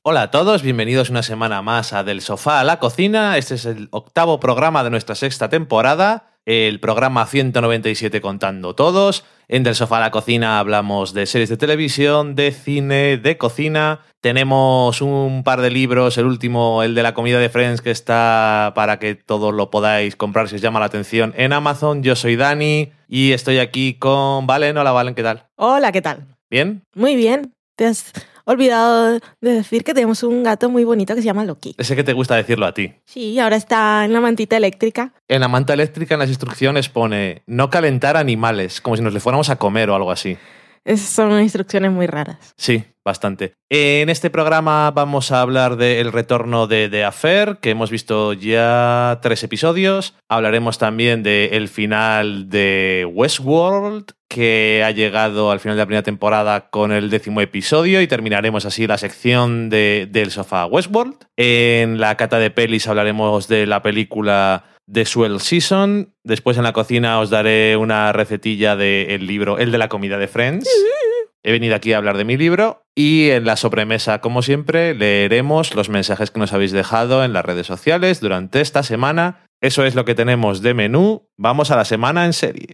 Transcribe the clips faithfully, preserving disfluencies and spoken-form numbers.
Hola a todos, bienvenidos una semana más a Del Sofá a la Cocina. Este es el octavo programa de nuestra sexta temporada, el programa ciento noventa y siete contando todos. En Del Sofá a la Cocina hablamos de series de televisión, de cine, de cocina. Tenemos un par de libros, el último, el de la comida de Friends, que está para que todos lo podáis comprar si os llama la atención en Amazon. Yo soy Dani y estoy aquí con Valen. Hola Valen, ¿qué tal? Hola, ¿qué tal? ¿Bien? Muy bien. Te has olvidado de decir que tenemos un gato muy bonito que se llama Loki. Ese que te gusta decirlo a ti. Sí, ahora está en la mantita eléctrica. En la manta eléctrica, en las instrucciones pone no calentar animales, como si nos le fuéramos a comer o algo así. Esas son instrucciones muy raras. Sí, bastante. En este programa vamos a hablar del retorno de The Affair, que hemos visto ya tres episodios. Hablaremos también del final de Westworld, que ha llegado al final de la primera temporada con el décimo episodio, y terminaremos así la sección de, del sofá Westworld. En la cata de pelis hablaremos de la película The Swell Season. Después en la cocina os daré una recetilla del libro El de la comida de Friends. He venido aquí a hablar de mi libro. Y en la sobremesa, como siempre, leeremos los mensajes que nos habéis dejado en las redes sociales durante esta semana. Eso es lo que tenemos de menú. Vamos a la semana en serie.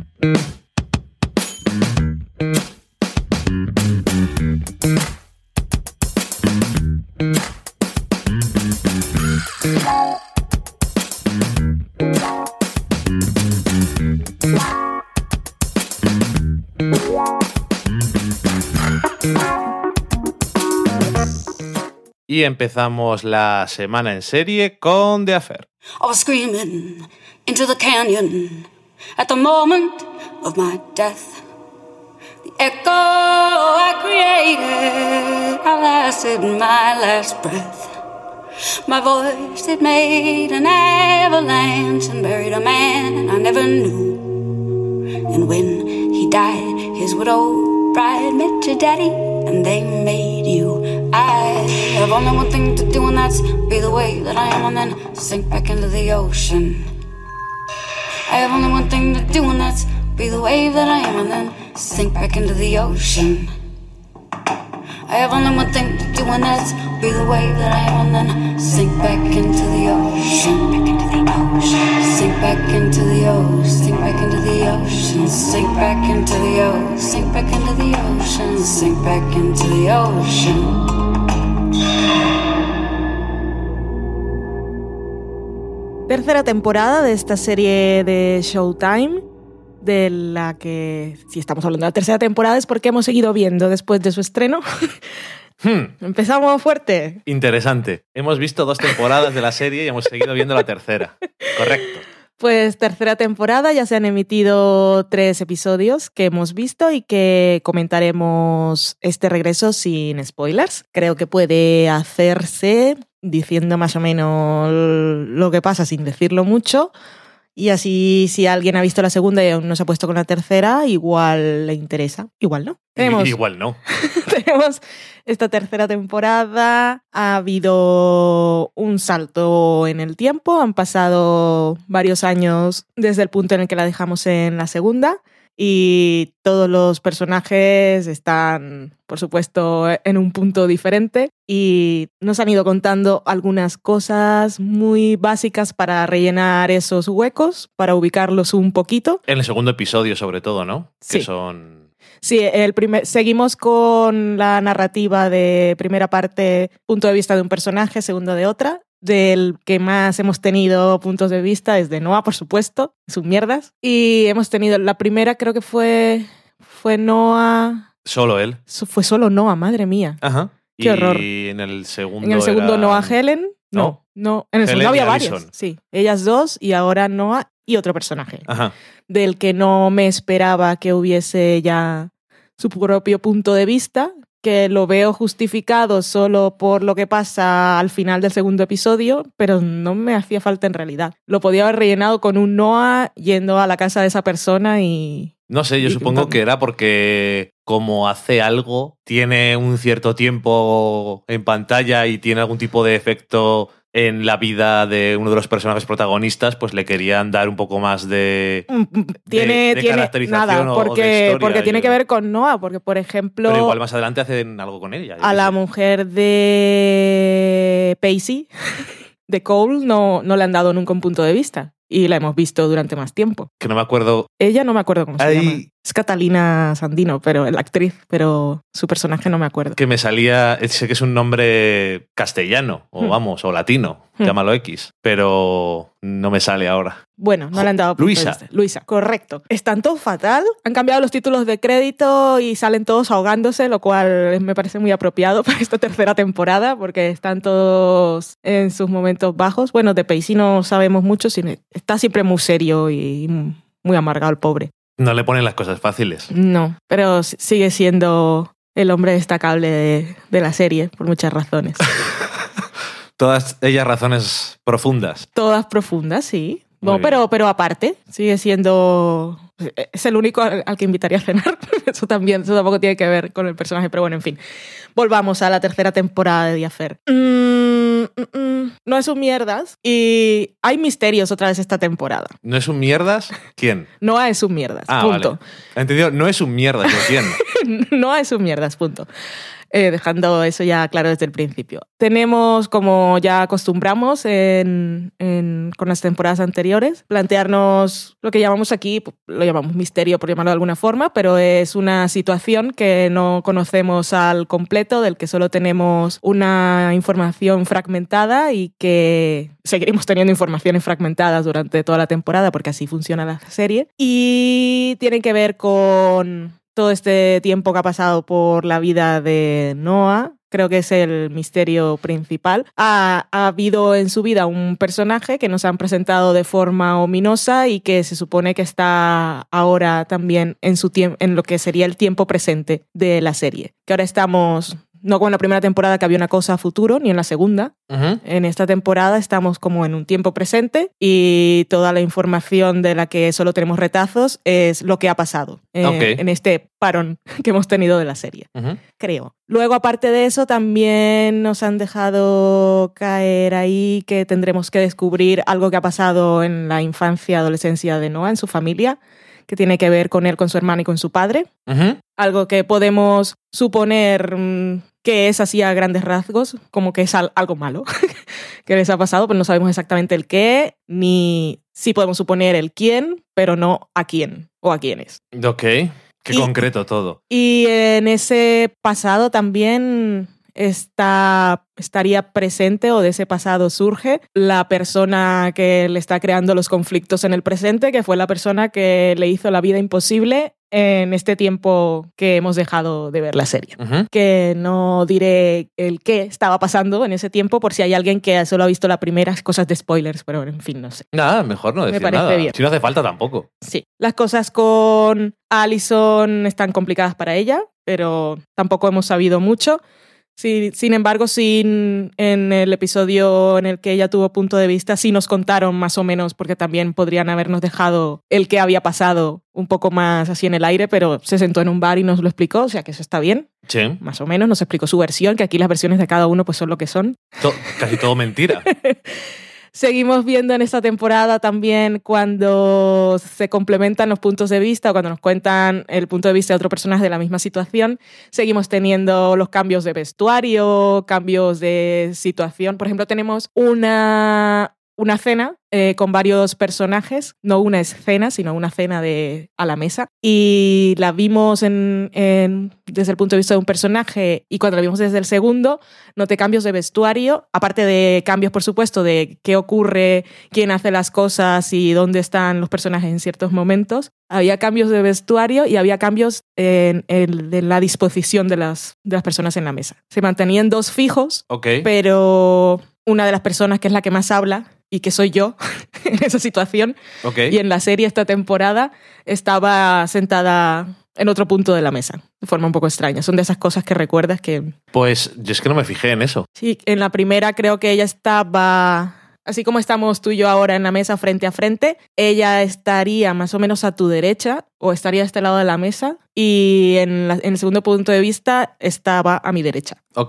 Y empezamos la semana en serie con The Affair. I was screaming into the canyon at the moment of my death. The echo I created outlasted my last breath. My voice, it made an avalanche and buried a man I never knew. And when he died, his widow bride met your daddy and they made you. I have only one thing to do, and that's be the way that I am and then sink back into the ocean. I have only one thing to do, and that's be the wave that I am and then sink back into the ocean. I have only one thing to do, and that's be the wave that I am and then sink back into the ocean. Back into the ocean. Sink back into the ocean. Sink back into the ocean. Sink back into the ocean. Sink back into the ocean. Sink back into the ocean. Tercera temporada de esta serie de Showtime, de la que, si estamos hablando de la tercera temporada, es porque hemos seguido viendo después de su estreno. Hmm. Empezamos fuerte. Interesante. Hemos visto dos temporadas de la serie y hemos seguido viendo la tercera. Correcto. Pues tercera temporada, ya se han emitido tres episodios que hemos visto y que comentaremos este regreso sin spoilers. Creo que puede hacerse diciendo más o menos lo que pasa sin decirlo mucho. Y así, si alguien ha visto la segunda y aún no se ha puesto con la tercera, igual le interesa. Igual no. Tenemos, igual no. Tenemos esta tercera temporada. Ha habido un salto en el tiempo. Han pasado varios años desde el punto en el que la dejamos en la segunda. Y todos los personajes están, por supuesto, en un punto diferente. Y nos han ido contando algunas cosas muy básicas para rellenar esos huecos, para ubicarlos un poquito. En el segundo episodio, sobre todo, ¿no? Sí. Que son... Sí, el primer, seguimos con la narrativa de primera parte, punto de vista de un personaje, segundo de otra. Del que más hemos tenido puntos de vista es de Noah, por supuesto, sus mierdas. Y hemos tenido, la primera creo que fue, fue Noah... Solo él. Fue solo Noah, madre mía. Ajá. Qué y horror. Y en el segundo En el segundo era... Noah Helen. No, no. no. En el Helen segundo había Allison. varios. Sí, ellas dos y ahora Noah y otro personaje. Ajá. Del que no me esperaba que hubiese ya su propio punto de vista, que lo veo justificado solo por lo que pasa al final del segundo episodio, pero no me hacía falta en realidad. Lo podía haber rellenado con un Noah yendo a la casa de esa persona y... No sé, yo y supongo contando. que era porque como hace algo, tiene un cierto tiempo en pantalla y tiene algún tipo de efecto en la vida de uno de los personajes protagonistas, pues le querían dar un poco más de, tiene, de, de tiene caracterización nada, o- porque, o de historia. porque tiene Yo- que ver con Noah, porque por ejemplo Pero igual más adelante hacen algo con ella. yo a qué la sé. mujer de Pacey, de Cole, no, no le han dado nunca un punto de vista y la hemos visto durante más tiempo. Que no me acuerdo. Ella no me acuerdo cómo se Ay. llama. Es Catalina Sandino, pero la actriz, pero su personaje no me acuerdo. Que me salía, sé que es un nombre castellano, o Hmm. vamos, o latino, Hmm. llámalo X, pero no me sale ahora. Bueno, no le han dado punto Luisa. de vista. Luisa, correcto. Están todos fatal. Han cambiado los títulos de crédito y salen todos ahogándose, lo cual me parece muy apropiado para esta tercera temporada, porque están todos en sus momentos bajos. Bueno, de Pacey no sabemos mucho, sino está siempre muy serio y muy amargado el pobre. No le ponen las cosas fáciles. No, pero s- sigue siendo el hombre destacable de, de la serie, por muchas razones. Todas ellas razones profundas. Todas profundas, sí. Muy No, bien. pero, pero aparte, sigue siendo... Es el único al, al que invitaría a cenar. Eso también, eso tampoco tiene que ver con el personaje, pero bueno, en fin. Volvamos a la tercera temporada de The Affair. Mm, mm, mm, no es un mierdas y hay misterios otra vez esta temporada. ¿No es un mierdas? ¿Quién? Noah es un mierdas, Ah, punto. vale. ¿He entendido? No es un mierdas, yo quién. No es un mierdas, punto. Eh, dejando eso ya claro desde el principio. Tenemos, como ya acostumbramos en, en, con las temporadas anteriores, plantearnos lo que llamamos aquí, lo llamamos misterio por llamarlo de alguna forma, pero es una situación que no conocemos al completo, del que solo tenemos una información fragmentada y que seguiremos teniendo informaciones fragmentadas durante toda la temporada porque así funciona la serie. Y tienen que ver con todo este tiempo que ha pasado por la vida de Noah. Creo que es el misterio principal. Ha, ha habido en su vida un personaje que nos han presentado de forma ominosa y que se supone que está ahora también en, su tiemp- en lo que sería el tiempo presente de la serie. Que ahora estamos... No como en la primera temporada que había una cosa a futuro, ni en la segunda. Uh-huh. En esta temporada estamos como en un tiempo presente y toda la información de la que solo tenemos retazos es lo que ha pasado eh, Ok. en este parón que hemos tenido de la serie, Uh-huh. creo. Luego, aparte de eso, también nos han dejado caer ahí que tendremos que descubrir algo que ha pasado en la infancia, adolescencia de Noah, en su familia, que tiene que ver con él, con su hermano y con su padre. Uh-huh. Algo que podemos suponer mmm, que es así a grandes rasgos, como que es al- algo malo que les ha pasado, pero no sabemos exactamente el qué, ni sí podemos suponer el quién, pero no a quién o a quiénes. Ok. Qué Y- concreto todo. Y en ese pasado también está, estaría presente, o de ese pasado surge, la persona que le está creando los conflictos en el presente, que fue la persona que le hizo la vida imposible en este tiempo que hemos dejado de ver la serie. Uh-huh. Que no diré el qué estaba pasando en ese tiempo por si hay alguien que solo ha visto la primera, cosas de spoilers, pero en fin, no sé. Nada, mejor no Me decir parece nada. bien. Si no hace falta tampoco. Sí, las cosas con Allison están complicadas para ella, pero tampoco hemos sabido mucho. Sí, sin embargo, sin, en el episodio en el que ella tuvo punto de vista, sí nos contaron más o menos, porque también podrían habernos dejado el que había pasado un poco más así en el aire, pero se sentó en un bar y nos lo explicó, o sea que eso está bien, Sí. más o menos, nos explicó su versión, que aquí las versiones de cada uno pues son lo que son. To- casi todo mentira. Seguimos viendo en esta temporada también cuando se complementan los puntos de vista o cuando nos cuentan el punto de vista de otro personaje de la misma situación. Seguimos teniendo los cambios de vestuario, cambios de situación. Por ejemplo, tenemos una, una cena eh, con varios personajes, no una escena, sino una cena de, a la mesa. Y la vimos en, en, desde el punto de vista de un personaje y cuando la vimos desde el segundo, noté cambios de vestuario, aparte de cambios, por supuesto, de qué ocurre, quién hace las cosas y dónde están los personajes en ciertos momentos. Había cambios de vestuario y había cambios en, en, en la disposición de las, de las personas en la mesa. Se mantenían dos fijos, Ok. pero una de las personas que es la que más habla y que soy yo en esa situación Ok. y en la serie esta temporada estaba sentada en otro punto de la mesa, de forma un poco extraña. Son de esas cosas que recuerdas que... Pues yo es que no me fijé en eso. Sí, en la primera creo que ella estaba... Así como estamos tú y yo ahora en la mesa frente a frente, ella estaría más o menos a tu derecha o estaría a este lado de la mesa y en, la, en el segundo punto de vista estaba a mi derecha. Ok.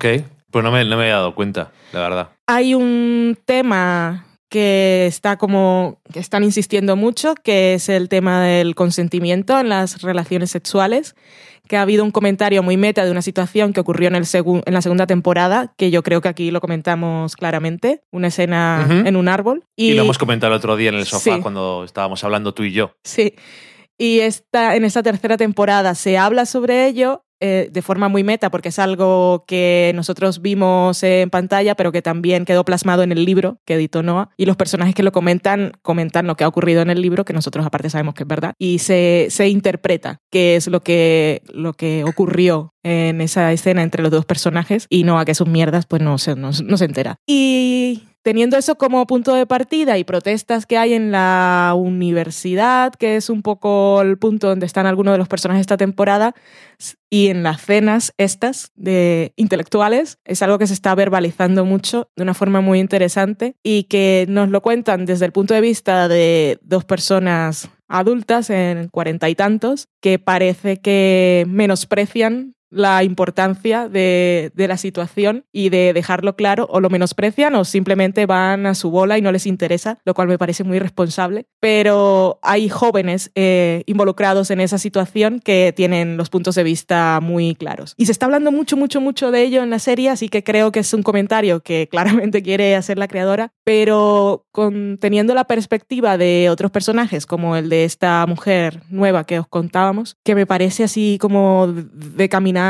Pues no me, no me he dado cuenta, la verdad. Hay un tema que está como que están insistiendo mucho, que es el tema del consentimiento en las relaciones sexuales, que ha habido un comentario muy meta de una situación que ocurrió en, el segu- en la segunda temporada, que yo creo que aquí lo comentamos claramente, una escena uh-huh. en un árbol. Y, y lo hemos comentado el otro día en el sofá, sí. cuando estábamos hablando tú y yo. Sí, y esta, en esta tercera temporada se habla sobre ello, eh, de forma muy meta, porque es algo que nosotros vimos en pantalla, pero que también quedó plasmado en el libro que editó Noah, y los personajes que lo comentan, comentan lo que ha ocurrido en el libro, que nosotros aparte sabemos que es verdad, y se, se interpreta qué es lo que, lo que ocurrió en esa escena entre los dos personajes, y Noah, que sus mierdas, pues no se, no, no se entera. Y teniendo eso como punto de partida y protestas que hay en la universidad, que es un poco el punto donde están algunos de los personajes esta temporada, y en las cenas estas de intelectuales, es algo que se está verbalizando mucho de una forma muy interesante y que nos lo cuentan desde el punto de vista de dos personas adultas en cuarenta y tantos que parece que menosprecian la importancia de, de la situación y de dejarlo claro, o lo menosprecian o simplemente van a su bola y no les interesa, lo cual me parece muy irresponsable. Pero hay jóvenes eh, involucrados en esa situación que tienen los puntos de vista muy claros. Y se está hablando mucho, mucho, mucho de ello en la serie, así que creo que es un comentario que claramente quiere hacer la creadora, pero con, teniendo la perspectiva de otros personajes, como el de esta mujer nueva que os contábamos, que me parece así como de caminar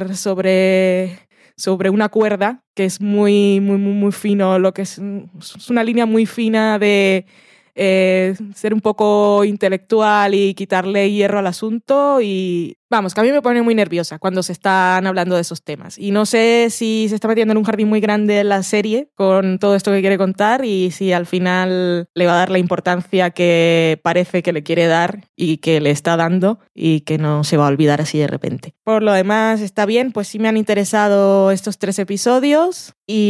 sobre, sobre una cuerda, que es muy, muy, muy, muy fino, lo que es, es una línea muy fina de eh, ser un poco intelectual y quitarle hierro al asunto. Y vamos, que a mí me pone muy nerviosa cuando se están hablando de esos temas. Y no sé si se está metiendo en un jardín muy grande la serie con todo esto que quiere contar y si al final le va a dar la importancia que parece que le quiere dar y que le está dando y que no se va a olvidar así de repente. Por lo demás, está bien, pues sí me han interesado estos tres episodios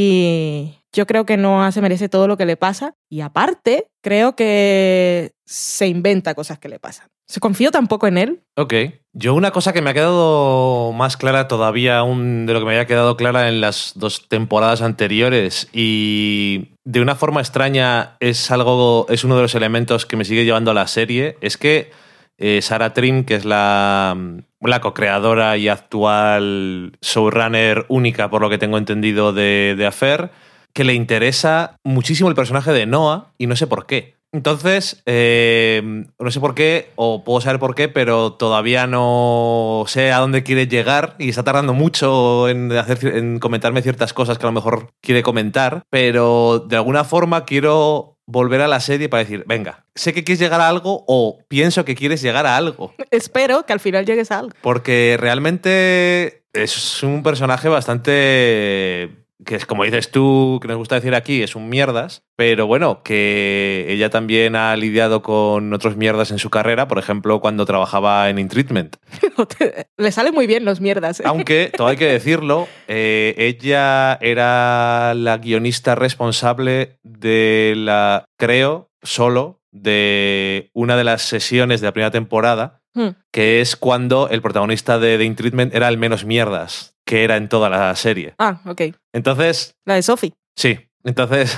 y yo creo que Noah se merece todo lo que le pasa y aparte creo que se inventa cosas que le pasan. Se confío tampoco en él. Ok. Yo una cosa que me ha quedado más clara todavía aún de lo que me había quedado clara en las dos temporadas anteriores y de una forma extraña es algo, es uno de los elementos que me sigue llevando a la serie, es que eh, Sarah Trim, que es la, la co-creadora y actual showrunner única, por lo que tengo entendido, de, de Affair, que le interesa muchísimo el personaje de Noah y no sé por qué. Entonces, eh, no sé por qué, o puedo saber por qué, pero todavía no sé a dónde quiere llegar y está tardando mucho en, hacer, en comentarme ciertas cosas que a lo mejor quiere comentar, pero de alguna forma quiero volver a la serie para decir, venga, sé que quieres llegar a algo o pienso que quieres llegar a algo. Espero que al final llegues a algo. Porque realmente es un personaje bastante... que es como dices tú, que nos gusta decir aquí, es un mierdas, pero bueno, que ella también ha lidiado con otros mierdas en su carrera, por ejemplo, cuando trabajaba en In Treatment. Le salen muy bien los mierdas. ¿eh? Aunque, todo hay que decirlo, eh, ella era la guionista responsable de la, creo, solo, de una de las sesiones de la primera temporada, hmm. que es cuando el protagonista de The In Treatment era el menos mierdas que era en toda la serie. Ah, ok. Entonces... La de Sophie. Sí, entonces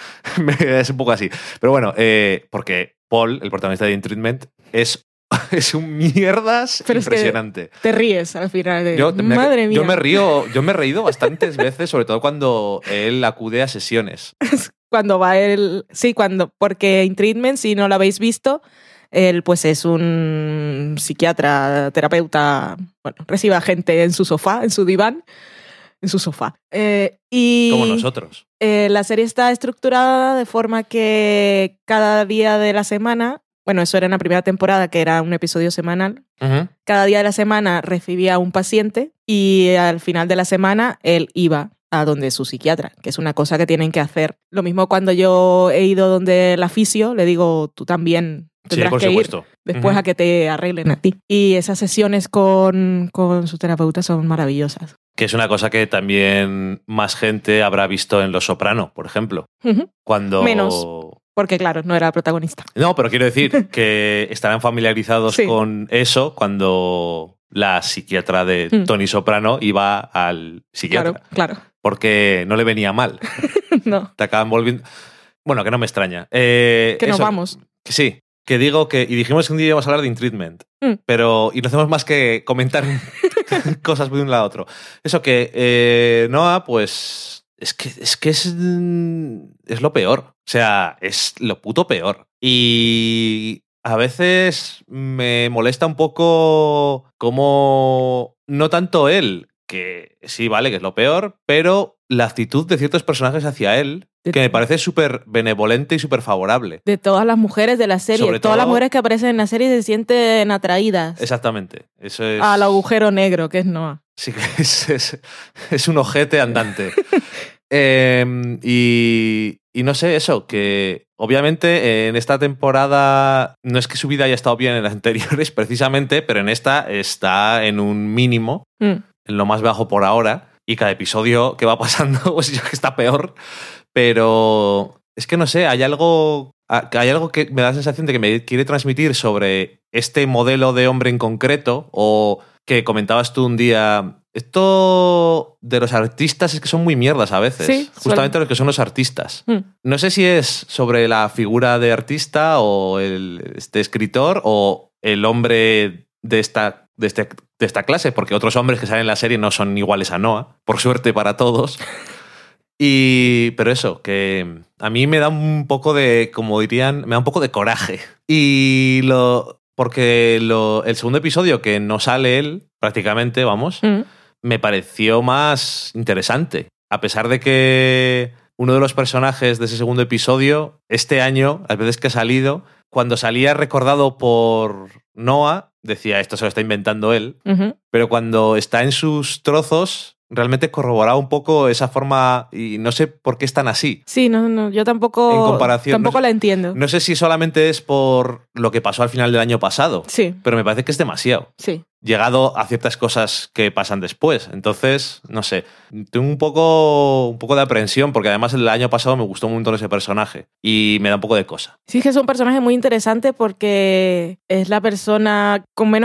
es un poco así. Pero bueno, eh, porque Paul, el protagonista de In Treatment, es, es un mierdas Pero impresionante. Es que te ríes al final. De... Yo, Madre me, mía. Yo me río, yo me he reído bastantes veces, sobre todo cuando él acude a sesiones. Cuando va él... Sí, cuando... Porque In Treatment, si no lo habéis visto... Él pues es un psiquiatra, terapeuta, bueno, recibe a gente en su sofá, en su diván, en su sofá. Eh, y Como nosotros. Eh, la serie está estructurada de forma que cada día de la semana, bueno, eso era en la primera temporada, que era un episodio semanal, uh-huh. cada día de la semana recibía un paciente y al final de la semana él iba a donde su psiquiatra, que es una cosa que tienen que hacer. Lo mismo cuando yo he ido donde la fisio, le digo, tú también tendrás sí, por que supuesto. ir después uh-huh. a que te arreglen a ti. Y esas sesiones con, con su terapeuta son maravillosas. Que es una cosa que también más gente habrá visto en Los Soprano, por ejemplo. Uh-huh. Cuando... Menos, porque claro, no era protagonista. No, pero quiero decir que estarán familiarizados sí. con eso cuando... la psiquiatra de mm. Tony Soprano iba al psiquiatra. Claro, claro. Porque no le venía mal. No. Te acaban volviendo... Bueno, que no me extraña. Eh, que nos eso, vamos. Que sí, que digo que... Y dijimos que un día íbamos a hablar de In Treatment. Mm. Pero... Y no hacemos más que comentar cosas de un lado a otro. Eso que eh, Noah, pues... Es que, es que es... Es lo peor. O sea, es lo puto peor. Y... A veces me molesta un poco cómo... No tanto él, que sí, vale, que es lo peor, pero la actitud de ciertos personajes hacia él, que me parece súper benevolente y súper favorable. De todas las mujeres de la serie. Sobre todas todo, las mujeres que aparecen en la serie se sienten atraídas. Exactamente. Eso es... Al agujero negro, que es Noah. Sí, que es, es, es un ojete andante. eh, y, y no sé, eso, que obviamente en esta temporada no es que su vida haya estado bien en las anteriores precisamente, pero en esta está en un mínimo, mm. en lo más bajo por ahora, y cada episodio que va pasando pues yo que está peor, pero es que no sé, hay algo, hay algo que me da la sensación de que me quiere transmitir sobre este modelo de hombre en concreto, o que comentabas tú un día... Esto de los artistas es que son muy mierdas a veces. Sí, justamente los que son los artistas. Mm. No sé si es sobre la figura de artista o el, este escritor o el hombre de esta, de, este, de esta clase, porque otros hombres que salen en la serie no son iguales a Noah, por suerte para todos. Y, pero eso, que a mí me da un poco de, como dirían, me da un poco de coraje. Y lo... Porque lo, el segundo episodio, que no sale él, prácticamente, vamos... Mm. me pareció más interesante. A pesar de que uno de los personajes de ese segundo episodio, este año, las veces que ha salido, cuando salía recordado por Noah, decía, esto se lo está inventando él, uh-huh. pero cuando está en sus trozos, realmente corroboraba un poco esa forma y no sé por qué están así. Sí, no, no, yo tampoco, en comparación, tampoco no, la entiendo. No sé si solamente es por lo que pasó al final del año pasado, sí. pero me parece que es demasiado. Sí. Llegado a ciertas cosas que pasan después. Entonces, no sé, tengo un poco, un poco de aprensión, porque además el año pasado me gustó un montón ese personaje y me da un poco de cosa. Sí, es que es un personaje muy interesante porque es la persona con menos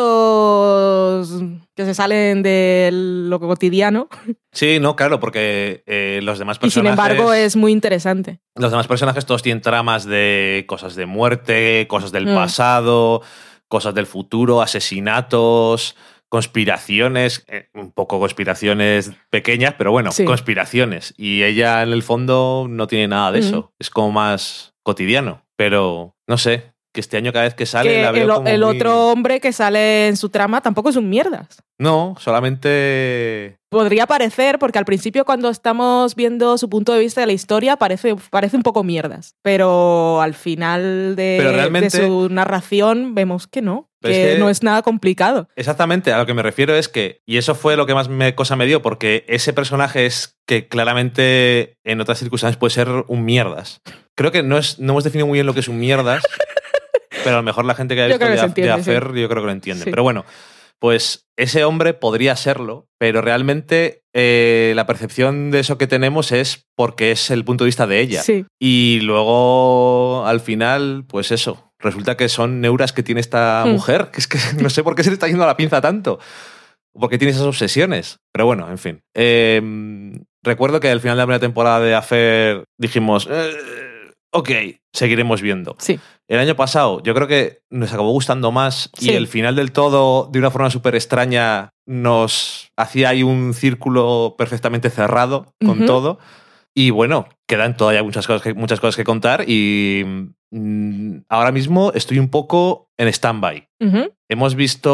conflictos que se salen de lo cotidiano. Sí, no, claro, porque eh, los demás personajes... Y sin embargo es muy interesante. Los demás personajes todos tienen tramas de cosas de muerte, cosas del mm. pasado... cosas del futuro, asesinatos, conspiraciones, eh, un poco conspiraciones pequeñas, pero bueno, sí. conspiraciones. Y ella en el fondo no tiene nada de mm. eso. Es como más cotidiano. Pero no sé, que este año cada vez que sale que la veo el, como el muy... otro hombre que sale en su trama tampoco es un mierdas. No, solamente... Podría parecer, porque al principio cuando estamos viendo su punto de vista de la historia parece, parece un poco mierdas, pero al final de, realmente, de su narración vemos que no, que, es que no es nada complicado. Exactamente, a lo que me refiero es que, y eso fue lo que más me, cosa me dio, porque ese personaje es que claramente en otras circunstancias puede ser un mierdas. Creo que no, es, no hemos definido muy bien lo que es un mierdas, pero a lo mejor la gente que ha visto de, entiende, de Affair sí. yo creo que lo entiende. Sí. Pero bueno, pues ese hombre podría serlo, pero realmente eh, la percepción de eso que tenemos es porque es el punto de vista de ella. Sí. Y luego, al final, pues eso, resulta que son neuras que tiene esta mm. mujer, que es que no sé por qué se le está yendo a la pinza tanto, porque tiene esas obsesiones. Pero bueno, en fin. Eh, recuerdo que al final de la primera temporada de Affair dijimos... Eh, ok, seguiremos viendo. Sí. El año pasado yo creo que nos acabó gustando más sí. y el final del todo, de una forma súper extraña, nos hacía ahí un círculo perfectamente cerrado con uh-huh. todo. Y bueno, quedan todavía muchas cosas que, muchas cosas que contar y mmm, ahora mismo estoy un poco en stand-by. Uh-huh. Hemos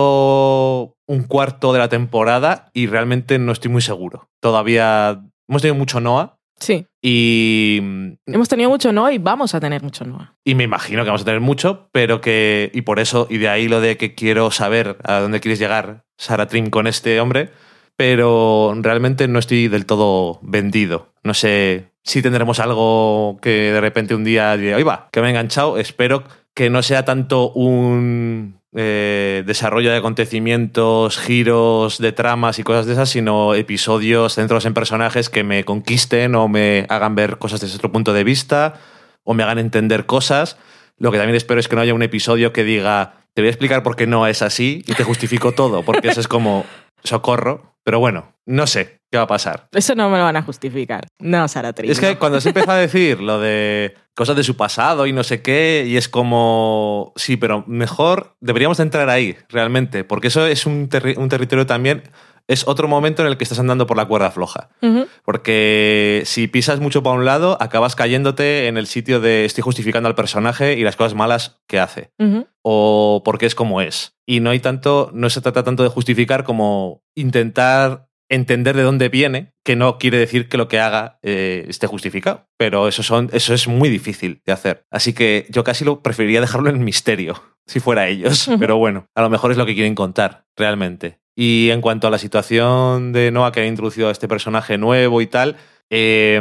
visto un cuarto de la temporada y realmente no estoy muy seguro. Todavía hemos tenido mucho Noah. Sí. Y... Hemos tenido mucho Noah y vamos a tener mucho Noah. Y me imagino que vamos a tener mucho, pero que... Y por eso, y de ahí lo de que quiero saber a dónde quieres llegar, Sarah Trim, con este hombre, pero realmente no estoy del todo vendido. No sé si tendremos algo que de repente un día diré, ¡ay va! Que me he enganchado. Espero que no sea tanto un... Eh, desarrollo de acontecimientos, giros de tramas y cosas de esas, sino episodios centrados en personajes que me conquisten o me hagan ver cosas desde otro punto de vista o me hagan entender cosas. Lo que también espero es que no haya un episodio que diga te voy a explicar por qué no es así y te justifico todo, porque eso es como socorro. Pero bueno, no sé qué va a pasar. Eso no me lo van a justificar. No, Saratril. Es que no. cuando se empezó a decir lo de cosas de su pasado y no sé qué, y es como, sí, pero mejor deberíamos de entrar ahí, realmente, porque eso es un, terri- un territorio también, es otro momento en el que estás andando por la cuerda floja. Uh-huh. Porque si pisas mucho para un lado, acabas cayéndote en el sitio de estoy justificando al personaje y las cosas malas que hace. Uh-huh. O porque es como es. Y no hay tanto, no se trata tanto de justificar como intentar entender de dónde viene, que no quiere decir que lo que haga eh, esté justificado. Pero eso, son, eso es muy difícil de hacer. Así que yo casi lo preferiría dejarlo en misterio, si fuera ellos. Uh-huh. Pero bueno, a lo mejor es lo que quieren contar, realmente. Y en cuanto a la situación de Noah, que ha introducido a este personaje nuevo y tal, eh,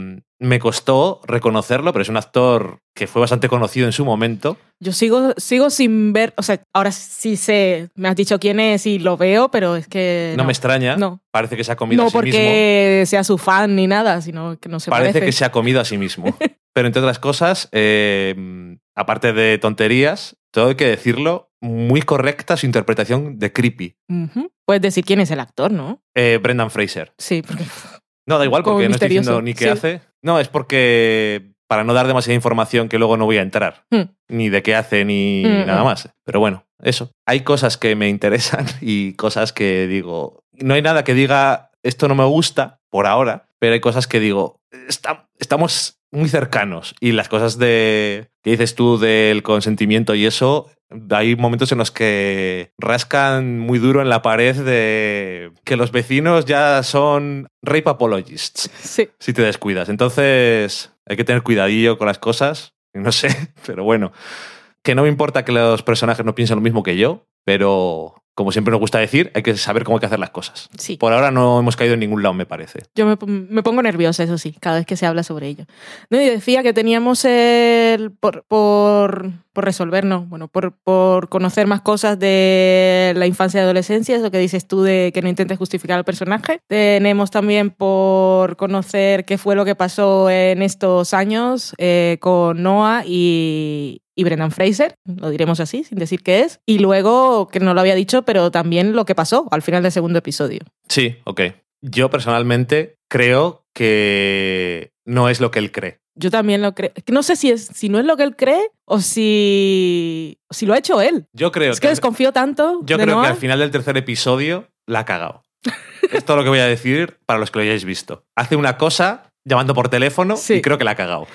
me costó reconocerlo, pero es un actor que fue bastante conocido en su momento. Yo sigo, sigo sin ver, o sea, ahora sí sé, me has dicho quién es y lo veo, pero es que... No, no me extraña, no. Parece que se ha comido no a sí mismo. No porque sea su fan ni nada, sino que no se Parece parece. que se ha comido a sí mismo. Pero entre otras cosas, eh, aparte de tonterías, todo hay que decirlo, muy correcta su interpretación de Creepy. Uh-huh. Puedes decir quién es el actor, ¿no? Eh, Brendan Fraser. Sí, porque... No, da igual, porque no estoy diciendo ni qué sí. hace. No, es porque para no dar demasiada información que luego no voy a entrar. Hmm. Ni de qué hace, ni Mm-mm. nada más. Pero bueno, eso. Hay cosas que me interesan y cosas que digo... No hay nada que diga, esto no me gusta, por ahora, pero hay cosas que digo, está, estamos muy cercanos. Y las cosas de que dices tú del consentimiento y eso... Hay momentos en los que rascan muy duro en la pared de que los vecinos ya son rape apologists, sí. si te descuidas. Entonces hay que tener cuidadillo con las cosas. No sé, pero bueno. Que no me importa que los personajes no piensen lo mismo que yo, pero como siempre nos gusta decir, hay que saber cómo hay que hacer las cosas. Sí. Por ahora no hemos caído en ningún lado, me parece. Yo me, me pongo nerviosa, eso sí, cada vez que se habla sobre ello. No, y decía que teníamos el... Por, por, por resolver, no, bueno, por, por conocer más cosas de la infancia y adolescencia, eso que dices tú de que no intentes justificar al personaje. Tenemos también por conocer qué fue lo que pasó en estos años eh, con Noah y... y Brendan Fraser, lo diremos así, sin decir qué es. Y luego, que no lo había dicho, pero también lo que pasó al final del segundo episodio. Sí, ok. Yo personalmente creo que no es lo que él cree. Yo también lo creo. No sé si, es, si no es lo que él cree o si, si lo ha hecho él. Yo creo es que, que desconfío tanto. Yo de creo Noah. que al final del tercer episodio la ha cagado. Es todo lo que voy a decir para los que lo hayáis visto. Hace una cosa llamando por teléfono sí. y creo que la ha cagado.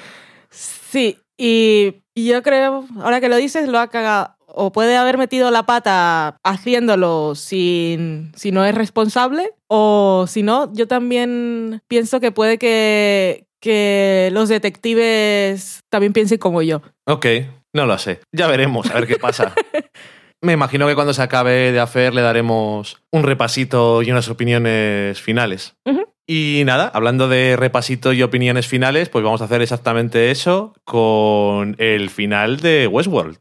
Sí, y, y yo creo, ahora que lo dices, lo ha cagado. O puede haber metido la pata haciéndolo sin, si no es responsable, o si no, yo también pienso que puede que, que los detectives también piensen como yo. Ok, no lo sé. Ya veremos, a ver qué pasa. Me imagino que cuando se acabe de hacer le daremos un repasito y unas opiniones finales. Uh-huh. Y nada, hablando de repasito y opiniones finales, pues vamos a hacer exactamente eso con el final de Westworld.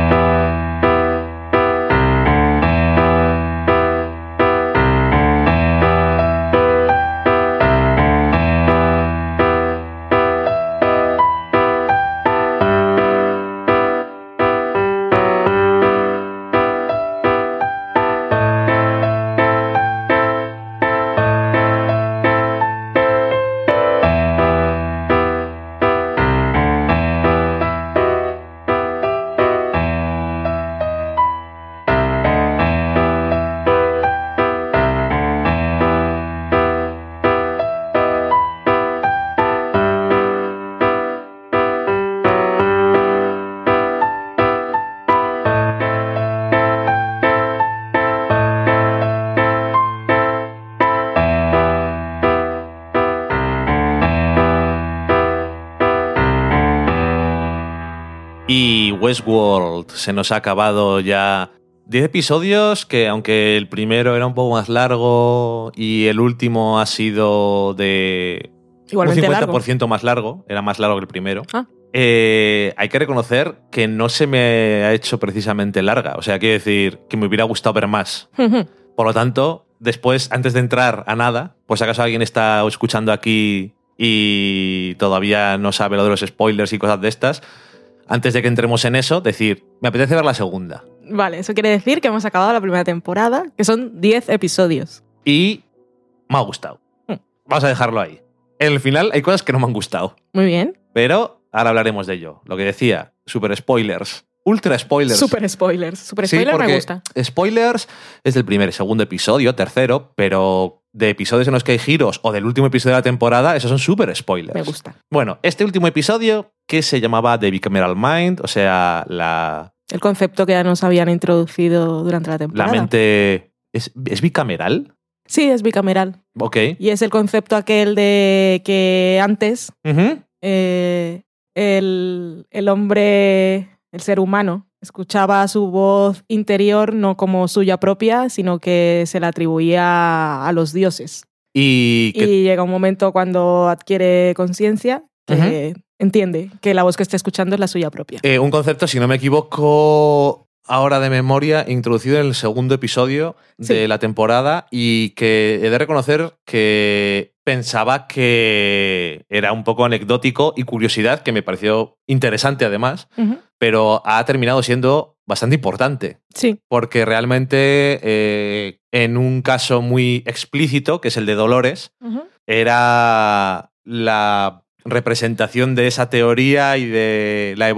Y Westworld se nos ha acabado ya diez episodios que, aunque el primero era un poco más largo y el último ha sido de Igualmente un cincuenta por ciento largo. más largo, era más largo que el primero, ah. eh, hay que reconocer que no se me ha hecho precisamente larga. O sea, quiero decir que me hubiera gustado ver más. Por lo tanto, después, antes de entrar a nada, pues acaso alguien está escuchando aquí y todavía no sabe lo de los spoilers y cosas de estas, antes de que entremos en eso, decir, me apetece ver la segunda. Vale, eso quiere decir que hemos acabado la primera temporada, que son diez episodios. Y me ha gustado. Mm. Vamos a dejarlo ahí. En el final hay cosas que no me han gustado. Muy bien. Pero ahora hablaremos de ello. Lo que decía, super spoilers. Ultra spoilers. Super spoilers. Super Sí, spoiler porque me gusta. Spoilers es del primer y segundo episodio, tercero, pero de episodios en los que hay giros o del último episodio de la temporada, esos son super spoilers. Me gusta. Bueno, este último episodio, que se llamaba The Bicameral Mind, o sea, la, El concepto que ya nos habían introducido durante la la temporada. mente... ¿Es, ¿Es bicameral? Sí, es bicameral. Ok. Y es el concepto aquel de que antes Ujú. eh, el, el hombre, el ser humano, escuchaba su voz interior no como suya propia, sino que se la atribuía a los dioses. Y que Y llega un momento cuando adquiere conciencia que entiende que la voz que está escuchando es la suya propia. Eh, un concepto, si no me equivoco, ahora de memoria, introducido en el segundo episodio de Sí. la temporada y que he de reconocer que pensaba que era un poco anecdótico y curiosidad, que me pareció interesante además, Ujú. pero ha terminado siendo bastante importante. Sí. Porque realmente, eh, en un caso muy explícito, que es el de Dolores, Ujú. era la representación de esa teoría y de la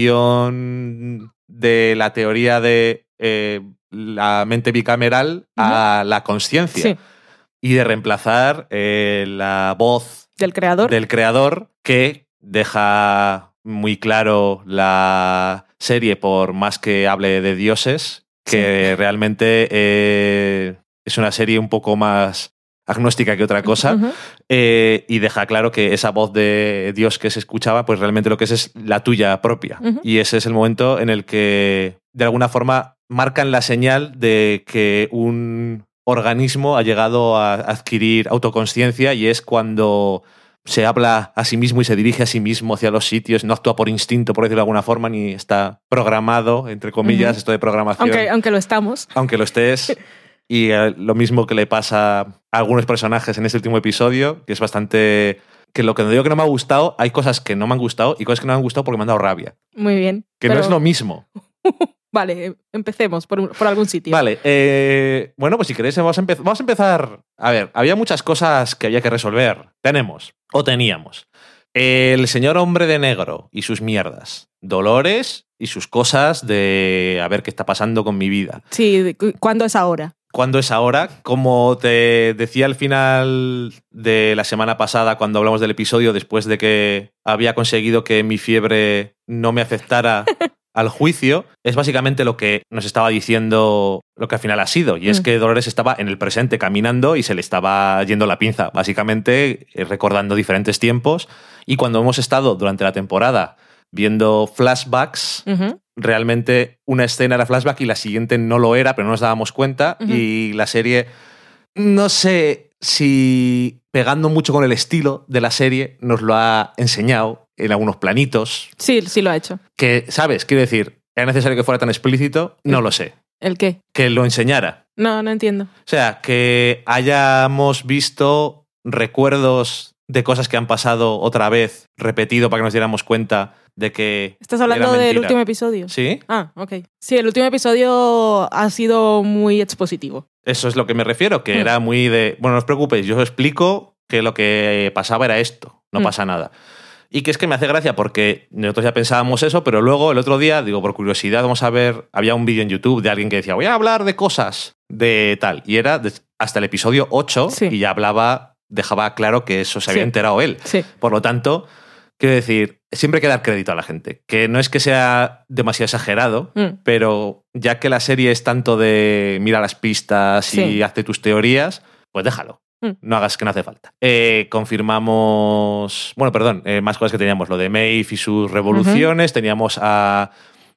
evolución de la teoría de eh, la mente bicameral a la conciencia. Sí. Y de reemplazar eh, la voz Del creador. del creador, que deja muy claro la serie, por más que hable de dioses, que realmente eh, es una serie un poco más agnóstica que otra cosa, Ujú. eh, y deja claro que esa voz de Dios que se escuchaba, pues realmente lo que es es la tuya propia. Ujú. Y ese es el momento en el que, de alguna forma, marcan la señal de que un organismo ha llegado a adquirir autoconsciencia, y es cuando se habla a sí mismo y se dirige a sí mismo hacia los sitios, no actúa por instinto, por decirlo de alguna forma, ni está programado, entre comillas, Ujú. esto de programación. Aunque, aunque lo estamos. Aunque lo estés. Y eh, lo mismo que le pasa a algunos personajes en este último episodio, que es bastante... Que lo que digo que no me ha gustado, hay cosas que no me han gustado y cosas que no me han gustado porque me han dado rabia. Muy bien. Que pero- no es lo mismo. Vale, empecemos por, un- por algún sitio. Vale, eh, bueno, pues si queréis vamos a, empe- vamos a empezar... A ver, había muchas cosas que había que resolver. Tenemos, o teníamos, el señor hombre de negro y sus mierdas. Dolores y sus cosas de a ver qué está pasando con mi vida. Sí, de cu- ¿cuándo es ahora? ¿Cuándo es ahora? Como te decía al final de la semana pasada, cuando hablamos del episodio, después de que había conseguido que mi fiebre no me afectara al juicio, es básicamente lo que nos estaba diciendo, lo que al final ha sido. Y es Mm. que Dolores estaba en el presente caminando y se le estaba yendo la pinza, básicamente eh, recordando diferentes tiempos. Y cuando hemos estado durante la temporada viendo flashbacks, Ujú. realmente una escena era flashback y la siguiente no lo era, pero no nos dábamos cuenta. Ujú. Y la serie, no sé si pegando mucho con el estilo de la serie, nos lo ha enseñado en algunos planitos. Sí, sí lo ha hecho. Que, ¿sabes? Quiero decir, ¿era necesario que fuera tan explícito? No lo sé. ¿El qué? Que lo enseñara. No, no entiendo. O sea, que hayamos visto recuerdos de cosas que han pasado otra vez, repetido, para que nos diéramos cuenta de que ¿Estás hablando era del mentira. último episodio? ¿Sí? Ah, ok. Sí, el último episodio ha sido muy expositivo. Eso es lo que me refiero, que Mm. era muy de, bueno, no os preocupéis, yo os explico que lo que pasaba era esto, no Mm. pasa nada. Y que es que me hace gracia porque nosotros ya pensábamos eso, pero luego el otro día, digo, por curiosidad, vamos a ver, había un vídeo en YouTube de alguien que decía, voy a hablar de cosas de tal, y era de- hasta el episodio ocho, Sí. y ya hablaba, dejaba claro que eso se había Sí. enterado él. Sí. Por lo tanto, quiero decir, siempre hay que dar crédito a la gente, que no es que sea demasiado exagerado, Mm. pero ya que la serie es tanto de mira las pistas y Sí. hazte tus teorías, pues déjalo. Mm. No hagas que no hace falta. Eh, confirmamos... Bueno, perdón, eh, más cosas que teníamos. Lo de Maeve y sus revoluciones. Teníamos a...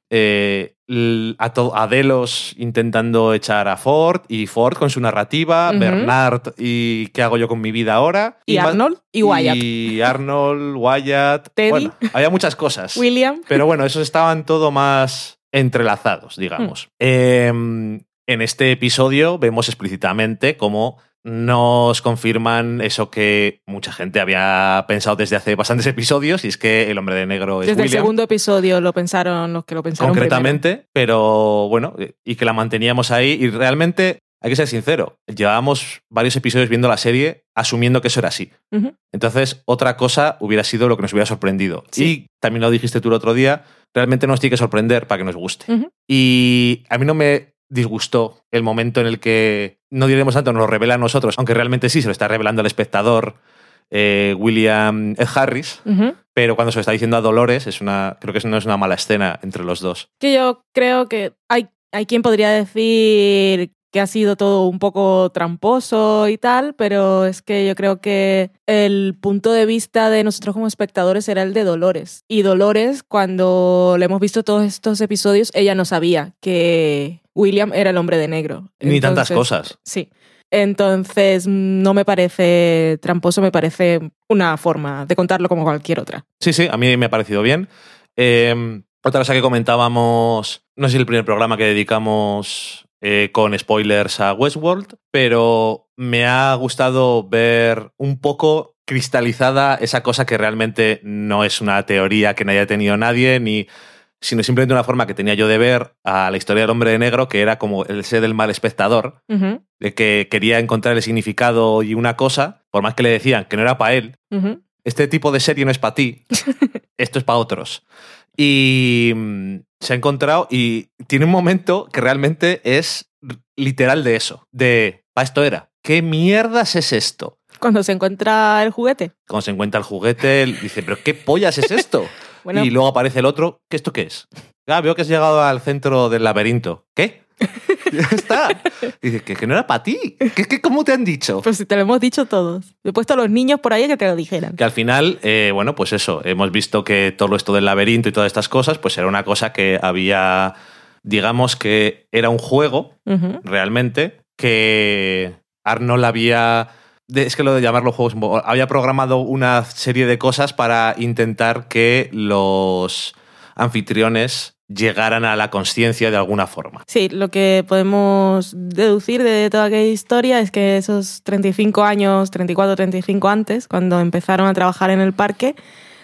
eh, l- a, to- a Delos intentando echar a Ford, y Ford con su narrativa, Ujú. Bernard y qué hago yo con mi vida ahora. Y más- Arnold y Wyatt. Y Arnold, Wyatt... Teddy. Bueno, había muchas cosas. William. Pero bueno, esos estaban todo más entrelazados, digamos. Eh, en este episodio vemos explícitamente cómo nos confirman eso que mucha gente había pensado desde hace bastantes episodios, y es que el hombre de negro es Desde William. el segundo episodio lo pensaron los que lo pensaron Concretamente, primero. pero bueno, y que la manteníamos ahí, y realmente, hay que ser sincero, llevábamos varios episodios viendo la serie asumiendo que eso era así. Uh-huh. Entonces, otra cosa hubiera sido lo que nos hubiera sorprendido. Sí. Y también lo dijiste tú el otro día, realmente nos tiene que sorprender para que nos guste. Uh-huh. Y a mí no me disgustó el momento en el que, no diremos tanto, nos lo revela a nosotros, aunque realmente sí se lo está revelando al espectador eh, William Ed Harris, Uh-huh. pero cuando se lo está diciendo a Dolores, es una, creo que no es una mala escena entre los dos. Que yo creo que hay, hay quien podría decir que ha sido todo un poco tramposo y tal, pero es que yo creo que el punto de vista de nosotros como espectadores era el de Dolores. Y Dolores, cuando le hemos visto todos estos episodios, ella no sabía que William era el hombre de negro. Ni Entonces, tantas cosas. Sí. Entonces, no me parece tramposo, me parece una forma de contarlo como cualquier otra. Sí, sí, a mí me ha parecido bien. Eh, otra cosa que comentábamos, no sé si el primer programa que dedicamos eh, con spoilers a Westworld, pero me ha gustado ver un poco cristalizada esa cosa que realmente no es una teoría que no haya tenido nadie, ni, sino simplemente una forma que tenía yo de ver a la historia del hombre de negro, que era como el ser del mal espectador, Uh-huh. de que quería encontrar el significado y una cosa, por más que le decían que no era para él. Uh-huh. Este tipo de serie no es para ti, esto es para otros. Y mm, se ha encontrado y tiene un momento que realmente es literal de eso, de, pa' esto era, ¿qué mierdas es esto? Cuando se encuentra el juguete. Cuando se encuentra el juguete, él dice, ¿pero qué pollas es esto? Bueno. Y luego aparece el otro, ¿qué esto qué es? Ah, veo que has llegado al centro del laberinto. ¿Qué? Ya está. Dice, que, que no era para ti. ¿Qué, qué, ¿Cómo te han dicho? Pues si te lo hemos dicho todos. He puesto a los niños por ahí que te lo dijeran. Que al final, eh, bueno, pues eso, hemos visto que todo esto del laberinto y todas estas cosas, pues era una cosa que había, digamos que era un juego, Uh-huh. realmente, que Arnold había, es que lo de llamarlo juegos, había programado una serie de cosas para intentar que los anfitriones llegaran a la consciencia de alguna forma. Sí, lo que podemos deducir de toda aquella historia es que esos treinta y cinco años, treinta y cuatro, treinta y cinco antes, cuando empezaron a trabajar en el parque,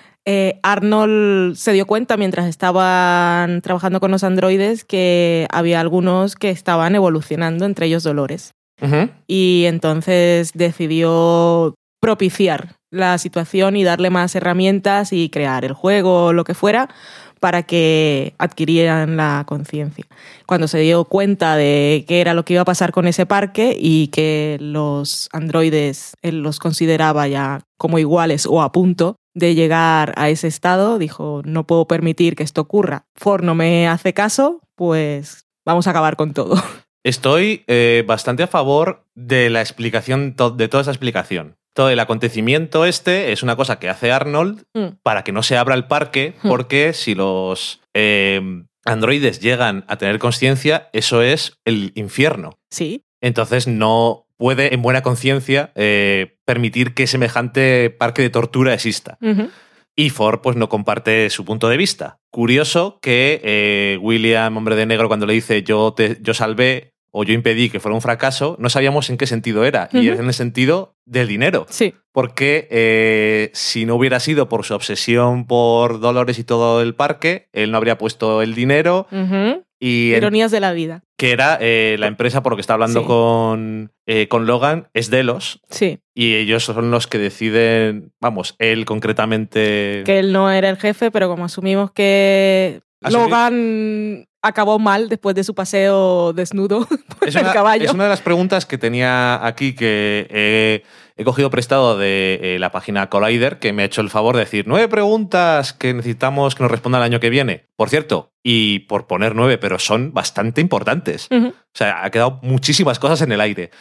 eh, Arnold se dio cuenta mientras estaban trabajando con los androides que había algunos que estaban evolucionando, entre ellos Dolores. Uh-huh. Y entonces decidió propiciar la situación y darle más herramientas y crear el juego o lo que fuera para que adquirieran la conciencia. Cuando se dio cuenta de qué era lo que iba a pasar con ese parque y que los androides él los consideraba ya como iguales o a punto de llegar a ese estado, dijo, no puedo permitir que esto ocurra. Ford no me hace caso, pues vamos a acabar con todo. Estoy eh, bastante a favor de la explicación, to- de toda esa explicación. Todo el acontecimiento este es una cosa que hace Arnold Mm. para que no se abra el parque, porque si los eh, androides llegan a tener conciencia, eso es el infierno. Sí. Entonces no puede, en buena conciencia, eh, permitir que semejante parque de tortura exista. Uh-huh. Y Ford pues no comparte su punto de vista. Curioso que eh, William, hombre de negro, cuando le dice yo, te, yo salvé o yo impedí que fuera un fracaso, no sabíamos en qué sentido era. Uh-huh. Y es en el sentido del dinero. Sí. Porque eh, si no hubiera sido por su obsesión por Dolores y todo el parque, él no habría puesto el dinero. Uh-huh. Y en- Ironías de la vida. que era eh, la empresa, por lo que está hablando Sí. con, eh, con Logan, es Delos. Sí. Y ellos son los que deciden, vamos, él concretamente... Que él no era el jefe, pero como asumimos que Asumí- Logan acabó mal después de su paseo desnudo por Es el una, caballo. es una de las preguntas que tenía aquí que eh, he cogido prestado de eh, la página Collider, que me ha hecho el favor de decir nueve preguntas que necesitamos que nos respondan el año que viene. Por cierto, y por poner nueve, pero son bastante importantes. Ujú. O sea, ha quedado muchísimas cosas en el aire.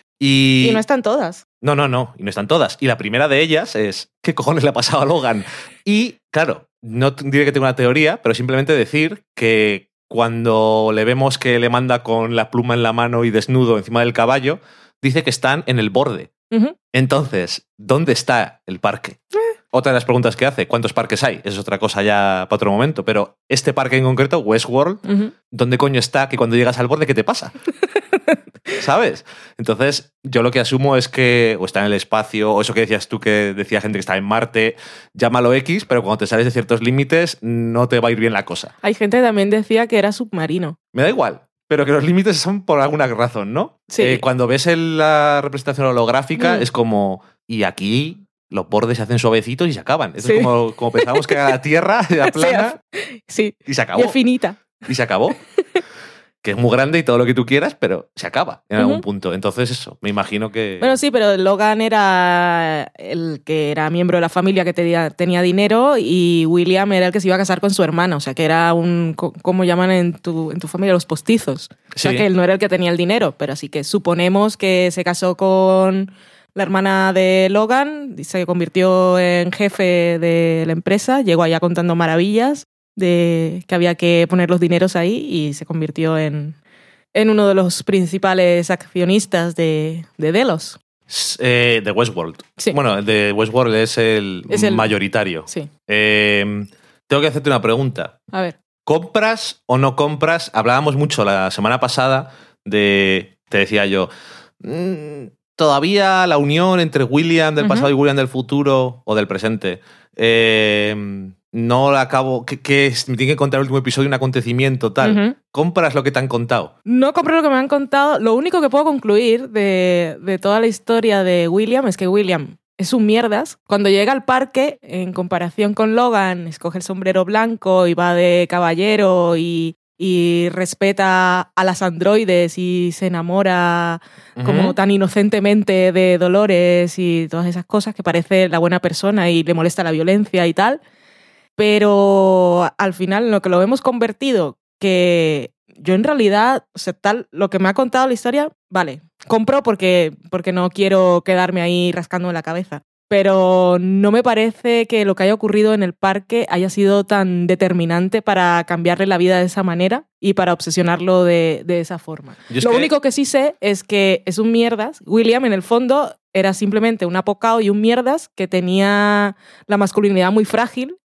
Y, Y no están todas. No, no, no, y no están todas. Y la primera de ellas es, ¿qué cojones le ha pasado a Logan? Y, claro, no t- diré que tengo una teoría, pero simplemente decir que cuando le vemos que le manda con la pluma en la mano y desnudo encima del caballo, dice que están en el borde. Ujú. Entonces, ¿dónde está el parque? Otra de las preguntas que hace, ¿cuántos parques hay? Esa es otra cosa ya para otro momento, pero este parque en concreto, Westworld, Ujú. ¿dónde coño está que cuando llegas al borde, qué te pasa? ¿Sabes? Entonces, yo lo que asumo es que o está en el espacio, o eso que decías tú, que decía gente que está en Marte, llámalo X, pero cuando te sales de ciertos límites no te va a ir bien la cosa. Hay gente que también decía que era submarino. Me da igual, pero que los límites son por alguna razón, ¿no? Sí. Eh, cuando ves el, la representación holográfica Mm. es como, y aquí los bordes se hacen suavecitos y se acaban. Eso Sí. es como, como pensábamos que era la Tierra, era plana, Sí, y se y acabó. es finita. Y se acabó. Que es muy grande y todo lo que tú quieras, pero se acaba en algún Ujú. punto. Entonces eso, me imagino que... Bueno, sí, pero Logan era el que era miembro de la familia que tenía, tenía dinero y William era el que se iba a casar con su hermana. O sea, que era un... co- ¿Cómo llaman en tu, en tu familia? Los postizos. O sea, Sí. que él no era el que tenía el dinero, pero así que suponemos que se casó con la hermana de Logan, y se convirtió en jefe de la empresa, llegó allá contando maravillas de que había que poner los dineros ahí y se convirtió en, en uno de los principales accionistas de, de Delos. Eh, de Westworld. Sí. Bueno, el de Westworld es el, Es el- mayoritario. Sí. Eh, tengo que hacerte una pregunta. A ver. ¿Compras o no compras? Hablábamos mucho la semana pasada de... Te decía yo... "Mm, todavía la unión entre William del Ujú. pasado y William del futuro o del presente... eh, no la acabo... Que, que es- me tiene que contar el último episodio un acontecimiento tal. Ujú. ¿Compras lo que te han contado? No compro lo que me han contado. Lo único que puedo concluir de, de toda la historia de William es que William es un mierdas. Cuando llega al parque, en comparación con Logan, escoge el sombrero blanco y va de caballero y, y respeta a las androides y se enamora como Ujú. tan inocentemente de Dolores y todas esas cosas, que parece la buena persona y le molesta la violencia y tal. Pero al final lo que lo hemos convertido, que yo en realidad, o sea, tal, lo que me ha contado la historia, vale, compro porque, porque no quiero quedarme ahí rascándome la cabeza. Pero no me parece que lo que haya ocurrido en el parque haya sido tan determinante para cambiarle la vida de esa manera y para obsesionarlo de, de esa forma. Yo es Lo que- único que sí sé es que es un mierdas. William, en el fondo, era simplemente un apocao y un mierdas que tenía la masculinidad muy frágil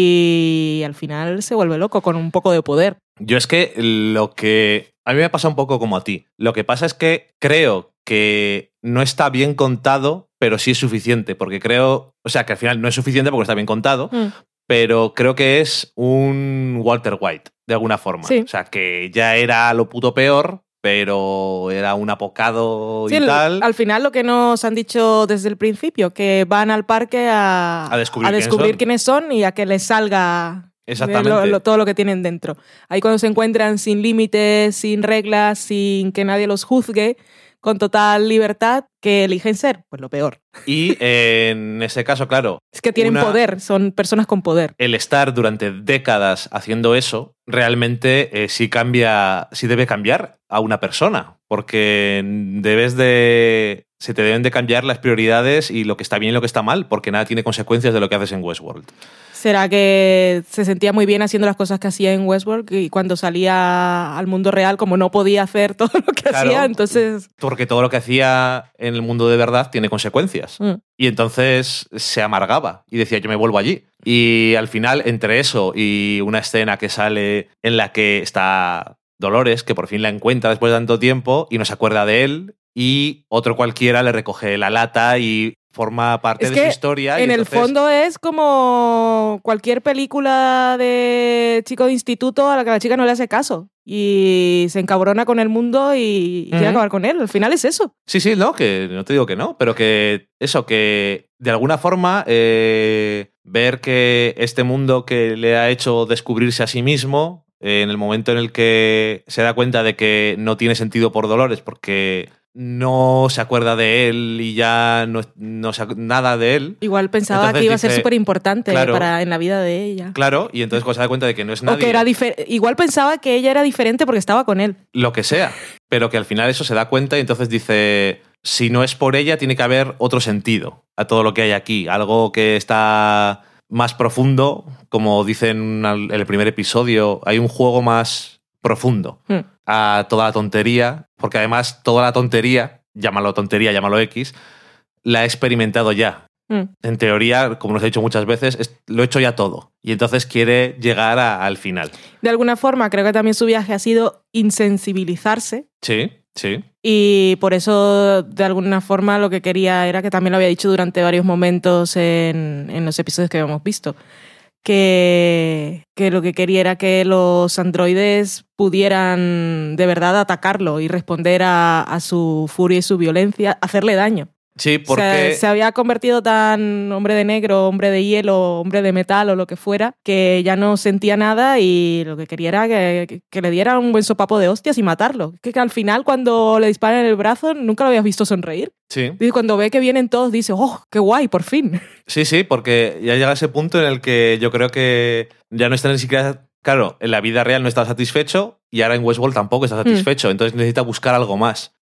y al final se vuelve loco con un poco de poder. Yo es que lo que... A mí me pasa un poco como a ti. Lo que pasa es que creo que no está bien contado, pero sí es suficiente, porque creo... O sea, que al final no es suficiente porque está bien contado, Mm. pero creo que es un Walter White, de alguna forma. Sí. O sea, que ya era lo puto peor, pero era un apocado Sí, y el- tal. al final lo que nos han dicho desde el principio, que van al parque a, A descubrir quiénes son. quiénes son y a que les salga Exactamente. lo- lo- todo lo que tienen dentro. Ahí cuando se encuentran sin límites, sin reglas, sin que nadie los juzgue, con total libertad, que eligen ser, pues lo peor. Y eh, en ese caso, claro, Es que tienen Una- poder, son personas con poder. el estar durante décadas haciendo eso realmente eh, sí cambia, sí debe cambiar a una persona, porque debes de, se te deben de cambiar las prioridades y lo que está bien y lo que está mal, porque nada tiene consecuencias de lo que haces en Westworld. ¿Será que se sentía muy bien haciendo las cosas que hacía en Westworld y cuando salía al mundo real, como no podía hacer todo lo que Claro. hacía, entonces... Porque todo lo que hacía en el mundo de verdad tiene consecuencias. mm. Y entonces se amargaba y decía, yo me vuelvo allí. Y al final, entre eso y una escena que sale en la que está Dolores, que por fin la encuentra después de tanto tiempo y no se acuerda de él, y otro cualquiera le recoge la lata y forma parte Es de que su historia. y en el entonces- fondo es como cualquier película de chico de instituto a la que la chica no le hace caso y se encabrona con el mundo y quiere Ujú. acabar con él. Al final es eso. Sí, sí, no, que no te digo que no, pero que eso, que de alguna forma eh, ver que este mundo que le ha hecho descubrirse a sí mismo, eh, en el momento en el que se da cuenta de que no tiene sentido por Dolores porque no se acuerda de él y ya no, no se ac- nada de él. Igual pensaba Entonces que iba a ser dice, súper importante claro. para en la vida de ella. Claro, y entonces cuando se da cuenta de que no es O nadie, que era difer- Igual pensaba que ella era diferente porque estaba con él. lo que sea, pero que al final eso se da cuenta y entonces dice, si no es por ella, tiene que haber otro sentido a todo lo que hay aquí, algo que está más profundo, como dicen en el primer episodio, hay un juego más profundo Hmm. a toda la tontería, porque además toda la tontería, llámalo tontería, llámalo X, la he experimentado ya. Mm. En teoría, como nos he dicho muchas veces, es- lo he hecho ya todo. Y entonces quiere llegar a- al final. De alguna forma, creo que también su viaje ha sido insensibilizarse Sí. Sí. Y por eso, de alguna forma, lo que quería era, que también lo había dicho durante varios momentos en, en los episodios que habíamos visto, que, que lo que quería era que los androides pudieran de verdad atacarlo y responder a, a su furia y su violencia, hacerle daño. Sí, porque... Se, se había convertido tan hombre de negro, hombre de hielo, hombre de metal o lo que fuera, que ya no sentía nada y lo que quería era que, que le diera un buen sopapo de hostias y matarlo. Que, que al final, cuando le disparan en el brazo, nunca lo habías visto sonreír. Sí. Y cuando ve que vienen todos, dice, ¡oh, qué guay, por fin! Sí, sí, porque ya llega ese punto en el que yo creo que ya no está ni siquiera... Claro, en la vida real no está satisfecho y ahora en Westworld tampoco está satisfecho, mm. entonces necesita buscar algo más.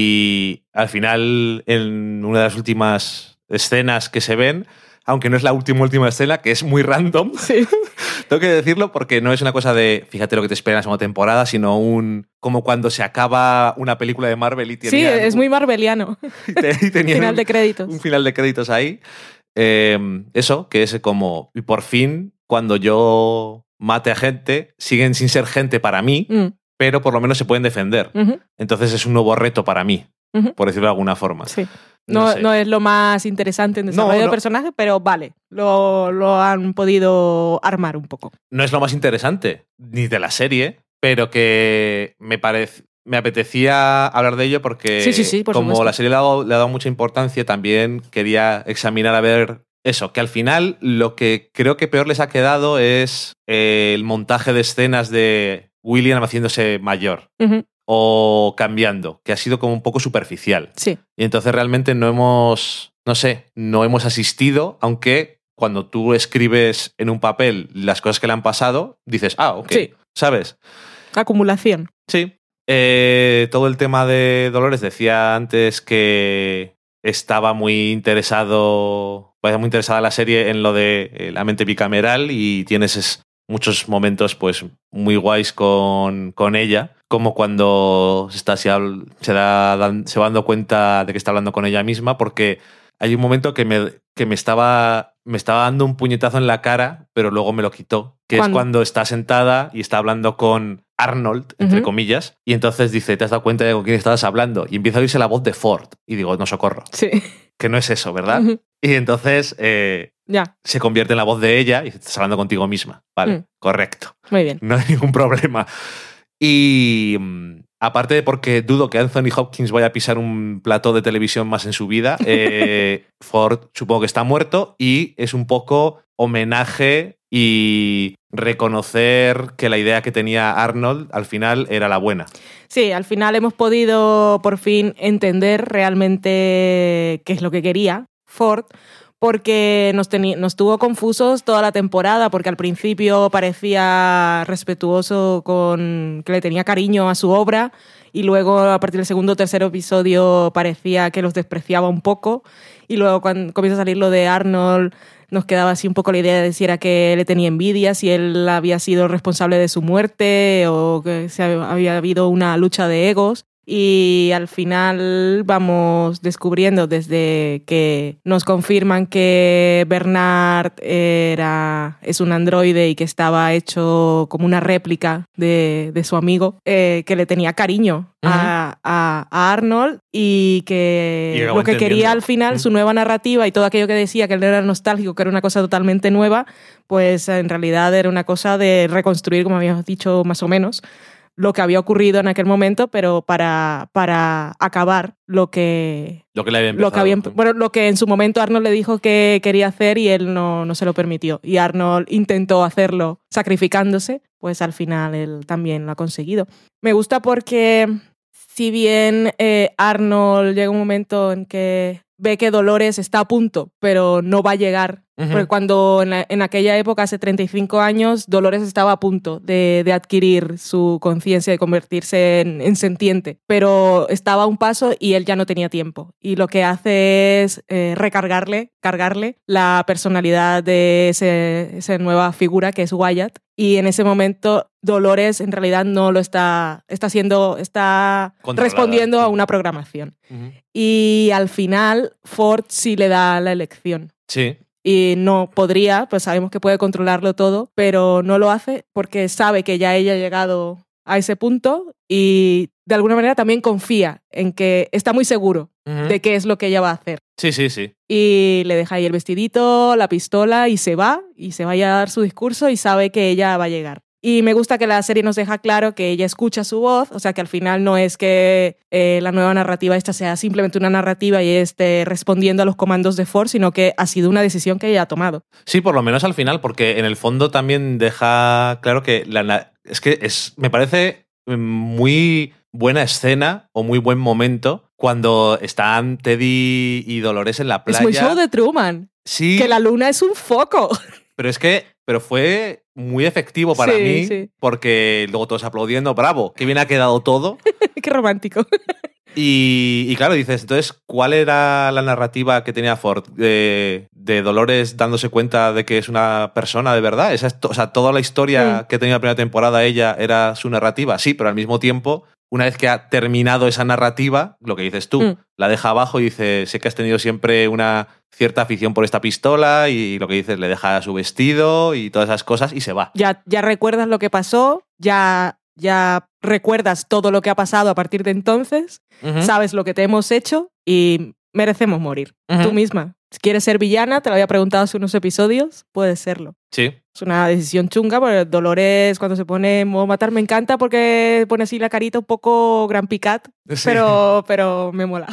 Y al final, en una de las últimas escenas que se ven, aunque no es la última última escena, que es muy random, sí. tengo que decirlo porque no es una cosa de fíjate lo que te espera en la segunda temporada, sino un como cuando se acaba una película de Marvel y tiene... Sí, es muy marveliano. Y, te, y tenía final un, de créditos. Un final de créditos ahí. Eh, eso, que es como... Y por fin, cuando yo... mate a gente, siguen sin ser gente para mí, mm. pero por lo menos se pueden defender. Uh-huh. Entonces es un nuevo reto para mí, uh-huh. por decirlo de alguna forma. Sí. No, no, no es lo más interesante en desarrollo no, no. de personaje, pero vale, lo, lo han podido armar un poco. No es lo más interesante, ni de la serie, pero que me parece... Me apetecía hablar de ello porque sí, sí, sí, por como supuesto. La serie le ha, dado, le ha dado mucha importancia, también quería examinar a ver eso, que al final lo que creo que peor les ha quedado es eh, el montaje de escenas de William haciéndose mayor uh-huh. o cambiando, que ha sido como un poco superficial. Sí. Y entonces realmente no hemos, no sé, no hemos asistido, aunque cuando tú escribes en un papel las cosas que le han pasado, dices, ah, ok, sí. ¿sabes? Acumulación. Sí. Eh, todo el tema de Dolores, decía antes que estaba muy interesado, muy interesada la serie en lo de la mente bicameral y tienes es, muchos momentos pues muy guays con, con ella, como cuando se, está, se, se, da, se va dando cuenta de que está hablando con ella misma, porque hay un momento que me, que me estaba... me estaba dando un puñetazo en la cara, pero luego me lo quitó, que ¿Cuándo? es cuando está sentada y está hablando con Arnold, entre uh-huh. comillas, y entonces dice, ¿te has dado cuenta de con quién estabas hablando? Y empieza a oírse la voz de Ford, y digo, no, socorro. Sí. Que no es eso, ¿verdad? Uh-huh. Y entonces eh, ya. se convierte en la voz de ella y estás hablando contigo misma. Vale, mm. correcto. Muy bien. No hay ningún problema. Y... aparte de porque dudo que Anthony Hopkins vaya a pisar un plató de televisión más en su vida, eh, Ford supongo que está muerto y es un poco homenaje y reconocer que la idea que tenía Arnold al final era la buena. Sí, al final hemos podido por fin entender realmente qué es lo que quería Ford, porque nos, teni- nos tuvo confusos toda la temporada, porque al principio parecía respetuoso con que le tenía cariño a su obra y luego a partir del segundo o tercer episodio parecía que los despreciaba un poco y luego cuando comienza a salir lo de Arnold nos quedaba así un poco la idea de si era que le tenía envidia, si él había sido responsable de su muerte o que se había habido una lucha de egos. Y al final vamos descubriendo desde que nos confirman que Bernard era, es un androide y que estaba hecho como una réplica de, de su amigo, eh, que le tenía cariño uh-huh. a, a, a Arnold y que y lo que quería al final, uh-huh. su nueva narrativa y todo aquello que decía que él era nostálgico, que era una cosa totalmente nueva, pues en realidad era una cosa de reconstruir, como habíamos dicho más o menos, lo que había ocurrido en aquel momento, pero para, para acabar lo que... Lo que le había empezado. Lo que había, bueno, lo que en su momento Arnold le dijo que quería hacer y él no, no se lo permitió. Y Arnold intentó hacerlo sacrificándose, pues al final él también lo ha conseguido. Me gusta porque si bien eh, Arnold llega un momento en que ve que Dolores está a punto, pero no va a llegar. Uh-huh. Porque cuando en, la, en aquella época, hace treinta y cinco años, Dolores estaba a punto de, de adquirir su conciencia, de convertirse en, en sentiente. Pero estaba a un paso y él ya no tenía tiempo. Y lo que hace es eh, recargarle, cargarle la personalidad de ese, esa nueva figura que es Wyatt. Y en ese momento Dolores en realidad no lo está, está haciendo, está respondiendo a una programación. Uh-huh. Y al final Ford sí le da la elección. Sí. Y no podría, pues sabemos que puede controlarlo todo, pero no lo hace porque sabe que ya ella ha llegado a ese punto y de alguna manera también confía en que está muy seguro uh-huh. de qué es lo que ella va a hacer. Sí, sí, sí. Y le deja ahí el vestidito, la pistola y se va, y se va a dar su discurso y sabe que ella va a llegar. Y me gusta que la serie nos deja claro que ella escucha su voz, o sea que al final no es que eh, la nueva narrativa esta sea simplemente una narrativa y esté respondiendo a los comandos de Ford, sino que ha sido una decisión que ella ha tomado. Sí, por lo menos al final, porque en el fondo también deja claro que la, es que es, me parece muy buena escena o muy buen momento cuando están Teddy y Dolores en la playa. Es muy show de Truman. Sí. Que la luna es un foco. Pero es que pero fue muy efectivo para sí, mí, sí. porque luego todos aplaudiendo, bravo, qué bien ha quedado todo. Qué romántico. Y, y claro, dices, entonces, ¿cuál era la narrativa que tenía Ford? ¿De, de Dolores dándose cuenta de que es una persona de verdad? ¿Esa es to- o sea, toda la historia mm. que tenía la primera temporada ella era su narrativa. Sí, pero al mismo tiempo, una vez que ha terminado esa narrativa, lo que dices tú, mm. la deja abajo y dice, sé que has tenido siempre una cierta afición por esta pistola, y lo que dices, le deja su vestido y todas esas cosas y se va. Ya, ya recuerdas lo que pasó, ya, ya recuerdas todo lo que ha pasado a partir de entonces, uh-huh. sabes lo que te hemos hecho y merecemos morir. Uh-huh. Tú misma. Si quieres ser villana, te lo había preguntado hace unos episodios, puedes serlo. Sí. Es una decisión chunga, porque Dolores cuando se pone modo matar me encanta porque pone así la carita un poco Gran Picat, sí. pero, pero me mola.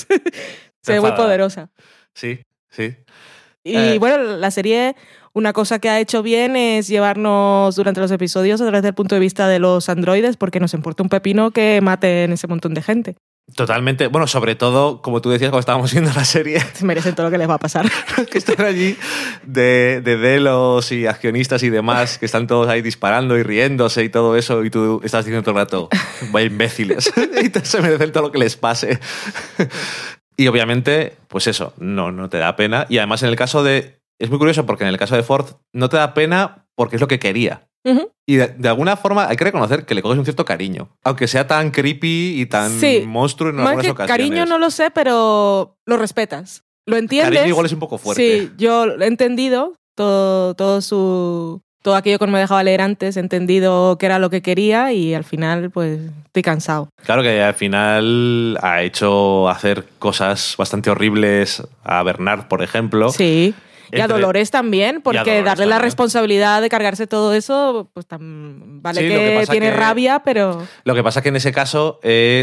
Se ve muy poderosa. Sí, sí. Y eh. bueno, la serie, una cosa que ha hecho bien es llevarnos durante los episodios a través del punto de vista de los androides, porque nos importa un pepino que maten ese montón de gente. Totalmente. Bueno, sobre todo, como tú decías cuando estábamos viendo la serie, se merecen todo lo que les va a pasar. Que están allí de, de delos y accionistas y demás, que están todos ahí disparando y riéndose y todo eso, y tú estás diciendo todo el rato, vaya imbéciles, y se merecen todo lo que les pase. Y obviamente, pues eso, no, no te da pena. Y además en el caso de... Es muy curioso porque en el caso de Ford no te da pena porque es lo que quería. Uh-huh. Y de, de alguna forma hay que reconocer que le coges un cierto cariño. Aunque sea tan creepy y tan sí. monstruo en Más algunas que ocasiones. Cariño no lo sé, pero lo respetas. Lo entiendes. Cariño igual es un poco fuerte. Sí, yo he entendido todo, todo su... Todo aquello que no me dejaba leer antes, he entendido qué era lo que quería y al final, pues, estoy cansado. Claro que al final ha hecho hacer cosas bastante horribles a Bernard, por ejemplo. Sí, y a Dolores también, porque Dolores darle también. la responsabilidad de cargarse todo eso, pues tam... vale sí, que, que tiene que, rabia, pero... Lo que pasa que en ese caso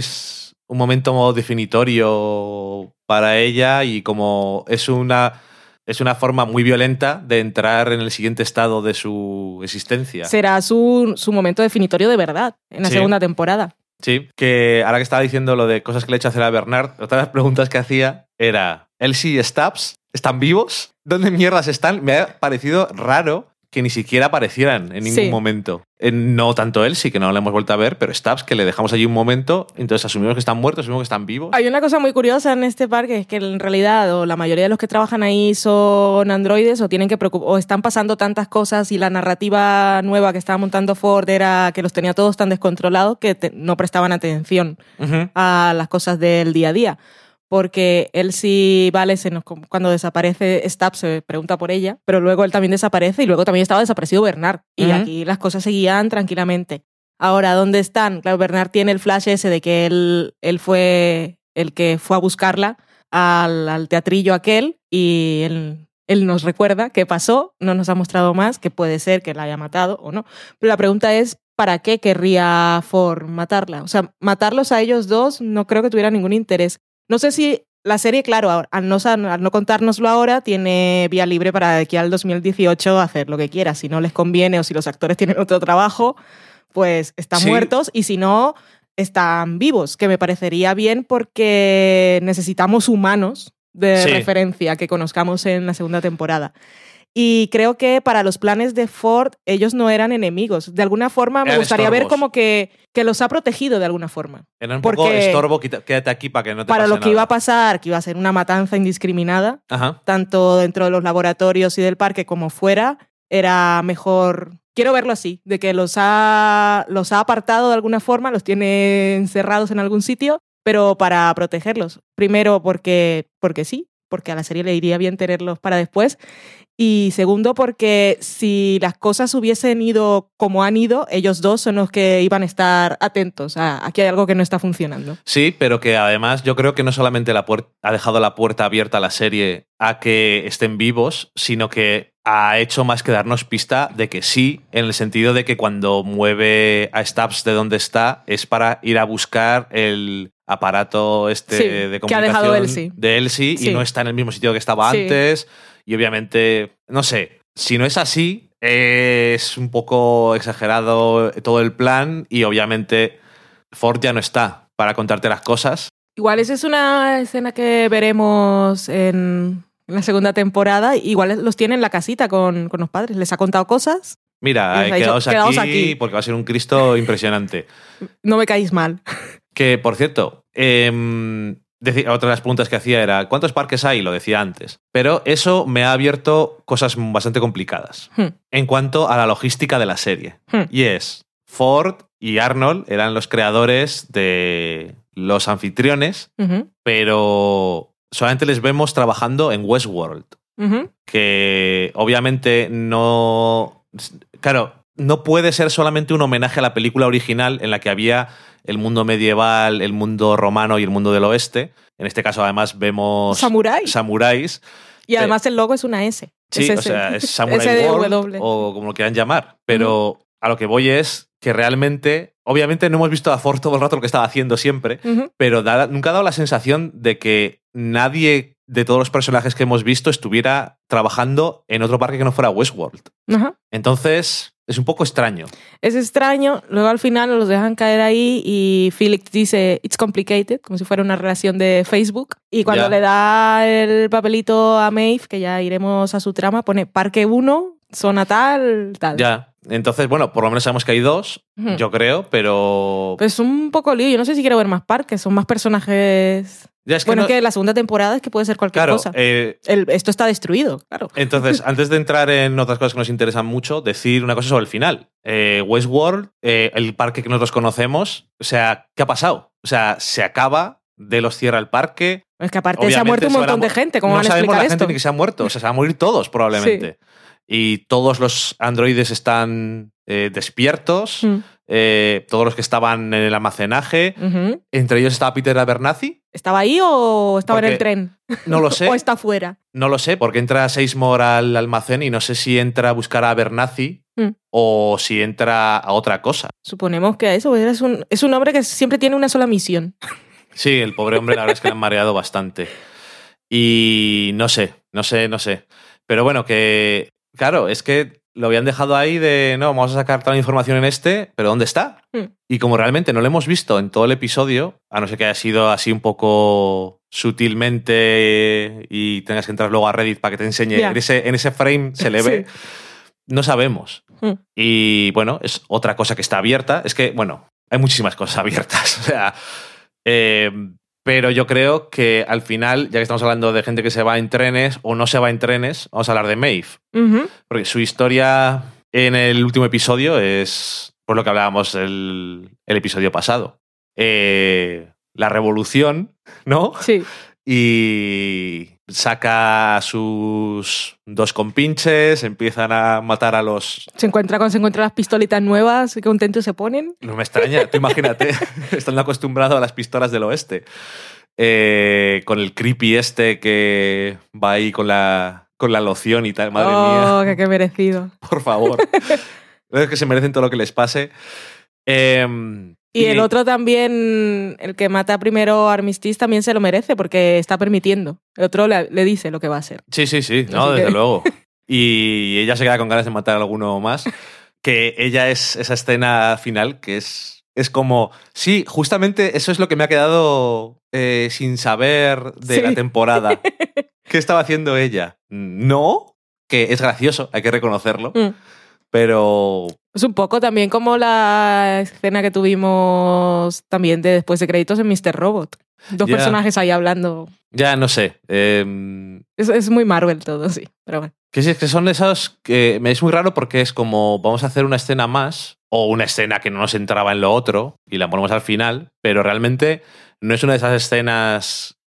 es un momento definitorio para ella y como es una... Es una forma muy violenta de entrar en el siguiente estado de su existencia. Será su, su momento definitorio de verdad, en la sí. segunda temporada. Sí, que ahora que estaba diciendo lo de cosas que le he hecho hacer a Bernard, otra de las preguntas que hacía era, ¿Elsie y Stubbs están vivos? ¿Dónde mierdas están? Me ha parecido raro que ni siquiera aparecieran en ningún sí. momento. No tanto Elsie, que no la hemos vuelto a ver, pero Stubbs, que le dejamos allí un momento, entonces asumimos que están muertos, asumimos que están vivos. Hay una cosa muy curiosa en este parque, es que en realidad o la mayoría de los que trabajan ahí son androides o tienen que preocupar, o están pasando tantas cosas y la narrativa nueva que estaba montando Ford era que los tenía todos tan descontrolados que te, no prestaban atención uh-huh. a las cosas del día a día. Porque él sí, vale, se nos, cuando desaparece Stubbs se pregunta por ella, pero luego él también desaparece y luego también estaba desaparecido Bernard. Y uh-huh. aquí las cosas seguían tranquilamente. Ahora, ¿dónde están? Claro, Bernard tiene el flash ese de que él, él fue el que fue a buscarla al, al teatrillo aquel y él, él nos recuerda qué pasó, no nos ha mostrado más, que puede ser que la haya matado o no. Pero la pregunta es, ¿para qué querría Ford matarla? O sea, matarlos a ellos dos no creo que tuviera ningún interés. No sé si la serie, claro, al no, al no contárnoslo ahora, tiene vía libre para de aquí al dos mil dieciocho hacer lo que quiera. Si no les conviene o si los actores tienen otro trabajo, pues están sí. muertos y si no, están vivos, que me parecería bien porque necesitamos humanos de sí. referencia que conozcamos en la segunda temporada. Y creo que para los planes de Ford, ellos no eran enemigos. De alguna forma, me eran gustaría estorbos. ver como que, que los ha protegido de alguna forma. Era un poco estorbo, quédate aquí para que no te para pase lo que nada. iba a pasar, que iba a ser una matanza indiscriminada, Ajá. tanto dentro de los laboratorios y del parque como fuera, era mejor... Quiero verlo así, de que los ha, los ha apartado de alguna forma, los tiene encerrados en algún sitio, pero para protegerlos. Primero porque, porque sí, porque a la serie le iría bien tenerlos para después. Y segundo, porque si las cosas hubiesen ido como han ido, ellos dos son los que iban a estar atentos. A, aquí hay algo que no está funcionando. Sí, pero que además yo creo que no solamente la puer- ha dejado la puerta abierta a la serie a que estén vivos, sino que ha hecho más que darnos pista de que sí, en el sentido de que cuando mueve a Stubbs de donde está es para ir a buscar el aparato este Sí, de que ha dejado comunicación Elsie. de Elsie Sí. y no está en el mismo sitio que estaba Sí. antes. Y obviamente, no sé, si no es así, es un poco exagerado todo el plan y obviamente Ford ya no está para contarte las cosas. Igual esa es una escena que veremos en la segunda temporada. Igual los tiene en la casita con, con los padres. Les ha contado cosas. Mira, Les ha hay dicho, quedaos aquí, "Quedaos aquí". porque va a ser un Cristo impresionante. No me caéis mal. Que, por cierto, eh, deci- otra de las preguntas que hacía era ¿cuántos parques hay? Lo decía antes. Pero eso me ha abierto cosas bastante complicadas Hmm. en cuanto a la logística de la serie. Hmm. Y es, Ford y Arnold eran los creadores de los anfitriones, Ujú, pero solamente les vemos trabajando en Westworld. ujú. Que obviamente no... Claro, no puede ser solamente un homenaje a la película original en la que había el mundo medieval, el mundo romano y el mundo del oeste. En este caso, además, vemos Samurái. samuráis. Y además el logo es una S. Sí, Es o ese. sea, es Samurai S D World W. o como lo quieran llamar. Pero a lo que voy es que realmente, obviamente no hemos visto a Ford todo el rato lo que estaba haciendo siempre, Ujú. pero da- nunca ha dado la sensación de que nadie de todos los personajes que hemos visto estuviera trabajando en otro parque que no fuera Westworld. Ajá. Entonces, es un poco extraño. Es extraño. Luego al final los dejan caer ahí y Felix dice it's complicated, como si fuera una relación de Facebook. Y cuando Ya. le da el papelito a Maeve, que ya iremos a su trama, pone Parque uno, zona tal, tal. Ya. Entonces, bueno, por lo menos sabemos que hay dos, Ujú. yo creo, pero... Pues es un poco lío. Yo no sé si quiero ver más parques. Son más personajes... ya es que bueno, no- es que la segunda temporada es que puede ser cualquier Claro, cosa. eh, El- esto está destruido, claro. entonces, antes de entrar en otras cosas que nos interesan mucho, decir una cosa sobre el final. Eh, Westworld, eh, el parque que nosotros conocemos, o sea, ¿qué ha pasado? O sea, se acaba, Delos cierra el parque. Es que aparte se ha Obviamente muerto un se van a montón de mo- gente. ¿Cómo no van a sabemos explicar la esto? gente ni que se ha muerto, o sea, se van a morir todos probablemente. Y todos los androides están eh, despiertos, Mm. eh, todos los que estaban en el almacenaje. Ujú. Entre ellos estaba Peter Abernathy. ¿Estaba ahí o estaba en Porque el tren? No lo sé. ¿O está fuera? No lo sé, porque entra Seymour al almacén y no sé si entra a buscar a Abernathy Mm. o si entra a otra cosa. Suponemos que eso es un, es un hombre que siempre tiene una sola misión. Sí, el pobre hombre, la verdad es que le han mareado bastante. Y no sé, no sé, no sé. Pero bueno, que claro, es que lo habían dejado ahí de, no, vamos a sacar toda la información en este, pero ¿dónde está? Mm. Y como realmente no lo hemos visto en todo el episodio, a no ser que haya sido así un poco sutilmente y tengas que entrar luego a Reddit para que te enseñe, Ya. en, ese, en ese frame se le ve, no sabemos. Mm. Y bueno, es otra cosa que está abierta. Es que, bueno, hay muchísimas cosas abiertas. O sea, eh, pero yo creo que al final, ya que estamos hablando de gente que se va en trenes o no se va en trenes, vamos a hablar de Maeve. Ujú. Porque su historia en el último episodio es por lo que hablábamos el, el episodio pasado. Eh, la revolución, ¿no? Sí. Y saca a sus dos compinches, empiezan a matar a los... Se encuentra con se encuentra las pistolitas nuevas, qué contentos se ponen. No me extraña, tú imagínate, estando acostumbrado a las pistolas del oeste. Eh, con el creepy este que va ahí con la, con la loción y tal, madre oh, mía. qué, qué merecido. Por favor. Es que se merecen todo lo que les pase. Eh, Y el otro también, el que mata primero a Armistice, también se lo merece porque está permitiendo. El otro le, le dice lo que va a hacer. Sí, sí, sí, no, Así desde que- luego. Y ella se queda con ganas de matar a alguno más. Que ella es esa escena final que es, es como... Sí, justamente eso es lo que me ha quedado eh, sin saber de Sí. la temporada. ¿Qué estaba haciendo ella? No, que es gracioso, hay que reconocerlo. Mm. Pero Es un poco también como la escena que tuvimos también de después de créditos en míster Robot. Dos Ya. personajes ahí hablando. ya no sé. Eh, Es, es muy Marvel todo, sí. Pero bueno. Que sí, es que son esos que me es muy raro porque es como vamos a hacer una escena más o una escena que no nos entraba en lo otro y la ponemos al final, pero realmente no es una de esas escenas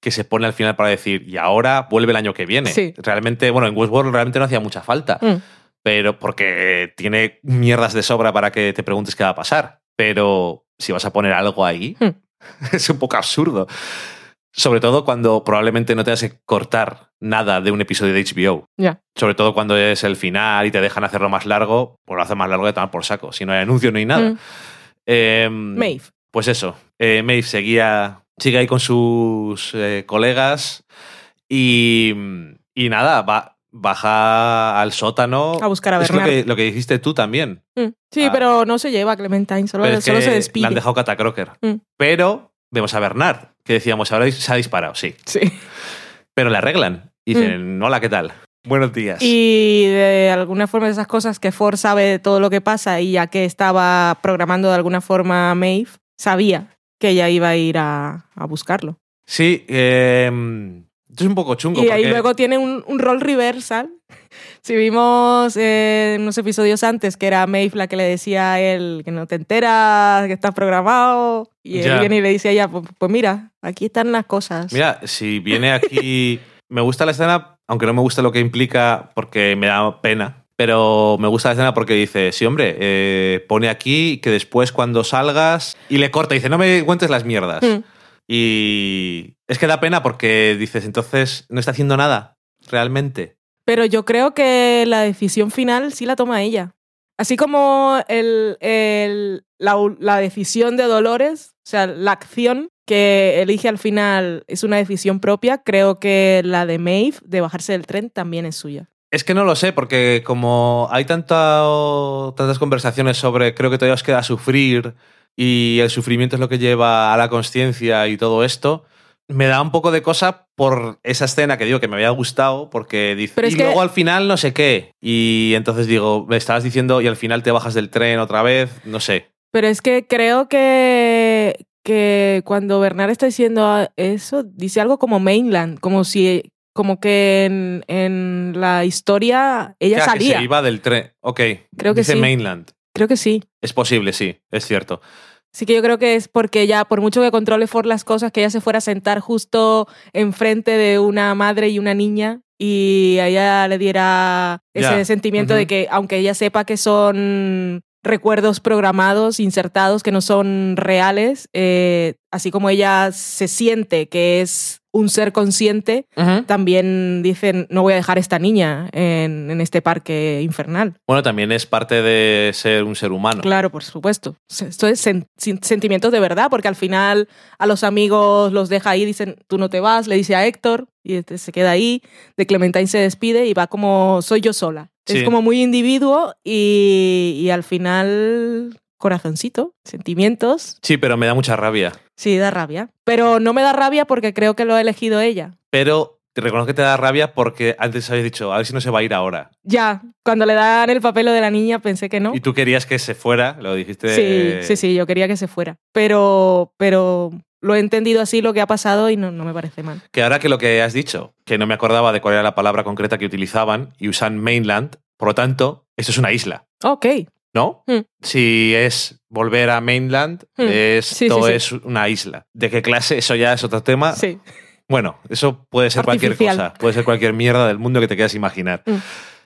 que se pone al final para decir, y ahora vuelve el año que viene. Sí. Realmente, bueno, en Westworld realmente no hacía mucha falta, Mm. pero porque tiene mierdas de sobra para que te preguntes qué va a pasar. Pero si vas a poner algo ahí, Mm. es un poco absurdo. Sobre todo cuando probablemente no tengas que cortar nada de un episodio de H B O. Ya. Sobre todo cuando es el final y te dejan hacerlo más largo, pues lo hacen más largo de tomar por saco. Si no hay anuncio, no hay nada. Mm. Eh, Maeve. Pues eso. Eh, Maeve seguía, sigue ahí con sus eh, colegas y, y nada, va, baja al sótano. A buscar a Es lo Bernard. que, lo que dijiste tú también. Mm. Sí, Ah. pero no se lleva a Clementine, solo, Pero es solo que se despide. le han dejado catacroker. Mm. Pero vemos a Bernard, que decíamos, ahora se ha disparado, sí. Sí. Pero le arreglan. Y dicen, hola, ¿qué tal? Buenos días. Y de alguna forma de esas cosas que Ford sabe de todo lo que pasa y ya que estaba programando de alguna forma a Maeve, sabía que ella iba a ir a, a buscarlo. Sí, eh, esto es un poco chungo. Y porque... ahí luego tiene un, un rol reversal. Si vimos eh, unos episodios antes que era Maeve la que le decía a él que no te enteras, que estás programado, y él Ya. viene y le dice a ella, pues, pues mira, aquí están las cosas. Mira, si viene aquí... Me gusta la escena, aunque no me gusta lo que implica porque me da pena, pero me gusta la escena porque dice, sí, hombre, eh, pone aquí que después cuando salgas... Y le corta, dice, no me cuentes las mierdas. Mm. Y es que da pena porque dices, entonces no está haciendo nada, realmente. Pero yo creo que la decisión final sí la toma ella. Así como el, el, la, la decisión de Dolores, o sea, la acción que elige al final es una decisión propia, creo que la de Maeve, de bajarse del tren, también es suya. Es que no lo sé, porque como hay tanta, tantas conversaciones sobre creo que todavía os queda sufrir y el sufrimiento es lo que lleva a la consciencia y todo esto, me da un poco de cosa por esa escena que digo que me había gustado, porque dice, Pero es y que- luego al final no sé qué. Y entonces digo, me estabas diciendo y al final te bajas del tren otra vez, no sé. Pero es que creo que, que cuando Bernard está diciendo eso, dice algo como mainland, como si como que en, en la historia ella Ya, que salía. se iba del tren. Ok. Creo que Dice sí. mainland. Creo que sí. Es posible, sí, es cierto. Así que yo creo que es porque ella, por mucho que controle Ford las cosas, que ella se fuera a sentar justo enfrente de una madre y una niña y a ella le diera ese Ya. sentimiento Ujú. de que, aunque ella sepa que son recuerdos programados, insertados, que no son reales, eh, así como ella se siente que es un ser consciente, también dicen, no voy a dejar a esta niña en, en este parque infernal. Bueno, también es parte de ser un ser humano. Claro, por supuesto. Esto es sen- sin- sentimientos de verdad, porque al final a los amigos los deja ahí, dicen, tú no te vas, le dice a Héctor, y este se queda ahí, de Clementine se despide y va como, soy yo sola. Sí. Es como muy individuo y, y al final, corazoncito, sentimientos, Sí, pero me da mucha rabia. sí, da rabia. Pero no me da rabia porque creo que lo ha elegido ella. Pero te reconozco que te da rabia porque antes habéis dicho, a ver si no se va a ir ahora. Ya, cuando le dan el papel de la niña pensé que no. Y tú querías que se fuera, lo dijiste. Sí, sí, sí, yo quería que se fuera. Pero, pero lo he entendido así lo que ha pasado y no, no me parece mal. Que ahora que lo que has dicho, que no me acordaba de cuál era la palabra concreta que utilizaban, y usan mainland, por lo tanto, esto es una isla, Ok. ¿no? Hmm. Si es volver a mainland, Hmm. esto Sí, sí, sí. es una isla. ¿De qué clase? Eso ya es otro tema. Sí. Bueno, eso puede ser cualquier Artificial. cosa. Puede ser cualquier mierda del mundo que te quieras imaginar. Mm.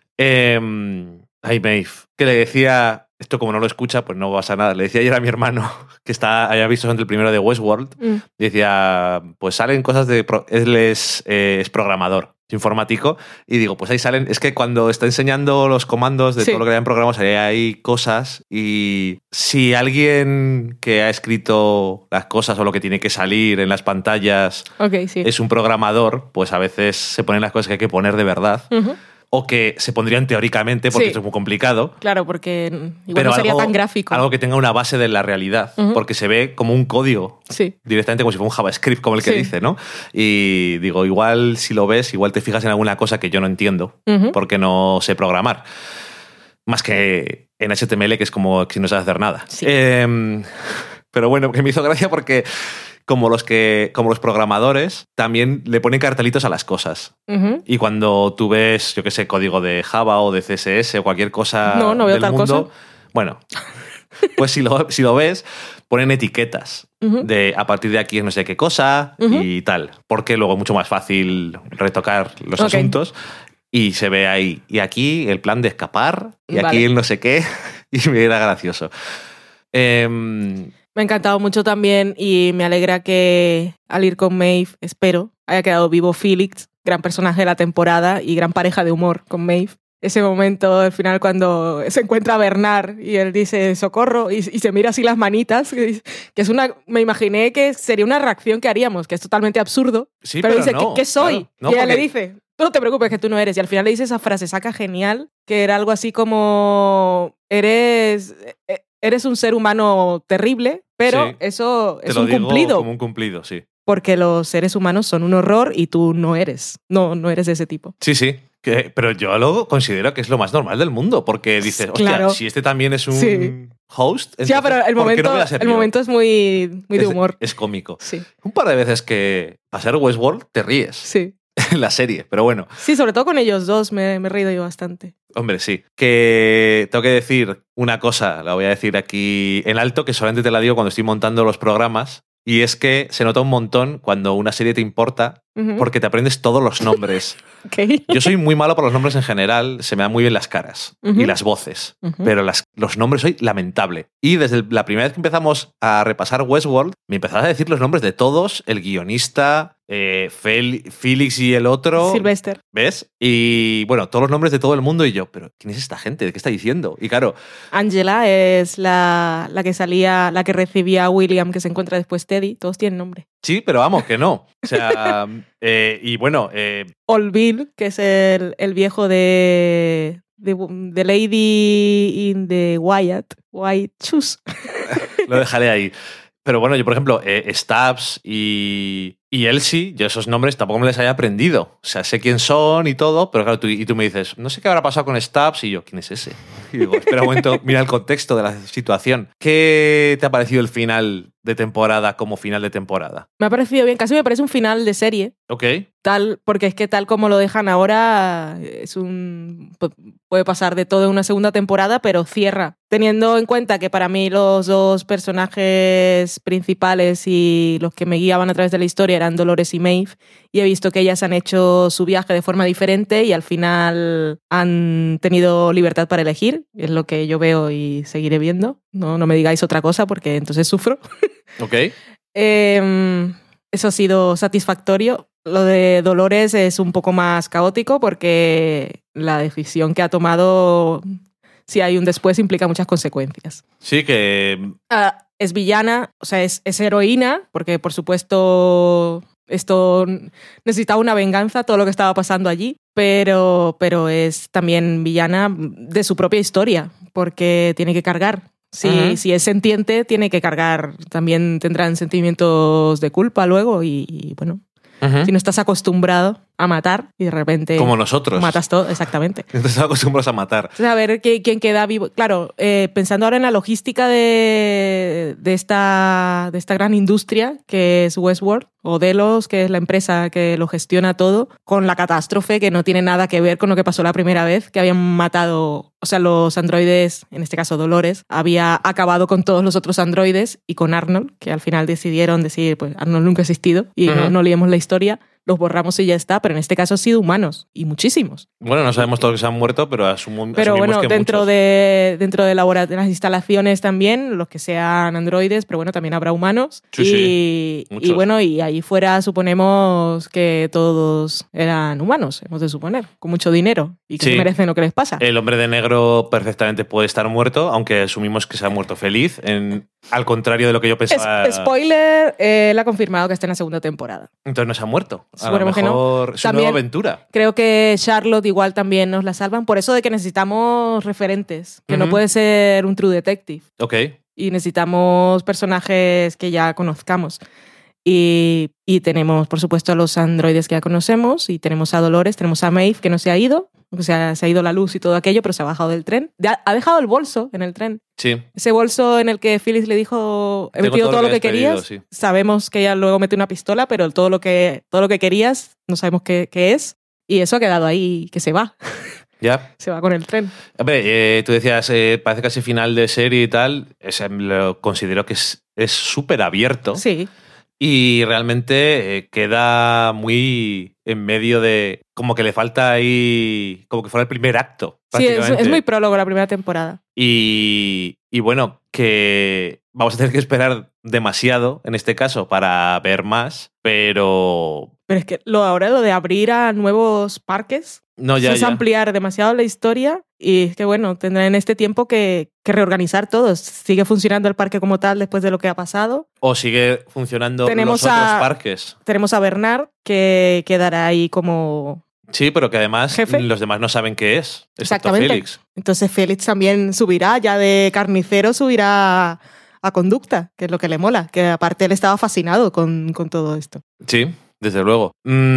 Eh, ay, Maeve, que le decía, esto como no lo escucha, pues no pasa nada. Le decía ayer a mi hermano, que está, había visto el primero de Westworld, Mm. y decía, pues salen cosas de... pro- Él es, eh, es programador, es informático, y digo, pues ahí salen... Es que cuando está enseñando los comandos de Sí. todo lo que hayan programado, ahí hay cosas, y si alguien que ha escrito las cosas o lo que tiene que salir en las pantallas Ok, sí. es un programador, pues a veces se ponen las cosas que hay que poner de verdad, Ujú. o que se pondrían teóricamente, porque Sí. esto es muy complicado. Claro, porque igual Pero no sería algo, tan gráfico. algo que tenga una base de la realidad, Ujú. porque se ve como un código, Sí. directamente como si fuera un JavaScript, como el que Sí. dice, ¿no? Y digo, igual si lo ves, igual te fijas en alguna cosa que yo no entiendo, Ujú. porque no sé programar. Más que en H T M L, que es como si no sabes hacer nada. Sí. Eh, pero bueno, que me hizo gracia porque como los que como los programadores también le ponen cartelitos a las cosas. Ujú. Y cuando tú ves, yo qué sé, código de Java o de C S S o cualquier cosa No, no veo del tal mundo, cosa. bueno, Pues si lo, si lo ves, ponen etiquetas Ujú. de a partir de aquí es no sé qué cosa Ujú. y tal. Porque luego es mucho más fácil retocar los Ok. asuntos y se ve ahí. Y aquí el plan de escapar y aquí Vale. el no sé qué y me era gracioso. Em, Me ha encantado mucho también y me alegra que al ir con Maeve, espero, haya quedado vivo Felix, gran personaje de la temporada y gran pareja de humor con Maeve. Ese momento al final cuando se encuentra a Bernard y él dice socorro y, y se mira así las manitas, que dice- que es una, me imaginé que sería una reacción que haríamos, que es totalmente absurdo, sí, pero, pero, dice, no, ¿qué, qué soy? claro. No, y ella porque- le dice, tú no te preocupes que tú no eres. Y al final le dice esa frase, saca genial, que era algo así como, eres, eh, eres un ser humano terrible, pero Sí. eso Te es lo un digo cumplido, como un cumplido, sí. porque los seres humanos son un horror y tú no eres, no, no eres de ese tipo. Sí, sí. Que, pero yo lo considero que es lo más normal del mundo, porque dices, hostia, Claro. si este también es un Sí. host, Sí, entonces, pero el ¿por qué momento, no voy a ser el yo? momento es muy, muy de Es- humor. Es, cómico. Sí, Un par de veces que a ser Westworld te ríes sí. en la serie, pero bueno, Sí, sobre todo con ellos dos me, me he reído yo bastante. hombre, sí. Que tengo que decir una cosa, la voy a decir aquí en alto, que solamente te la digo cuando estoy montando los programas, y es que se nota un montón cuando una serie te importa, Ujú. porque te aprendes todos los nombres. Ok. Yo soy muy malo por los nombres en general, se me dan muy bien las caras Ujú. y las voces, Ujú. pero las, los nombres soy lamentable. Y desde la primera vez que empezamos a repasar Westworld, me empezabas a decir los nombres de todos, el guionista, eh, Fel- Felix y el otro, Sylvester. ¿ves? Y bueno, todos los nombres de todo el mundo y yo, pero ¿quién es esta gente? ¿De qué está diciendo? Y claro, Angela es la, la que salía, la que recibía a William, que se encuentra después Teddy. Todos tienen nombre. sí, pero vamos, que no. O sea, eh, y bueno, eh, Old Bill, que es el, el viejo de, de, de Lady in the Wyatt. White Shoes. lo dejaré ahí. Pero bueno, yo por ejemplo, eh, Stubbs y, y Elsie, yo esos nombres tampoco me les había aprendido. O sea, sé quién son y todo, pero claro, tú, y tú me dices, no sé qué habrá pasado con Stubbs, y yo, ¿quién es ese? Y digo, espera un momento, mira el contexto de la situación. ¿Qué te ha parecido el final de temporada como final de temporada? Me ha parecido bien, casi me parece un final de serie. Ok, Tal, porque es que tal como lo dejan ahora, es un pu- puede pasar de todo en una segunda temporada, pero cierra. Teniendo en cuenta que para mí los dos personajes principales y los que me guiaban a través de la historia eran Dolores y Maeve, y he visto que ellas han hecho su viaje de forma diferente y al final han tenido libertad para elegir, es lo que yo veo y seguiré viendo. No, no me digáis otra cosa porque entonces sufro. ok. Eh, eso ha sido satisfactorio. Lo de Dolores es un poco más caótico porque la decisión que ha tomado, si hay un después, implica muchas consecuencias. Sí, que Ah, es villana, o sea, es, es heroína, porque por supuesto esto necesitaba una venganza, todo lo que estaba pasando allí, pero, pero es también villana de su propia historia, porque tiene que cargar. Si, Ujú. si es sentiente, tiene que cargar. También tendrán sentimientos de culpa luego y, y bueno, Ujú. si no estás acostumbrado a matar y de repente como nosotros. matas todo, exactamente. Estamos acostumbrados a matar. Entonces, a ver quién, quién queda vivo. Claro, eh, pensando ahora en la logística de, de, esta, de esta gran industria que es Westworld, o Delos, que es la empresa que lo gestiona todo, con la catástrofe que no tiene nada que ver con lo que pasó la primera vez, que habían matado, o sea, los androides, en este caso Dolores, había acabado con todos los otros androides y con Arnold, que al final decidieron decir, pues Arnold nunca ha existido y Ujú. no, no liemos la historia. Los borramos y ya está, pero en este caso han sido humanos, y muchísimos. Bueno, no sabemos todos que se han muerto, pero asumo, Pero asumimos bueno, que dentro muchos. de, dentro de, labora- de las instalaciones también, los que sean androides, pero bueno, también habrá humanos. Sí, y, sí, muchos. y bueno, y ahí fuera suponemos que todos eran humanos, hemos de suponer, con mucho dinero y que Sí. se merecen lo que les pasa. El hombre de negro perfectamente puede estar muerto, aunque asumimos que se ha muerto feliz, en, al contrario de lo que yo Es- pensaba. spoiler, él ha confirmado que está en la segunda temporada. Entonces no se ha muerto. A lo Suponemos que no. mejor es una También- nueva aventura. Creo que Charlotte igual también nos la salvan. Por eso de que necesitamos referentes, que no Ujú. puede ser un True Detective. Ok. Y necesitamos personajes que ya conozcamos. Y, y tenemos, por supuesto, a los androides que ya conocemos, y tenemos a Dolores, tenemos a Maeve, que no se ha ido, o sea, se ha ido la luz y todo aquello, pero se ha bajado del tren. Ya- ha dejado el bolso en el tren. Sí. Ese bolso en el que Phyllis le dijo, he Tengo metido todo, lo que has pedido, querías. sí. Sabemos que ella luego mete una pistola, pero todo lo que, todo lo que querías no sabemos qué, qué es. Y eso ha quedado ahí, que se va. Ya. Se va con el tren. Hombre, eh, tú decías, eh, parece casi final de serie y tal. Es, lo considero que es súper abierto. Sí. Y realmente eh, queda muy en medio de... Como que le falta ahí... Como que fuera el primer acto. Sí, es, es muy prólogo la primera temporada. Y, y bueno, que vamos a tener que esperar demasiado en este caso para ver más, pero... Pero es que lo, ahora lo de abrir a nuevos parques no, ya, es ya. ampliar demasiado la historia y es que, bueno, tendrán en este tiempo que, que reorganizar todo. ¿Sigue funcionando el parque como tal después de lo que ha pasado? ¿O sigue funcionando tenemos los otros a, parques? Tenemos a Bernard, que quedará ahí como... Sí, pero que además jefe. Los demás no saben qué es, excepto Exactamente. Félix. Entonces Félix también subirá, ya de carnicero subirá a, a conducta, que es lo que le mola, que aparte él estaba fascinado con, con todo esto. Sí, desde luego.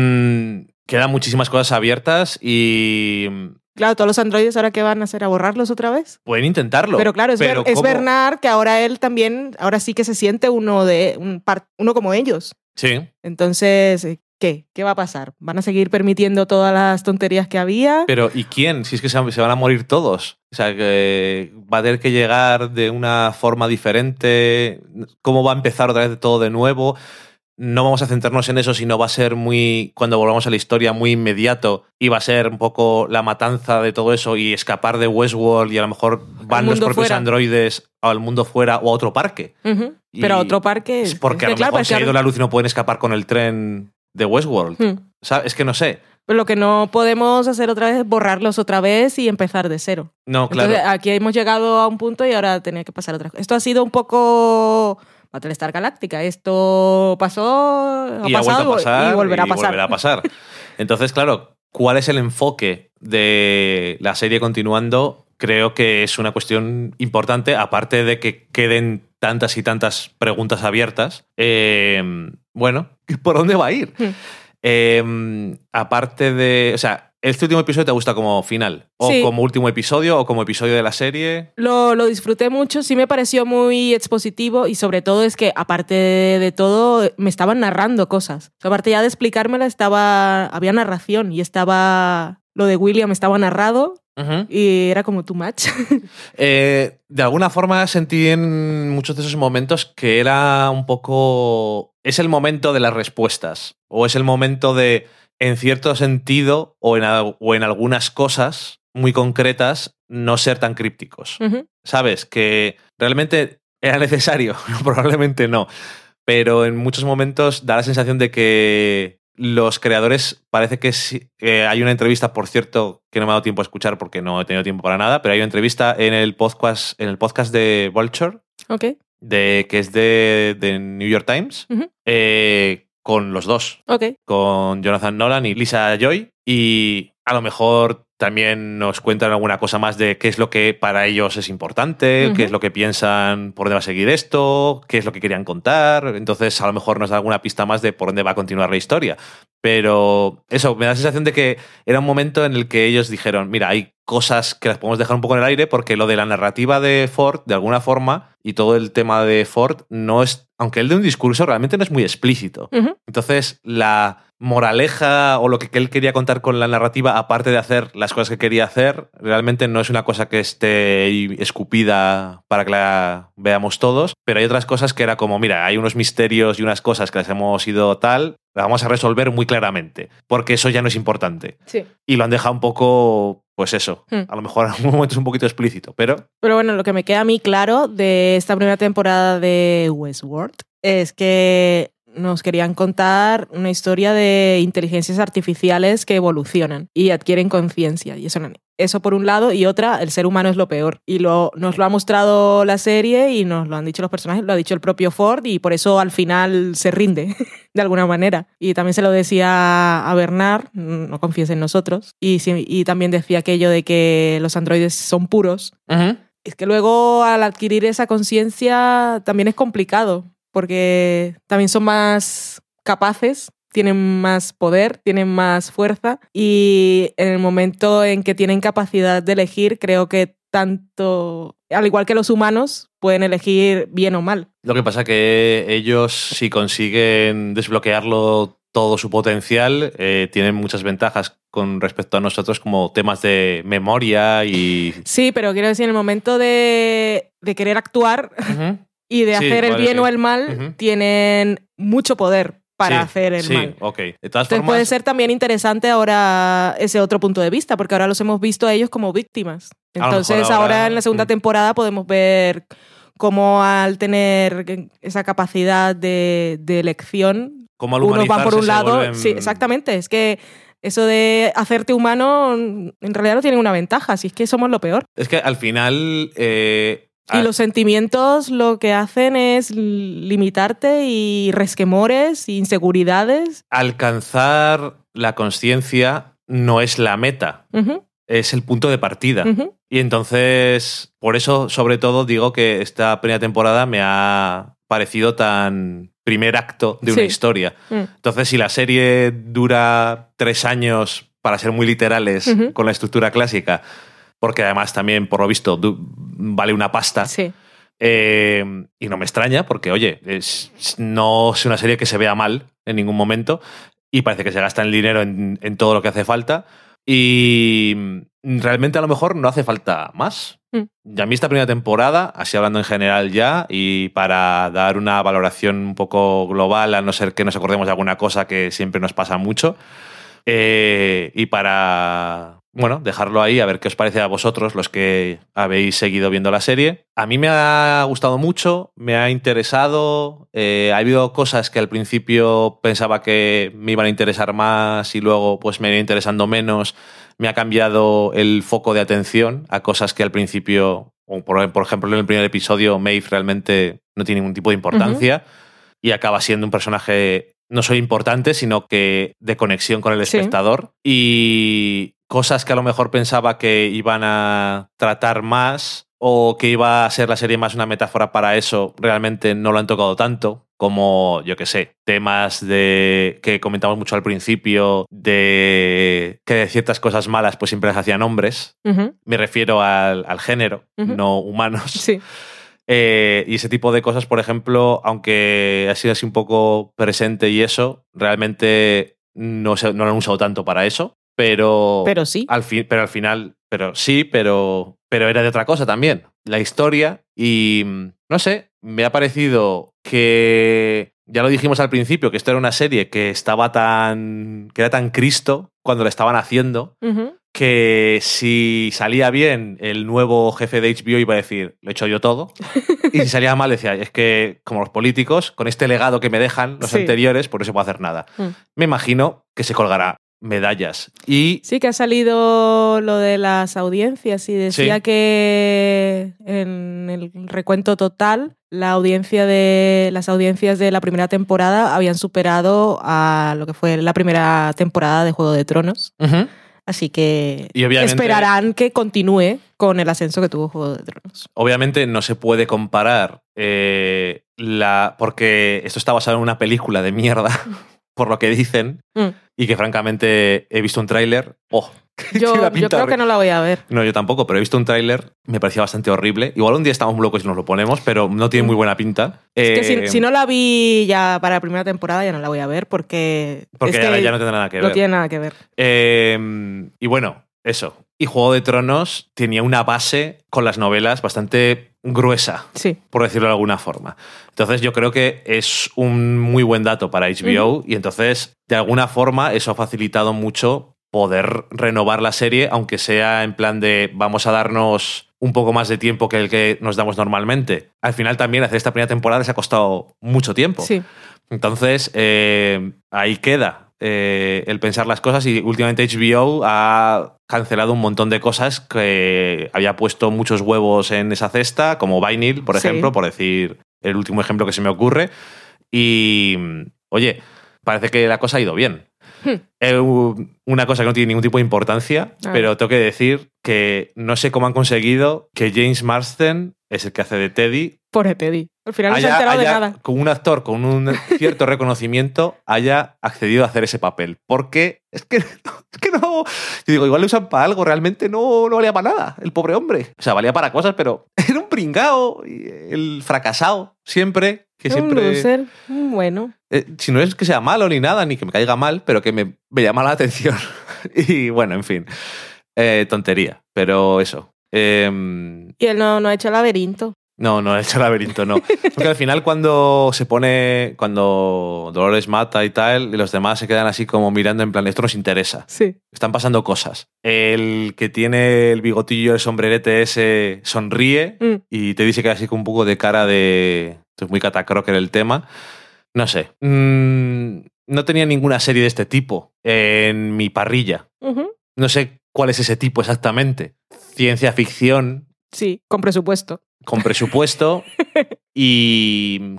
Mm, quedan muchísimas cosas abiertas y... Claro, todos los androides ahora que van a hacer, a borrarlos otra vez. Pueden intentarlo. Pero claro, es, pero Ber- es ¿cómo? Bernard, que ahora él también, ahora sí que se siente uno de un par, uno como ellos. Sí. Entonces, ¿qué? ¿Qué va a pasar? ¿Van a seguir permitiendo todas las tonterías que había? Pero ¿y quién? Si es que se, se van a morir todos. O sea, que va a tener que llegar de una forma diferente. ¿Cómo va a empezar otra vez todo de nuevo? No vamos a centrarnos en eso, sino va a ser muy, cuando volvamos a la historia, muy inmediato y va a ser un poco la matanza de todo eso y escapar de Westworld y a lo mejor van los propios fuera. androides al mundo fuera o a otro parque. Uh-huh. Pero a otro parque... Es porque a lo claro, mejor se ha que... ido la luz y no pueden escapar con el tren de Westworld. Hmm. ¿Sabes? Es que no sé. Pero lo que no podemos hacer otra vez es borrarlos otra vez y empezar de cero. No, claro. Entonces, aquí hemos llegado a un punto y ahora tenía que pasar otra cosa. Esto ha sido un poco... Battlestar Galáctica. Esto pasó, ha y pasado ha a pasar, y volverá a y pasar. volverá a pasar. Entonces, claro, ¿cuál es el enfoque de la serie continuando? Creo que es una cuestión importante, aparte de que queden tantas y tantas preguntas abiertas. Eh, bueno, ¿por dónde va a ir? Hmm. Eh, aparte de... O sea, ¿este último episodio te gusta como final? ¿O sí. como último episodio? ¿O como episodio de la serie? Lo, lo disfruté mucho, sí me pareció muy expositivo y sobre todo es que, aparte de, de todo, me estaban narrando cosas. O sea, aparte ya de explicármela, estaba, había narración y estaba... Lo de William estaba narrado. Uh-huh. Y era como too much. eh, de alguna forma sentí en muchos de esos momentos que era un poco... Es el momento de las respuestas. O es el momento de, en cierto sentido, o en, o en algunas cosas muy concretas, no ser tan crípticos. Uh-huh. ¿Sabes? Que realmente era necesario. Probablemente no. Pero en muchos momentos da la sensación de que los creadores, parece que sí, eh, hay una entrevista, por cierto, que no me ha dado tiempo a escuchar porque no he tenido tiempo para nada, pero hay una entrevista en el podcast, en el podcast de Vulture, okay. de, que es de, de New York Times, uh-huh. eh, con los dos, okay. con Jonathan Nolan y Lisa Joy, y a lo mejor también nos cuentan alguna cosa más de qué es lo que para ellos es importante, uh-huh. qué es lo que piensan, por dónde va a seguir esto, qué es lo que querían contar. Entonces, a lo mejor nos da alguna pista más de por dónde va a continuar la historia. Pero eso, me da la sensación de que era un momento en el que ellos dijeron, mira, hay cosas que las podemos dejar un poco en el aire porque lo de la narrativa de Ford, de alguna forma, y todo el tema de Ford, no es, aunque él de un discurso realmente no es muy explícito. Uh-huh. Entonces, la moraleja o lo que él quería contar con la narrativa, aparte de hacer las cosas que quería hacer, realmente no es una cosa que esté escupida para que la veamos todos, pero hay otras cosas que era como, mira, hay unos misterios y unas cosas que las hemos ido tal, las vamos a resolver muy claramente, porque eso ya no es importante. Sí. Y lo han dejado un poco, pues eso, hmm. a lo mejor en algún momento es un poquito explícito, pero... Pero bueno, lo que me queda a mí claro de esta primera temporada de Westworld es que nos querían contar una historia de inteligencias artificiales que evolucionan y adquieren conciencia. Y eso, eso por un lado, y otra, el ser humano es lo peor. Y lo, nos lo ha mostrado la serie y nos lo han dicho los personajes, lo ha dicho el propio Ford y por eso al final se rinde, de alguna manera. Y también se lo decía a Bernard, no confíes en nosotros, y, y también decía aquello de que los androides son puros. Uh-huh. Es que luego al adquirir esa conciencia también es complicado, porque también son más capaces, tienen más poder, tienen más fuerza y en el momento en que tienen capacidad de elegir, creo que tanto, al igual que los humanos, pueden elegir bien o mal. Lo que pasa que ellos, si consiguen desbloquearlo todo su potencial, eh, tienen muchas ventajas con respecto a nosotros, como temas de memoria y... Sí, pero quiero decir, en el momento de, de querer actuar uh-huh. y de sí, hacer el vale, bien sí. o el mal, uh-huh. tienen mucho poder para sí, hacer el sí, mal. Ok. De todas Entonces formas, puede ser también interesante ahora ese otro punto de vista, porque ahora los hemos visto a ellos como víctimas. Entonces ahora, ahora en la segunda mm. temporada podemos ver cómo al tener esa capacidad de, de elección, como al unos van por un lado. Vuelven... Sí, exactamente. Es que eso de hacerte humano en realidad no tiene una ventaja, si es que somos lo peor. Es que al final... Eh... Y los sentimientos lo que hacen es limitarte y resquemores, inseguridades. Alcanzar la consciencia no es la meta, uh-huh. es el punto de partida. Uh-huh. Y entonces, por eso, sobre todo, digo que esta primera temporada me ha parecido tan primer acto de una sí. historia. Uh-huh. Entonces, si la serie dura tres años, para ser muy literales, uh-huh. con la estructura clásica, porque además también, por lo visto, du- vale una pasta. Sí. Eh, y no me extraña, porque, oye, es, no es una serie que se vea mal en ningún momento y parece que se gasta el dinero en, en todo lo que hace falta y realmente a lo mejor no hace falta más. Mm. Y a mí esta primera temporada, así hablando en general ya, y para dar una valoración un poco global, a no ser que nos acordemos de alguna cosa que siempre nos pasa mucho, eh, y para... Bueno, dejarlo ahí, a ver qué os parece a vosotros, los que habéis seguido viendo la serie. A mí me ha gustado mucho, me ha interesado. Eh, ha habido cosas que al principio pensaba que me iban a interesar más y luego pues me iban interesando menos. Me ha cambiado el foco de atención a cosas que al principio, por, por ejemplo en el primer episodio, Maeve realmente no tiene ningún tipo de importancia uh-huh. y acaba siendo un personaje no solo importante, sino que de conexión con el espectador. Sí. Y... cosas que a lo mejor pensaba que iban a tratar más o que iba a ser la serie más una metáfora para eso, realmente no lo han tocado tanto, como, yo qué sé, temas de que comentamos mucho al principio, de que de ciertas cosas malas pues siempre las hacían hombres. Uh-huh. Me refiero al, al género, uh-huh. no humanos. Sí. Eh, y ese tipo de cosas, por ejemplo, aunque ha sido así un poco presente y eso, realmente no, se, no lo han usado tanto para eso. Pero, pero sí. Al fin, pero al final, pero sí, pero, pero era de otra cosa también. La historia y, no sé, me ha parecido que, ya lo dijimos al principio, que esto era una serie que estaba tan, que era tan Cristo cuando la estaban haciendo, uh-huh. que si salía bien el nuevo jefe de H B O iba a decir, lo he hecho yo todo. Y si salía mal decía, es que como los políticos, con este legado que me dejan los sí. anteriores, pues no se puede hacer nada. Uh. Me imagino que se colgará medallas. Y sí, que ha salido lo de las audiencias y decía sí. que en el recuento total la audiencia de las audiencias de la primera temporada habían superado a lo que fue la primera temporada de Juego de Tronos. Uh-huh. Así que y esperarán que continúe con el ascenso que tuvo Juego de Tronos. Obviamente no se puede comparar eh, la porque esto está basado en una película de mierda. Por lo que dicen, mm. y que francamente he visto un tráiler. ¡Oh! Yo, yo creo que no la voy a ver. No, yo tampoco, pero he visto un tráiler, me parecía bastante horrible. Igual un día estamos muy locos y nos lo ponemos, pero no tiene muy buena pinta. Es eh, que si, si no la vi ya para la primera temporada, ya no la voy a ver porque... Porque es ya, que ya no tendrá nada que ver. No tiene nada que ver. Eh, y bueno, eso. Y Juego de Tronos tenía una base con las novelas bastante gruesa, sí. por decirlo de alguna forma. Entonces yo creo que es un muy buen dato para H B O uh-huh. y entonces de alguna forma eso ha facilitado mucho poder renovar la serie, aunque sea en plan de vamos a darnos un poco más de tiempo que el que nos damos normalmente. Al final también hacer esta primera temporada les ha costado mucho tiempo. Sí. Entonces eh, ahí queda eh, el pensar las cosas y últimamente H B O ha cancelado un montón de cosas que había puesto muchos huevos en esa cesta, como Vinyl, por ejemplo, sí. por decir el último ejemplo que se me ocurre. Y, oye, parece que la cosa ha ido bien. Hmm. Es una cosa que no tiene ningún tipo de importancia, ah. pero tengo que decir que no sé cómo han conseguido que James Marsden, es el que hace de Teddy... Pobre Teddy. Al final no haya, se ha enterado haya, de nada. Con un actor con un cierto reconocimiento haya accedido a hacer ese papel. Porque es que, es que no... Yo digo, igual le usan para algo, realmente no, no valía para nada, el pobre hombre. O sea, valía para cosas, pero era un pringao, el fracasado. siempre. Que un siempre loser, bueno. Eh, si no es que sea malo ni nada, ni que me caiga mal, pero que me, me llama la atención. Y bueno, en fin, eh, tontería, pero eso. Eh, y él no, no ha hecho laberinto. No, no ha hecho laberinto, no. Porque al final cuando se pone, cuando Dolores mata y tal, y los demás se quedan así como mirando en plan, esto nos interesa. Sí. Están pasando cosas. El que tiene el bigotillo, el sombrerete ese, sonríe mm. y te dice que así con un poco de cara de... Esto es muy catacroker el tema. No sé. Mm, no tenía ninguna serie de este tipo en mi parrilla. Uh-huh. No sé cuál es ese tipo exactamente. Ciencia ficción. Sí, con presupuesto. Con presupuesto y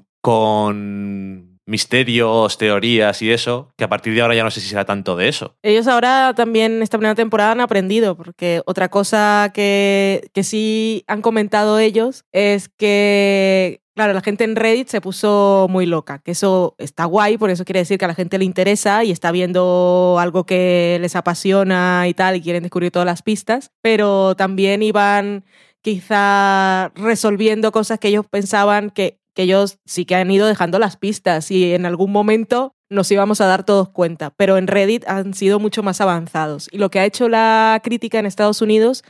con misterios, teorías y eso, que a partir de ahora ya no sé si será tanto de eso. Ellos ahora también esta primera temporada han aprendido, porque otra cosa que, que sí han comentado ellos es que, claro, la gente en Reddit se puso muy loca, que eso está guay, por eso quiere decir que a la gente le interesa y está viendo algo que les apasiona y tal, y quieren descubrir todas las pistas, pero también iban quizá resolviendo cosas que ellos pensaban que, que ellos sí que han ido dejando las pistas y en algún momento nos íbamos a dar todos cuenta, pero en Reddit han sido mucho más avanzados. Y lo que ha hecho la crítica en Estados Unidos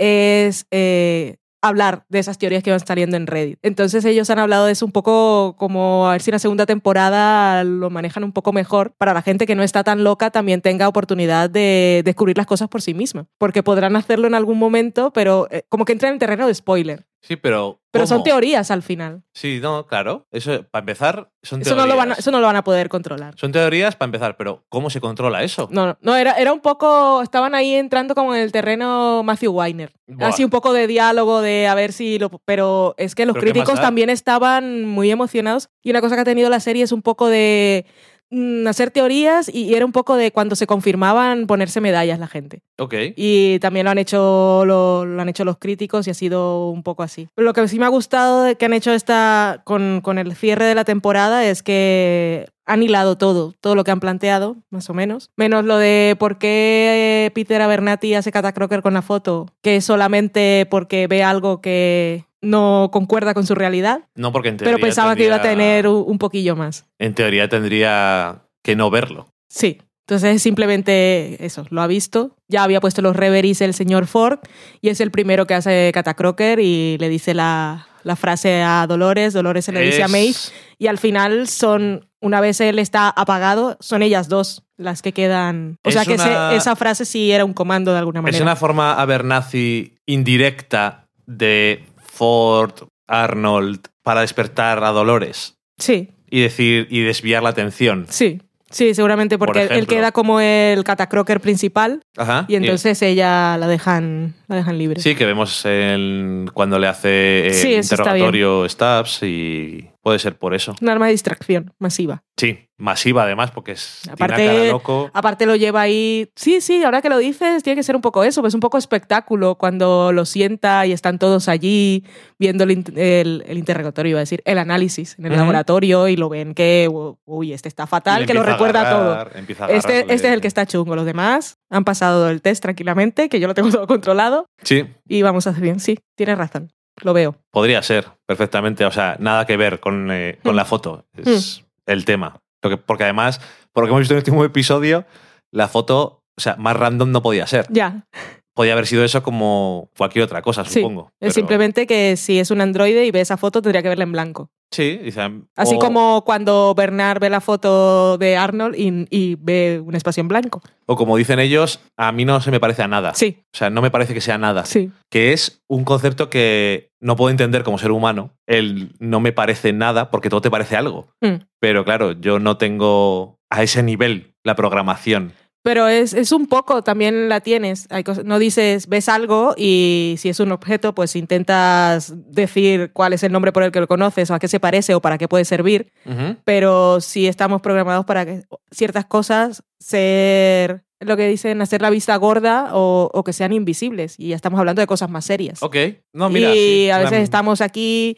es eh, hablar de esas teorías que van saliendo en Reddit. Entonces ellos han hablado de eso un poco como a ver si en la segunda temporada lo manejan un poco mejor para la gente que no está tan loca también tenga oportunidad de descubrir las cosas por sí misma. Porque podrán hacerlo en algún momento, pero eh, como que entra en el terreno de spoiler. Sí, pero... Pero ¿cómo? son teorías al final. Sí, no, claro. Eso, para empezar, son eso teorías. No lo van a, eso no lo van a poder controlar. Son teorías para empezar, pero ¿cómo se controla eso? No, no, era, era un poco... Estaban ahí entrando como en el terreno Matthew Weiner. Buah. Así un poco de diálogo, de a ver si... Lo, pero es que los críticos también estaban muy emocionados. Y una cosa que ha tenido la serie es un poco de... hacer teorías y era un poco de cuando se confirmaban ponerse medallas la gente. Ok. Y también lo han hecho lo, lo han hecho los críticos y ha sido un poco así. Pero lo que sí me ha gustado de que han hecho esta con, con el cierre de la temporada es que han hilado todo, todo lo que han planteado, más o menos. Menos lo de por qué Peter Abernathy hace catacroker con la foto, que es solamente porque ve algo que no concuerda con su realidad. No, porque en teoría pero pensaba tendría, que iba a tener un poquillo más. En teoría tendría que no verlo. Sí. Entonces simplemente eso, lo ha visto. Ya había puesto los reveries el señor Ford y es el primero que hace catacroker y le dice la, la frase a Dolores, Dolores se le es... dice a Maeve y al final son, una vez él está apagado, son ellas dos las que quedan. O es sea que una... ese, esa frase sí era un comando de alguna manera. Es una forma Abernathy indirecta de Ford, Arnold, para despertar a Dolores. Sí. Y decir, y desviar la atención. Sí. Sí, seguramente porque Por él queda como el catacroker principal. Ajá, y entonces y... ella la dejan, la dejan libre. Sí, que vemos el, cuando le hace el sí, interrogatorio Stubbs y puede ser por eso. Un arma de distracción masiva. Sí, masiva además porque es aparte, tiene cara loco. Aparte lo lleva ahí... Sí, sí, ahora que lo dices tiene que ser un poco eso, pues un poco espectáculo cuando lo sienta y están todos allí viendo el, el, el interrogatorio, iba a decir, el análisis en el uh-huh. laboratorio y lo ven que, uy, este está fatal, que lo recuerda agarrar, todo. A este, este es el que está chungo, los demás han pasado el test tranquilamente, que yo lo tengo todo controlado. Sí. Y vamos a hacer bien, sí, tienes razón. Lo veo. Podría ser, perfectamente. O sea, nada que ver con, eh, con mm. la foto. Es mm. el tema. Porque, porque además, por lo que hemos visto en este último episodio, la foto, o sea, más random no podía ser. Ya. Podía haber sido eso como cualquier otra cosa, sí. supongo. Es pero... simplemente que si es un androide y ve esa foto, tendría que verla en blanco. Sí. Dicen, Así o... como cuando Bernard ve la foto de Arnold y, y ve un espacio en blanco. O como dicen ellos, a mí no se me parece a nada. Sí. O sea, no me parece que sea nada. Sí. Que es un concepto que no puedo entender como ser humano. El no me parece nada porque todo te parece algo. Mm. Pero claro, yo no tengo a ese nivel la programación. Pero es, es un poco, también la tienes. Hay cosas, no dices, ves algo y si es un objeto, pues intentas decir cuál es el nombre por el que lo conoces o a qué se parece o para qué puede servir. Uh-huh. Pero sí estamos programados para que ciertas cosas ser... lo que dicen, hacer la vista gorda o, o que sean invisibles. Y ya estamos hablando de cosas más serias. Ok. No, mira, y sí, a veces la... estamos aquí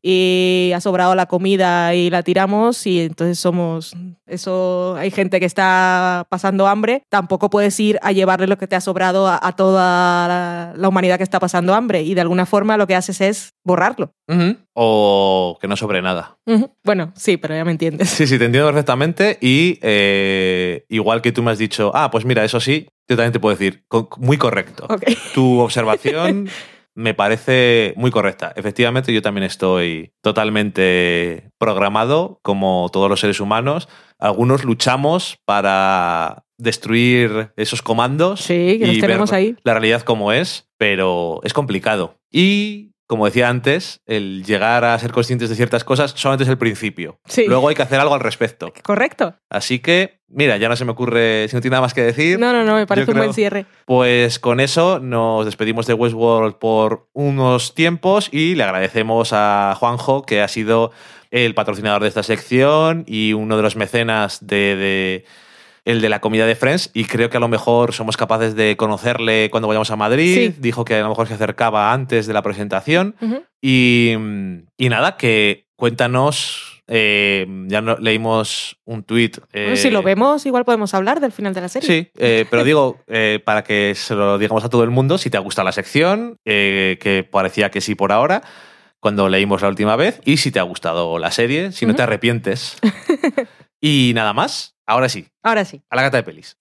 y ha sobrado la comida y la tiramos y entonces somos... Eso, hay gente que está pasando hambre. Tampoco puedes ir a llevarle lo que te ha sobrado a, a toda la, la humanidad que está pasando hambre. Y de alguna forma lo que haces es borrarlo. Uh-huh. O que no sobre nada. Uh-huh. Bueno, sí, pero ya me entiendes. Sí, sí, te entiendo perfectamente y eh, igual que tú me has dicho, ah, pues mira, eso sí, yo también te puedo decir, co- muy correcto. Okay. Tu observación me parece muy correcta. Efectivamente, yo también estoy totalmente programado, como todos los seres humanos. Algunos luchamos para destruir esos comandos. Sí, que los y tenemos ver ahí. la realidad como es, pero es complicado. Y, como decía antes, el llegar a ser conscientes de ciertas cosas solamente es el principio. Sí. Luego hay que hacer algo al respecto. Correcto. Así que, mira, ya no se me ocurre, si no tiene nada más que decir. No, no, no, me parece un creo, buen cierre. Pues con eso nos despedimos de Westworld por unos tiempos y le agradecemos a Juanjo, que ha sido el patrocinador de esta sección y uno de los mecenas de, de el de la comida de Friends, y creo que a lo mejor somos capaces de conocerle cuando vayamos a Madrid. Sí. Dijo que a lo mejor se acercaba antes de la presentación. Uh-huh. Y, y nada, que cuéntanos, eh, ya no, leímos un tuit. Eh, Bueno, si lo vemos, igual podemos hablar del final de la serie. Sí, eh, pero digo, eh, para que se lo digamos a todo el mundo, si te ha gustado la sección, eh, que parecía que sí por ahora, cuando leímos la última vez, y si te ha gustado la serie, si uh-huh. no te arrepientes. Y nada más, ahora sí. Ahora sí. A la gata de pelis.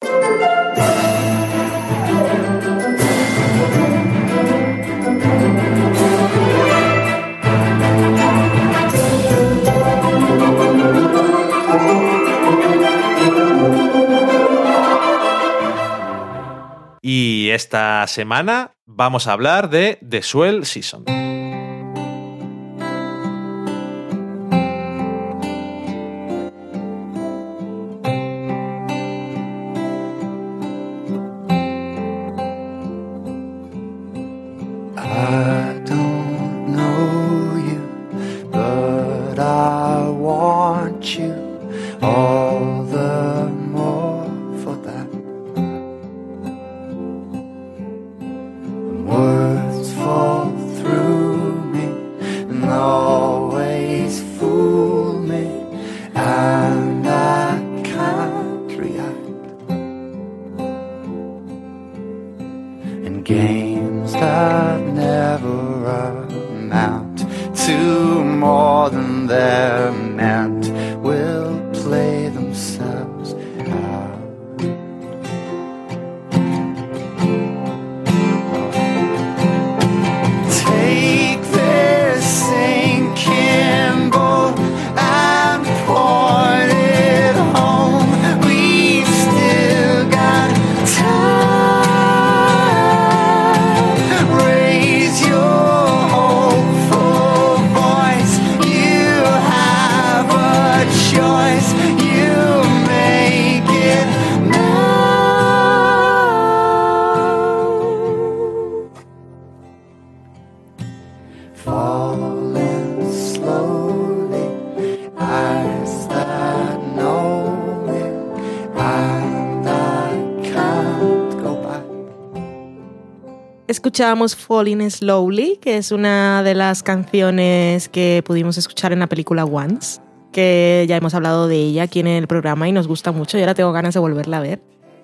Y esta semana vamos a hablar de The Swell Season. Escuchábamos Falling Slowly, que es una de las canciones que pudimos escuchar en la película Once, que ya hemos hablado de ella aquí en el programa y nos gusta mucho y ahora tengo ganas de volverla a ver.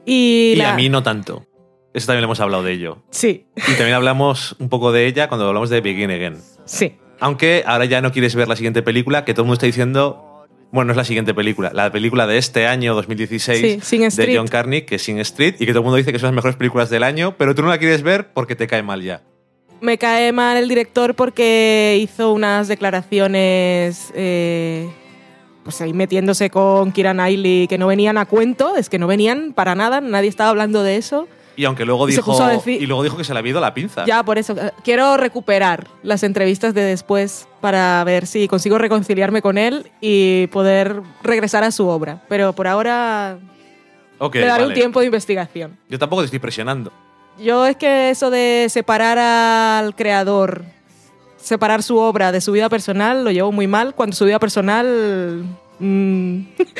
Y, y la... a mí no tanto. Eso también hemos hablado de ello. Sí. Y también hablamos un poco de ella cuando hablamos de Begin Again. Sí. Aunque ahora ya no quieres ver la siguiente película, que todo el mundo está diciendo... Bueno, no es la siguiente película, la película de este año, dos mil dieciséis, sí, de John Carney, que es Sing Street, y que todo el mundo dice que son las mejores películas del año, pero tú no la quieres ver porque te cae mal ya. Me cae mal el director porque hizo unas declaraciones, eh, pues ahí metiéndose con Keira Knightley que no venían a cuento, es que no venían para nada, nadie estaba hablando de eso. Y aunque luego y dijo decir, y luego dijo que se le había ido la pinza. Ya, por eso. Quiero recuperar las entrevistas de después para ver si consigo reconciliarme con él y poder regresar a su obra. Pero por ahora okay, le daré vale. un tiempo de investigación. Yo tampoco te estoy presionando. Yo es que eso de separar al creador, separar su obra de su vida personal, lo llevo muy mal. Cuando su vida personal mmm,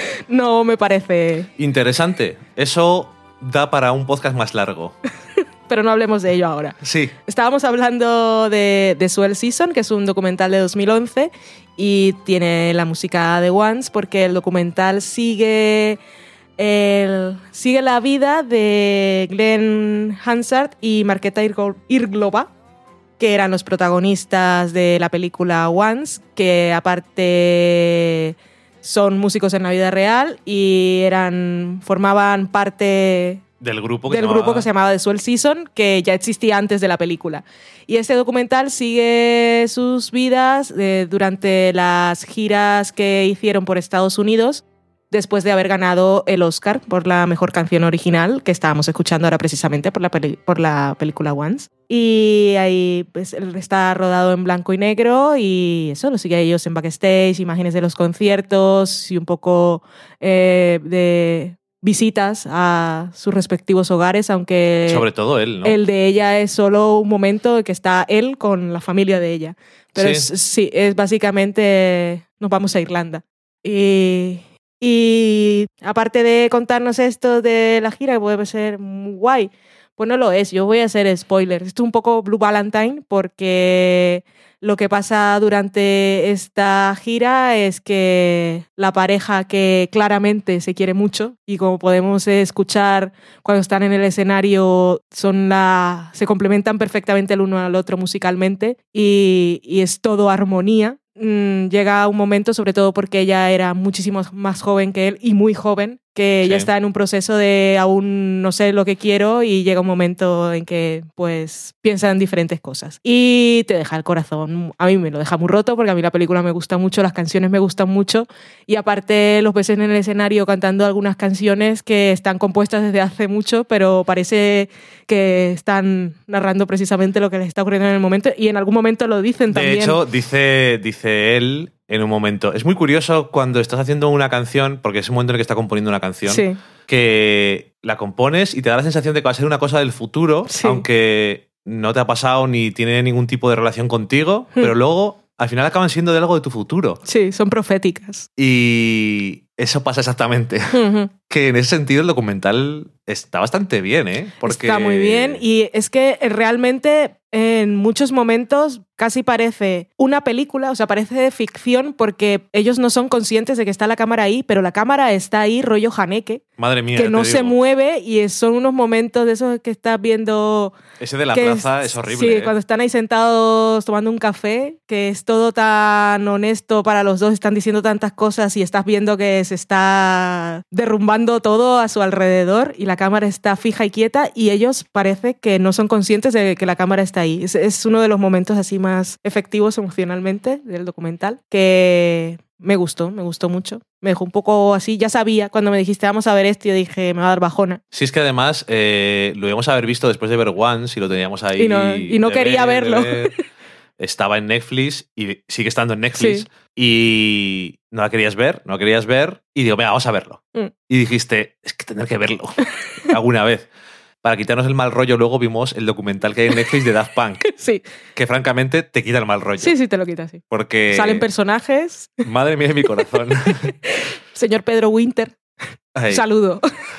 no me parece... Interesante. Eso... da para un podcast más largo. Pero no hablemos de ello ahora. Sí. Estábamos hablando de, de Swell Season, que es un documental de dos mil once y tiene la música de Once porque el documental sigue, el, sigue la vida de Glenn Hansard y Marketa Irgloba, que eran los protagonistas de la película Once, que aparte son músicos en la vida real y eran formaban parte del grupo que, del se, llamaba... grupo que se llamaba The Swell Season, que ya existía antes de la película. Y este documental sigue sus vidas eh, durante las giras que hicieron por Estados Unidos después de haber ganado el Oscar por la mejor canción original, que estábamos escuchando ahora precisamente por la, peli- por la película Once. Y ahí pues, está rodado en blanco y negro y eso, lo sigue a ellos en backstage, imágenes de los conciertos y un poco eh, de visitas a sus respectivos hogares, aunque sobre todo él, ¿no? El de ella es solo un momento en que está él con la familia de ella. Pero sí, es, sí, es básicamente nos vamos a Irlanda. Y... Y aparte de contarnos esto de la gira, que puede ser muy guay, pues no lo es. Yo voy a hacer spoilers. Esto es un poco Blue Valentine porque lo que pasa durante esta gira es que la pareja que claramente se quiere mucho y como podemos escuchar cuando están en el escenario son la, se complementan perfectamente el uno al otro musicalmente y, y es todo armonía. Llega un momento, sobre todo porque ella era muchísimo más joven que él y muy joven, que ella sí. está en un proceso de aún no sé lo que quiero y llega un momento en que pues piensa en diferentes cosas y te deja el corazón. A mí me lo deja muy roto porque a mí la película me gusta mucho, las canciones me gustan mucho y aparte los ves en el escenario cantando algunas canciones que están compuestas desde hace mucho pero parece que están narrando precisamente lo que les está ocurriendo en el momento y en algún momento lo dicen también. De hecho, dice, dice él en un momento. Es muy curioso cuando estás haciendo una canción, porque es un momento en el que está componiendo una canción, sí. que la compones y te da la sensación de que va a ser una cosa del futuro, sí. aunque no te ha pasado ni tiene ningún tipo de relación contigo, hmm. pero luego al final acaban siendo de algo de tu futuro. Sí, son proféticas. Y eso pasa exactamente. Uh-huh. Que en ese sentido el documental está bastante bien, ¿eh? Porque... Está muy bien y es que realmente en muchos momentos casi parece una película, o sea, parece de ficción porque ellos no son conscientes de que está la cámara ahí, pero la cámara está ahí rollo Haneke. Madre mía, que no te se digo. mueve y son unos momentos de esos que estás viendo... Ese de la que plaza es, es horrible. Sí, ¿eh? cuando están ahí sentados tomando un café, que es todo tan honesto para los dos, están diciendo tantas cosas y estás viendo que se está derrumbando todo a su alrededor y la cámara está fija y quieta y ellos parece que no son conscientes de que la cámara está ahí. Es, es uno de los momentos así más efectivos emocionalmente del documental que me gustó, me gustó mucho. Me dejó un poco así, ya sabía, cuando me dijiste vamos a ver esto, yo dije me va a dar bajona. Sí, es que además eh, lo íbamos a haber visto después de ver Once y lo teníamos ahí. Y no, y no quería ver, verlo. Ver. Estaba en Netflix y sigue estando en Netflix. Sí. Y no la querías ver, no la querías ver. Y digo, venga, vamos a verlo. Mm. Y dijiste, es que tendré que verlo alguna vez. Para quitarnos el mal rollo, luego vimos el documental que hay en Netflix de Daft Punk. Sí. Que francamente te quita el mal rollo. Sí, sí, te lo quita, sí. Porque... Salen personajes. Madre mía de mi corazón. Señor Pedro Winter. Ay. Saludo.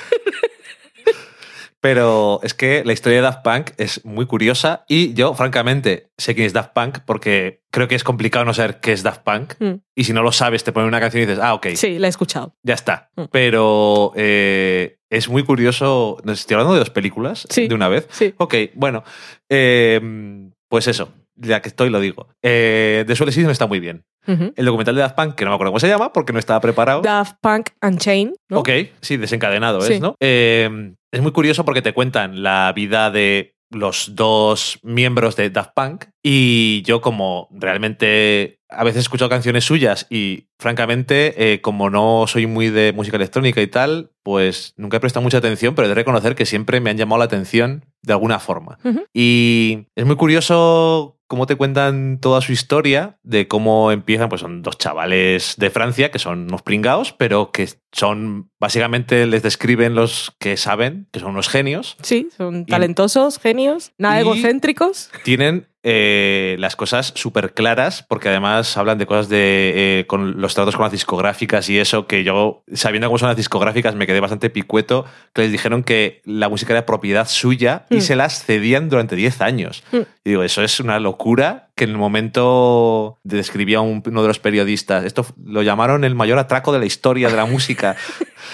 Pero es que la historia de Daft Punk es muy curiosa y yo, francamente, sé quién es Daft Punk porque creo que es complicado no saber qué es Daft Punk. Mm. Y si no lo sabes, te ponen una canción y dices, ah, ok. Sí, la he escuchado. Ya está. Mm. Pero eh, es muy curioso. Estoy hablando de dos películas sí. de una vez. Sí. Ok, bueno. Eh, pues eso. Ya que estoy, lo digo. Eh, The Swell Season está muy bien. Uh-huh. El documental de Daft Punk, que no me acuerdo cómo se llama porque no estaba preparado. Daft Punk Unchained, ¿no? Ok, sí, desencadenado sí. es, ¿no? Eh, es muy curioso porque te cuentan la vida de los dos miembros de Daft Punk y yo como realmente a veces he escuchado canciones suyas y francamente eh, como no soy muy de música electrónica y tal, pues nunca he prestado mucha atención, pero he de reconocer que siempre me han llamado la atención de alguna forma. Uh-huh. Y es muy curioso cómo te cuentan toda su historia de cómo empiezan, pues son dos chavales de Francia que son unos pringaos, pero que son, básicamente les describen los que saben, que son unos genios. Sí, son talentosos, y, genios, nada egocéntricos. Tienen eh, las cosas súper claras, porque además hablan de cosas de eh, con los tratos con las discográficas y eso, que yo, sabiendo cómo son las discográficas, me quedé bastante picueto, que les dijeron que la música era propiedad suya mm. y se las cedían durante diez años. Mm. Y digo, eso es una locura que en el momento describía un, uno de los periodistas. Esto lo llamaron el mayor atraco de la historia de la música.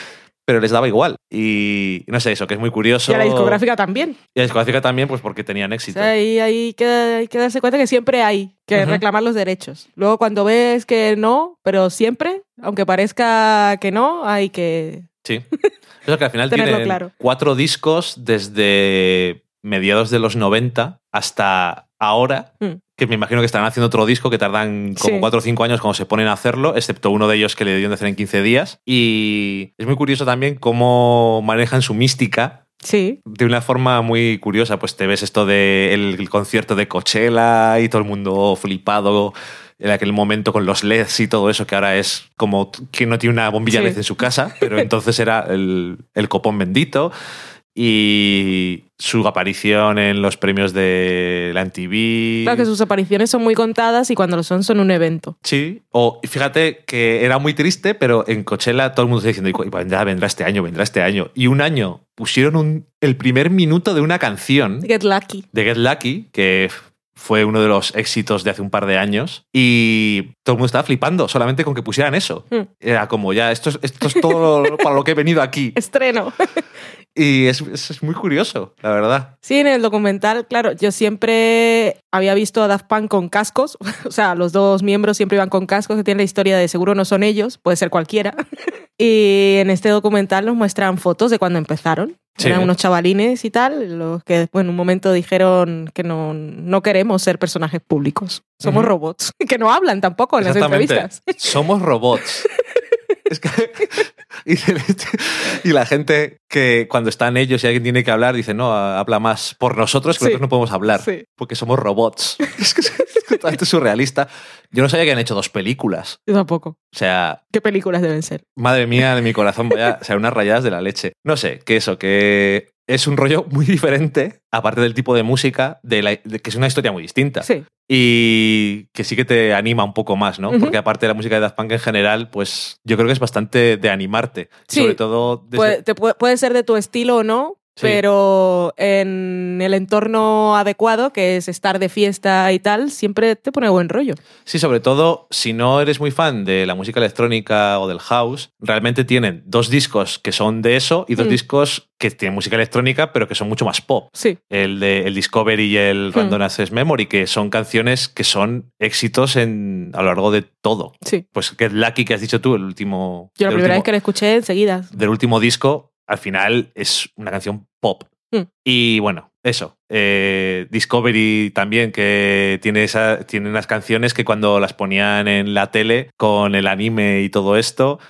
pero les daba igual. Y no sé, eso, que es muy curioso. Y a la discográfica también. Y a la discográfica también, pues porque tenían éxito. O sea, ahí hay que, hay que darse cuenta que siempre hay que uh-huh. reclamar los derechos. Luego cuando ves que no, pero siempre, aunque parezca que no, hay que... Sí. Eso que al final tienen claro. cuatro discos desde mediados de los noventa hasta ahora, mm. que me imagino que estarán haciendo otro disco que tardan como sí. cuatro o cinco años cuando se ponen a hacerlo, excepto uno de ellos que le dieron de hacer en quince días. Y es muy curioso también cómo manejan su mística. Sí. De una forma muy curiosa. Pues te ves esto del de concierto de Coachella y todo el mundo flipado en aquel momento con los L E Ds y todo eso, que ahora es como que no tiene una bombilla sí. L E D en su casa, pero entonces era el, el copón bendito. Y su aparición en los premios de la M T V. Claro que sus apariciones son muy contadas y cuando lo son, son un evento. Sí, o fíjate que era muy triste, pero en Coachella todo el mundo está diciendo, vendrá, vendrá este año, vendrá este año. Y un año pusieron un, el primer minuto de una canción. Get Lucky. De Get Lucky, que fue uno de los éxitos de hace un par de años. Y todo el mundo estaba flipando solamente con que pusieran eso. Mm. Era como, ya, esto es, esto es todo para lo que he venido aquí. Estreno. Y es, es, es muy curioso, la verdad. Sí, en el documental, claro, yo siempre había visto a Daft Punk con cascos. O sea, los dos miembros siempre iban con cascos, que tienen la historia de seguro no son ellos, puede ser cualquiera. Y en este documental nos muestran fotos de cuando empezaron. Sí. Eran unos chavalines y tal, los que después en un momento dijeron que no, no queremos ser personajes públicos. Somos uh-huh. robots, que no hablan tampoco en las entrevistas. Somos robots. Es que, y, y la gente que cuando están ellos y alguien tiene que hablar dice, no, habla más por nosotros que sí. nosotros no podemos hablar, sí. porque somos robots. Es que es totalmente surrealista. Yo no sabía que han hecho dos películas. Yo tampoco. O sea... ¿Qué películas deben ser? Madre mía, de mi corazón, vaya, o sea, unas rayadas de la leche. No sé, que eso, que es un rollo muy diferente, aparte del tipo de música, de la, de, que es una historia muy distinta. Sí. Y que sí que te anima un poco más, ¿no? Uh-huh. Porque aparte de la música de Daft Punk en general, pues yo creo que es bastante de animarte. Sí. Sobre todo... Desde... Puede, te puede, puede ser de tu estilo o no, sí. pero en el entorno adecuado, que es estar de fiesta y tal, siempre te pone buen rollo. Sí, sobre todo si no eres muy fan de la música electrónica o del house, realmente tienen dos discos que son de eso y dos mm. discos que tienen música electrónica, pero que son mucho más pop. Sí. El de el Discovery y el Random mm. Access Memory, que son canciones que son éxitos en, a lo largo de todo. Sí. Pues Get Lucky, que has dicho tú, el último... Yo la primera último, vez que la escuché enseguida. Del último disco, al final es una canción pop. Mm. Y bueno, eso. Eh, Discovery también, que tiene, esa, tiene unas canciones que cuando las ponían en la tele con el anime y todo esto...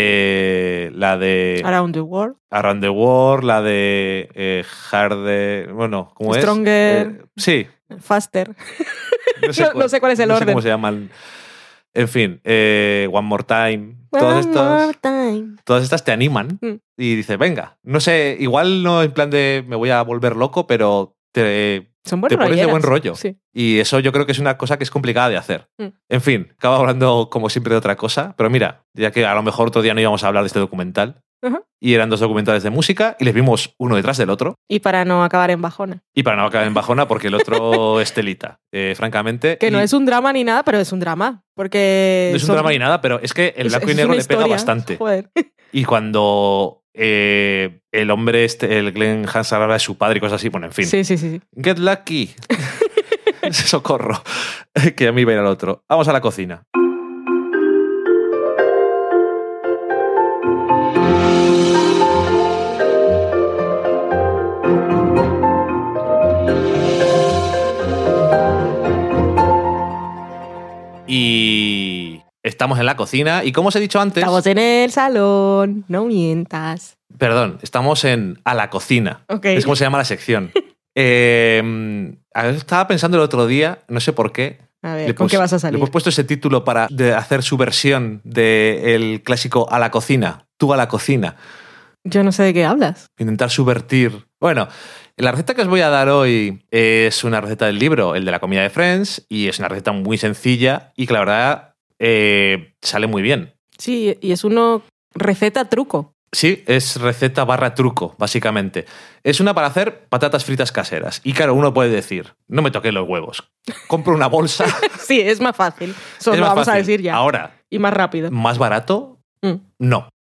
Eh, la de Around the World Around the World, la de eh, Harder, bueno, ¿cómo Stronger, es? Eh, sí. Faster. No sé, no, no sé cuál es el no orden. No sé cómo se llaman. En fin, eh, One More Time. One todas estas, more time. Todas estas te animan mm. y dices, venga, no sé, igual no en plan de me voy a volver loco, pero te... Son te pones de buen rollo. Sí. Y eso yo creo que es una cosa que es complicada de hacer. Mm. En fin, acabo hablando como siempre de otra cosa, pero mira, ya que a lo mejor otro día no íbamos a hablar de este documental, uh-huh. y eran dos documentales de música, y les vimos uno detrás del otro. Y para no acabar en bajona. Y para no acabar en bajona, porque el otro es telita, eh, francamente. Que y... no es un drama ni nada, pero es un drama. Porque no es un son... drama ni nada, pero es que el blanco es, y negro le historia. pega bastante. Joder. Y cuando... Eh, el hombre este, el Glenn Hansard habla de su padre y cosas así, bueno, en fin. Sí, sí, sí. Get Lucky. Socorro. Que a mí va a ir al otro. Vamos a la cocina. Y estamos en la cocina y como os he dicho antes... Estamos en el salón, no mientas. Perdón, estamos en A la cocina. Okay. Es como se llama la sección. eh, estaba pensando el otro día, no sé por qué. A ver, ¿con qué vas a salir? Le hemos puesto ese título para de hacer su versión del clásico A la cocina. Tú a la cocina. Yo no sé de qué hablas. Intentar subvertir... Bueno, la receta que os voy a dar hoy es una receta del libro, el de la comida de Friends, y es una receta muy sencilla y que la verdad eh, sale muy bien. Sí, y es una receta truco. Sí, es receta barra truco, básicamente. Es una para hacer patatas fritas caseras. Y claro, uno puede decir, no me toqué los huevos. Compro una bolsa. Sí, es más fácil. Eso lo vamos fácil. a decir ya. Ahora. Y más rápido. ¿Más barato? Mm. No.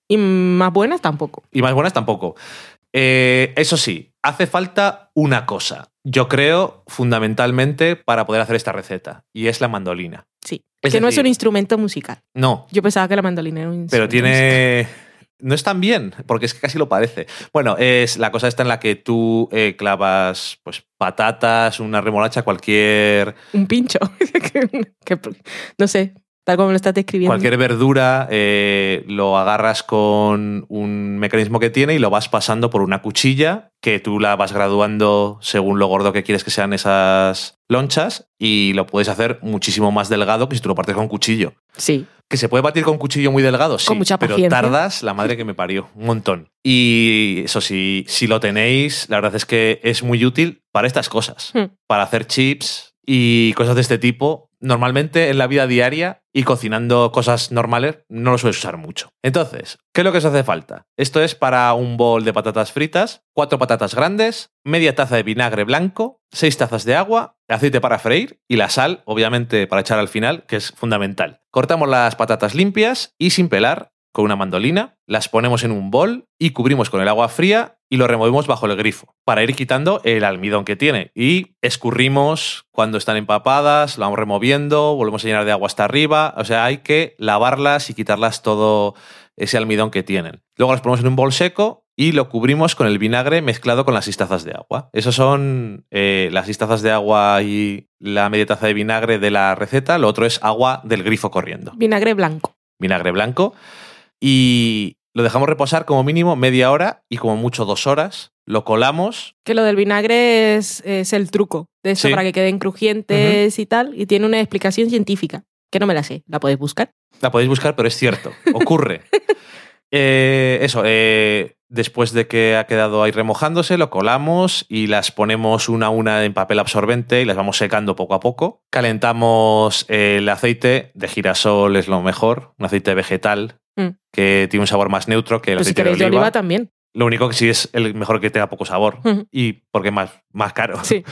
Y más buenas tampoco. Y más buenas tampoco. Eh, eso sí, hace falta una cosa, yo creo, fundamentalmente, para poder hacer esta receta, y es la mandolina. Sí, es que decir, no es un instrumento musical. No. Yo pensaba que la mandolina era un instrumento Pero tiene... musical. No es tan bien, porque es que casi lo parece. Bueno, es la cosa esta en la que tú eh, clavas pues patatas, una remolacha, cualquier... Un pincho. que, que, no sé, tal como lo estás describiendo. Cualquier verdura eh, lo agarras con un mecanismo que tiene y lo vas pasando por una cuchilla que tú la vas graduando según lo gordo que quieres que sean esas lonchas y lo puedes hacer muchísimo más delgado que si tú lo partes con cuchillo. Sí. ¿Que se puede batir con cuchillo muy delgado? Sí, con mucha pero paciencia. tardas, la madre que me parió, un montón. Y eso sí, si lo tenéis, la verdad es que es muy útil para estas cosas, Hmm. para hacer chips y cosas de este tipo. Normalmente en la vida diaria y cocinando cosas normales no lo sueles usar mucho. Entonces, ¿qué es lo que os hace falta? Esto es para un bol de patatas fritas, cuatro patatas grandes, media taza de vinagre blanco, seis tazas de agua, aceite para freír y la sal, obviamente, para echar al final, que es fundamental. Cortamos las patatas limpias y sin pelar, con una mandolina, las ponemos en un bol y cubrimos con el agua fría y lo removemos bajo el grifo para ir quitando el almidón que tiene. Y escurrimos cuando están empapadas, lo vamos removiendo, volvemos a llenar de agua hasta arriba. O sea, hay que lavarlas y quitarlas todo ese almidón que tienen. Luego las ponemos en un bol seco y lo cubrimos con el vinagre mezclado con las seis tazas de agua. Esas son eh, las seis tazas de agua y la media taza de vinagre de la receta. Lo otro es agua del grifo corriendo. Vinagre blanco. Vinagre blanco. Y lo dejamos reposar como mínimo media hora y como mucho dos horas. Lo colamos. Que lo del vinagre es, es el truco de eso, Sí. para que queden crujientes uh-huh. y tal. Y tiene una explicación científica, que no me la sé. ¿La podéis buscar? La podéis buscar, pero es cierto. Ocurre. eh, eso, eh, después de que ha quedado ahí remojándose, lo colamos y las ponemos una a una en papel absorbente y las vamos secando poco a poco. Calentamos el aceite de girasol, es lo mejor, un aceite vegetal mm. que tiene un sabor más neutro que el pues aceite si queréis de oliva. de oliva también. Lo único que sí es el mejor que tenga poco sabor uh-huh. y porque es más, más caro. Sí.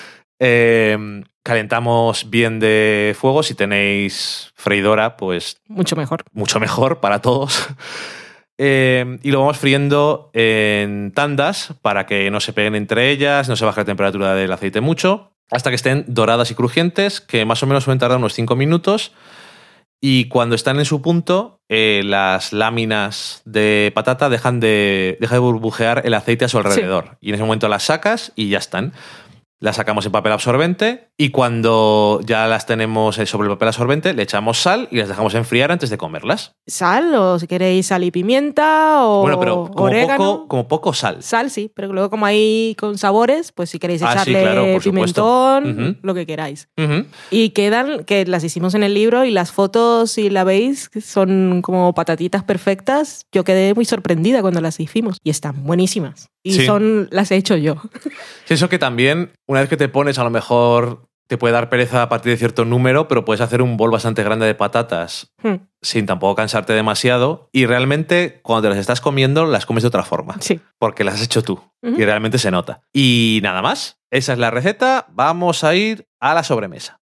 Eh, calentamos bien de fuego. Si tenéis freidora, pues... Mucho mejor. Mucho mejor para todos. Eh, y lo vamos friendo en tandas para que no se peguen entre ellas, no se baje la temperatura del aceite mucho, hasta que estén doradas y crujientes, que más o menos suelen tardar unos cinco minutos. Y cuando están en su punto, eh, las láminas de patata dejan de, dejan de burbujear el aceite a su alrededor. Sí. Y en ese momento las sacas y ya están. Las sacamos en papel absorbente y cuando ya las tenemos sobre el papel absorbente le echamos sal y las dejamos enfriar antes de comerlas. ¿Sal? O si queréis sal y pimienta o bueno, pero como orégano. Poco, como poco sal. Sal, sí, pero luego como hay con sabores, pues si queréis echarle ah, sí, claro, pimentón, uh-huh. lo que queráis. Uh-huh. Y quedan, que las hicimos en el libro y las fotos, si la veis, son como patatitas perfectas. Yo quedé muy sorprendida cuando las hicimos y están buenísimas. Y sí. son las he hecho yo. Sí, eso que también, una vez que te pones, a lo mejor te puede dar pereza a partir de cierto número, pero puedes hacer un bol bastante grande de patatas hmm. sin tampoco cansarte demasiado. Y realmente, cuando te las estás comiendo, las comes de otra forma. Sí. Porque las has hecho tú. Uh-huh. Y realmente se nota. Y nada más. Esa es la receta. Vamos a ir a la sobremesa.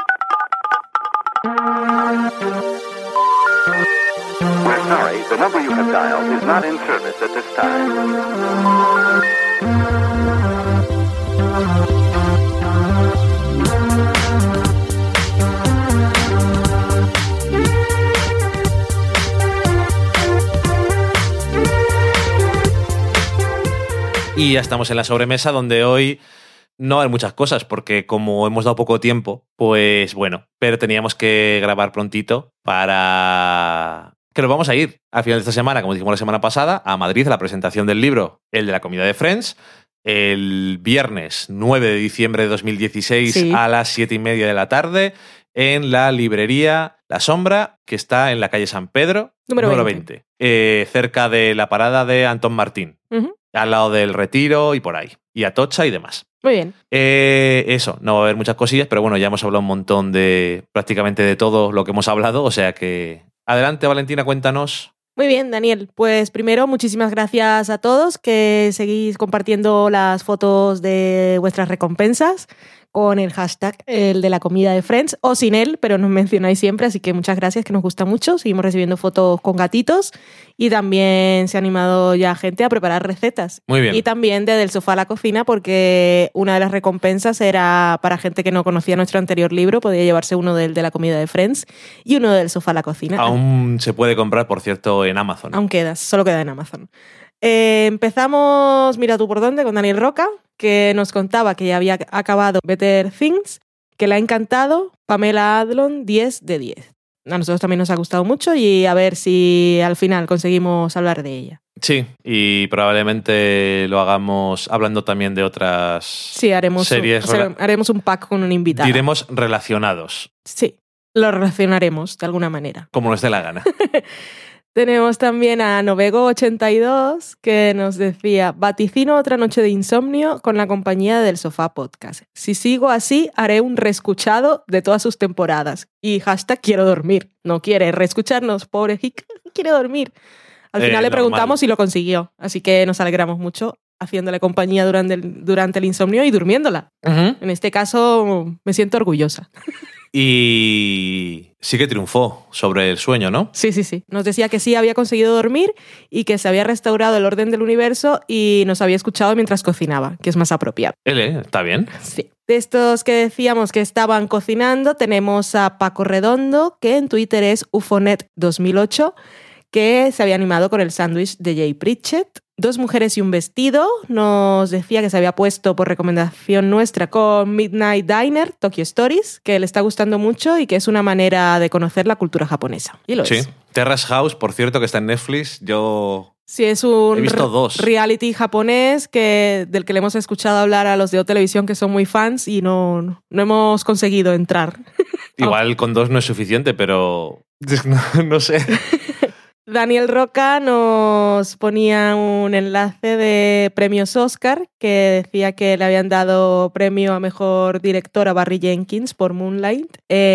We're sorry, the number you have dialed is not in service at this time. Y ya estamos en la sobremesa, donde hoy no hay muchas cosas, porque como hemos dado poco tiempo, pues bueno, pero teníamos que grabar prontito para... que nos vamos a ir al final de esta semana, como dijimos la semana pasada, a Madrid a la presentación del libro, el de la comida de Friends, el viernes nueve de diciembre de dos mil dieciséis sí. a las siete y media de la tarde, en la librería La Sombra, que está en la calle San Pedro, número, número veinte, veinte eh, cerca de la parada de Antón Martín, uh-huh. al lado del Retiro y por ahí, y Atocha y demás. Muy bien. Eh, eso, no va a haber muchas cosillas, pero bueno, ya hemos hablado un montón de prácticamente de todo lo que hemos hablado, o sea que... Adelante, Valentina, cuéntanos. Muy bien, Daniel. Pues primero, muchísimas gracias a todos que seguís compartiendo las fotos de vuestras recompensas con el hashtag, el de la comida de Friends, o sin él, pero nos mencionáis siempre, así que muchas gracias, que nos gusta mucho. Seguimos recibiendo fotos con gatitos y también se ha animado ya gente a preparar recetas. Muy bien. Y también de Del Sofá a la Cocina, porque una de las recompensas era para gente que no conocía nuestro anterior libro, podía llevarse uno del de la comida de Friends y uno del Sofá a la Cocina. Aún se puede comprar, por cierto, en Amazon. Aún queda, solo queda en Amazon. Eh, empezamos, mira tú por dónde, con Daniel Roca, que nos contaba que ya había acabado Better Things, que le ha encantado. Pamela Adlon, diez de diez. A nosotros también nos ha gustado mucho y a ver si al final conseguimos hablar de ella. Sí, y probablemente lo hagamos hablando también de otras sí, haremos series. Un, o sea, haremos un pack con un invitado. Diremos relacionados. Sí, lo relacionaremos de alguna manera. Como nos dé la gana. Tenemos también a Novego ochenta y dos, que nos decía: vaticino otra noche de insomnio con la compañía del Sofá Podcast. Si sigo así, haré un reescuchado de todas sus temporadas. Y hashtag quiero dormir. No quiere reescucharnos, pobre Hick, quiere dormir. Al final eh, le preguntamos normal. Y lo consiguió. Así que nos alegramos mucho haciéndole compañía durante el, durante el insomnio y durmiéndola. Uh-huh. En este caso me siento orgullosa. Y sí que triunfó sobre el sueño, ¿no? Sí, sí, sí. Nos decía que sí había conseguido dormir y que se había restaurado el orden del universo y nos había escuchado mientras cocinaba, que es más apropiado. Ele, ¿está bien? Sí. De estos que decíamos que estaban cocinando, tenemos a Paco Redondo, que en Twitter es ufonet dos mil ocho, que se había animado con el sándwich de Jay Pritchett. Dos mujeres y un vestido, nos decía que se había puesto por recomendación nuestra con Midnight Diner, Tokyo Stories, que le está gustando mucho y que es una manera de conocer la cultura japonesa. Y lo sí. es. Terrace House, por cierto, que está en Netflix, yo sí, es un he visto dos. reality japonés que, del que le hemos escuchado hablar a los de O Televisión, que son muy fans, y no, no hemos conseguido entrar. Igual oh. con dos no es suficiente, pero no, no sé. Daniel Roca nos ponía un enlace de premios Oscar que decía que le habían dado premio a Mejor Director a Barry Jenkins por Moonlight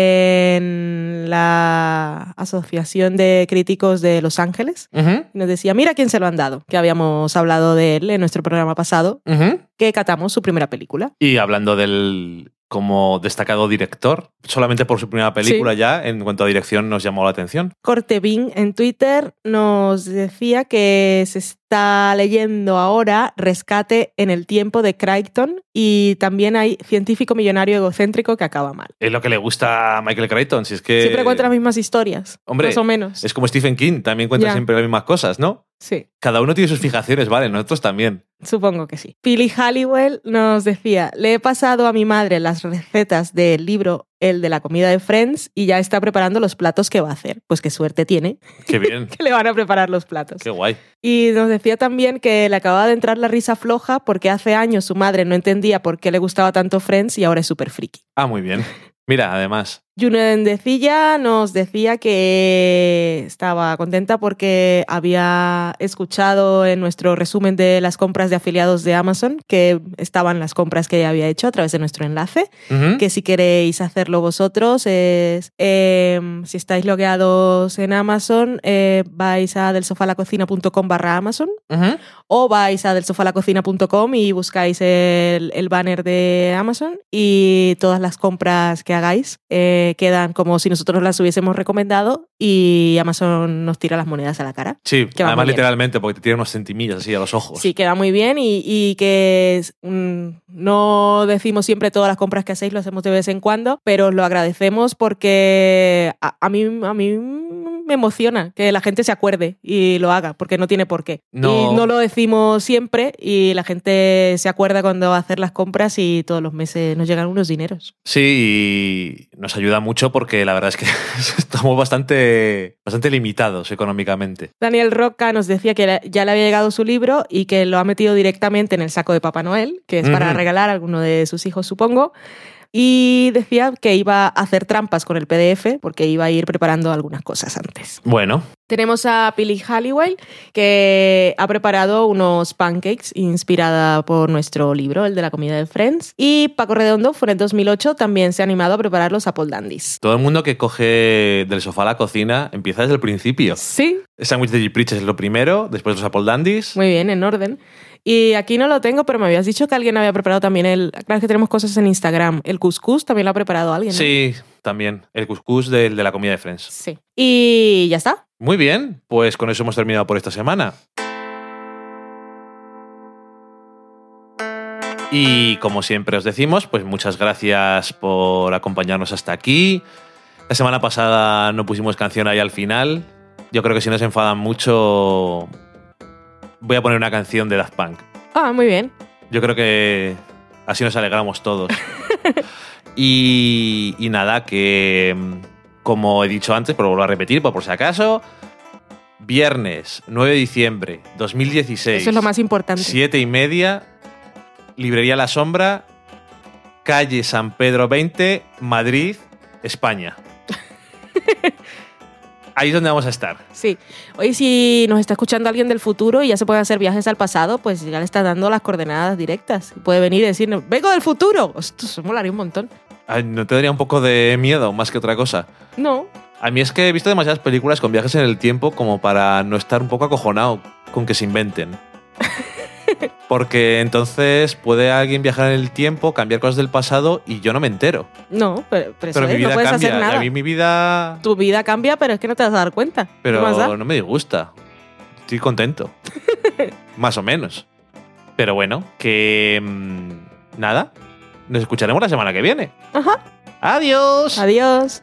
en la Asociación de Críticos de Los Ángeles. Uh-huh. Nos decía, mira quién se lo han dado, que habíamos hablado de él en nuestro programa pasado, uh-huh. que catamos su primera película. Y hablando del... como destacado director, solamente por su primera película sí. ya, en cuanto a dirección, nos llamó la atención. Cortevin en Twitter nos decía que se está leyendo ahora Rescate en el tiempo de Crichton y también hay Científico millonario egocéntrico que acaba mal. Es lo que le gusta a Michael Crichton, si es que... Siempre cuenta las mismas historias, hombre, más o menos. Es como Stephen King, también cuenta ya. siempre las mismas cosas, ¿no? Sí. Cada uno tiene sus fijaciones, vale, nosotros también. Supongo que sí. Philly Halliwell nos decía, le he pasado a mi madre las recetas del libro El de la comida de Friends y ya está preparando los platos que va a hacer. Pues qué suerte tiene. Qué bien. que le van a preparar los platos. Qué guay. Y nos decía también que le acababa de entrar la risa floja porque hace años su madre no entendía por qué le gustaba tanto Friends y ahora es súper friki. Ah, muy bien. Mira, además... Junen Decilla nos decía que estaba contenta porque había escuchado en nuestro resumen de las compras de afiliados de Amazon que estaban las compras que ella había hecho a través de nuestro enlace, uh-huh. que si queréis hacerlo vosotros es, eh, si estáis logueados en Amazon, eh, vais a delsofalacocina.com barra Amazon uh-huh. o vais a delsofalacocina punto com y buscáis el, el banner de Amazon y todas las compras que hagáis eh, quedan como si nosotros las hubiésemos recomendado y Amazon nos tira las monedas a la cara. Sí, además literalmente, porque te tiran unos centimillas así a los ojos. Sí, queda muy bien y, y que mm, no decimos siempre todas las compras que hacéis, lo hacemos de vez en cuando, pero os lo agradecemos porque a, a, mí, a mí me emociona que la gente se acuerde y lo haga, porque no tiene por qué. No. Y no lo decimos siempre y la gente se acuerda cuando va a hacer las compras y todos los meses nos llegan unos dineros. Sí, y nos ayuda mucho porque la verdad es que estamos bastante, bastante limitados económicamente. Daniel Roca nos decía que ya le había llegado su libro y que lo ha metido directamente en el saco de Papá Noel, que es uh-huh. para regalar a alguno de sus hijos, supongo. Y decía que iba a hacer trampas con el P D F porque iba a ir preparando algunas cosas antes. Bueno. Tenemos a Philly Halliwell, que ha preparado unos pancakes inspirada por nuestro libro, el de la comida de Friends. Y Paco Redondo, fue en el dos mil ocho, también se ha animado a preparar los Apple Dandies. Todo el mundo que coge del sofá a la cocina empieza desde el principio. Sí. El sándwich de Jay Pritchett es lo primero, después los Apple Dandies. Muy bien, en orden. Y aquí no lo tengo, pero me habías dicho que alguien había preparado también el... Claro que tenemos cosas en Instagram. El couscous también lo ha preparado alguien, ¿no? Sí, también. El couscous del de la comida de Friends. Sí. Y ya está. Muy bien, pues con eso hemos terminado por esta semana. Y como siempre os decimos, pues muchas gracias por acompañarnos hasta aquí. La semana pasada no pusimos canción ahí al final. Yo creo que si nos enfadan mucho, voy a poner una canción de Daft Punk. Ah, muy bien. Yo creo que así nos alegramos todos. y, y nada, que como he dicho antes, pero vuelvo a repetir, por, por si acaso, viernes nueve de diciembre dos mil dieciséis. Eso es lo más importante. Siete y media, Librería La Sombra, calle San Pedro veinte, Madrid, España. Ahí es donde vamos a estar. Sí. Oye, si nos está escuchando alguien del futuro y ya se pueden hacer viajes al pasado, pues ya le está dando las coordenadas directas. Puede venir y decirnos, ¡vengo del futuro! Esto se molaría un montón. Ay, ¿no te daría un poco de miedo más que otra cosa? No. A mí es que he visto demasiadas películas con viajes en el tiempo como para no estar un poco acojonado con que se inventen. Porque entonces puede alguien viajar en el tiempo, cambiar cosas del pasado y yo no me entero. No, pero, pero, eso pero es, mi vida no puedes cambia. hacer nada. Y a mí mi vida... Tu vida cambia, pero es que no te vas a dar cuenta. Pero ¿Qué más da? no me disgusta. Estoy contento. Más o menos. Pero bueno, que... Mmm, nada. Nos escucharemos la semana que viene. Ajá. Adiós. Adiós.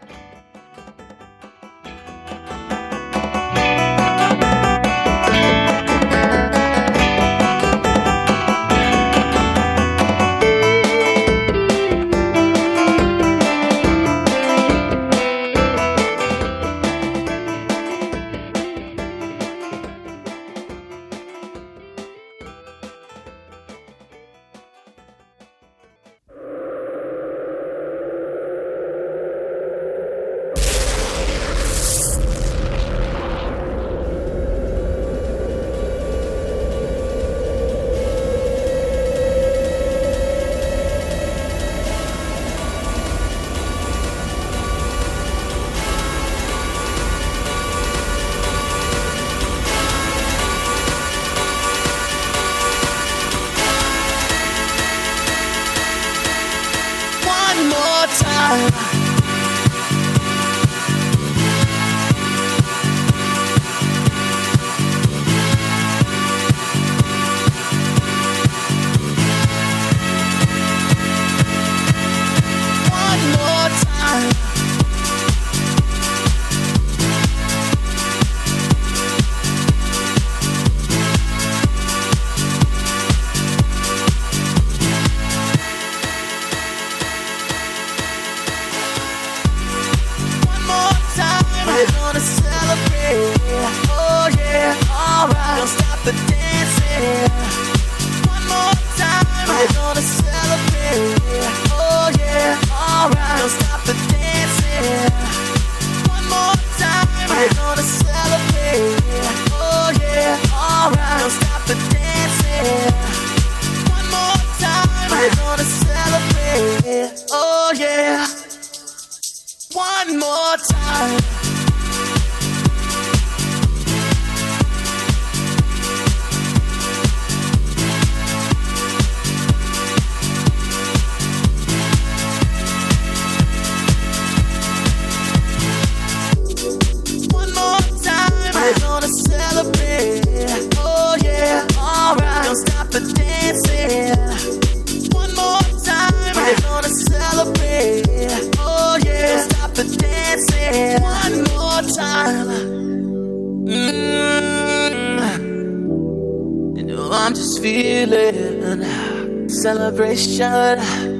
Celebration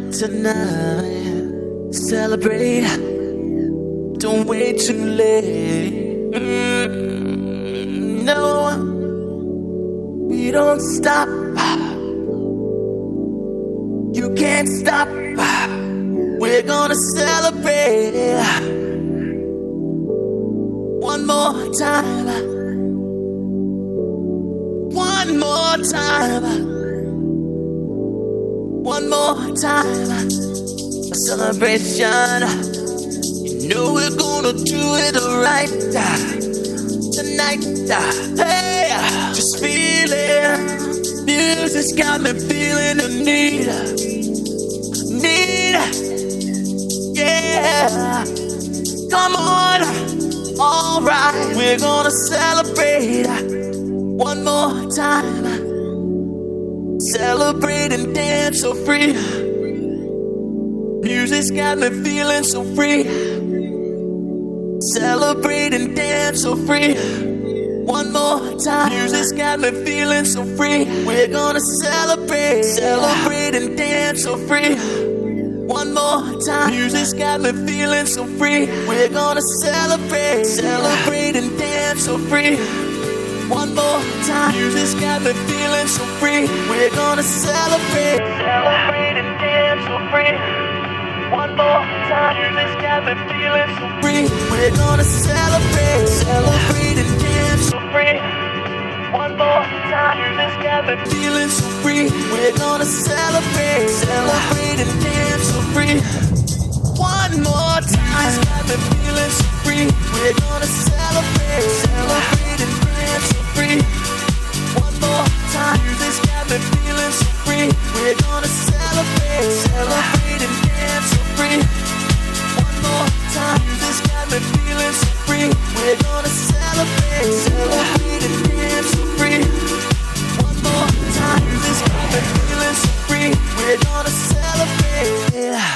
tonight. Celebrate. Don't wait too late. Mm, no, we don't stop. You can't stop. We're gonna celebrate one more time. One more time. One more time, a celebration. You know we're gonna do it right tonight. Hey, just feel it. Music's got me feeling the need, need, yeah. Come on, alright, we're gonna celebrate one more time. Celebrate and dance so free. Music's got me feeling so free. Celebrate and dance so free. One more time. Music's got me feeling so free. We're gonna celebrate, celebrate and dance so free. One more time. Music's got me feeling so free. We're gonna celebrate, celebrate and dance so free. One more time. Music's got me feeling so free. We're gonna celebrate, celebrate and dance so free. One more time. Music's got me feeling so free. We're gonna celebrate, celebrate and dance so free. One more time. Music's got me feeling so free. We're gonna celebrate, celebrate and dance so free. One more time. Music's got me feeling so free. We're gonna celebrate, celebrate and dance so free. One more time. Music's got me feeling so free. We're gonna celebrate, celebrate and dance so free. One more time. Music's got me feeling so free. We're gonna celebrate, celebrate and dance so free. One more time. Music's got me feeling so free. We're gonna celebrate, yeah.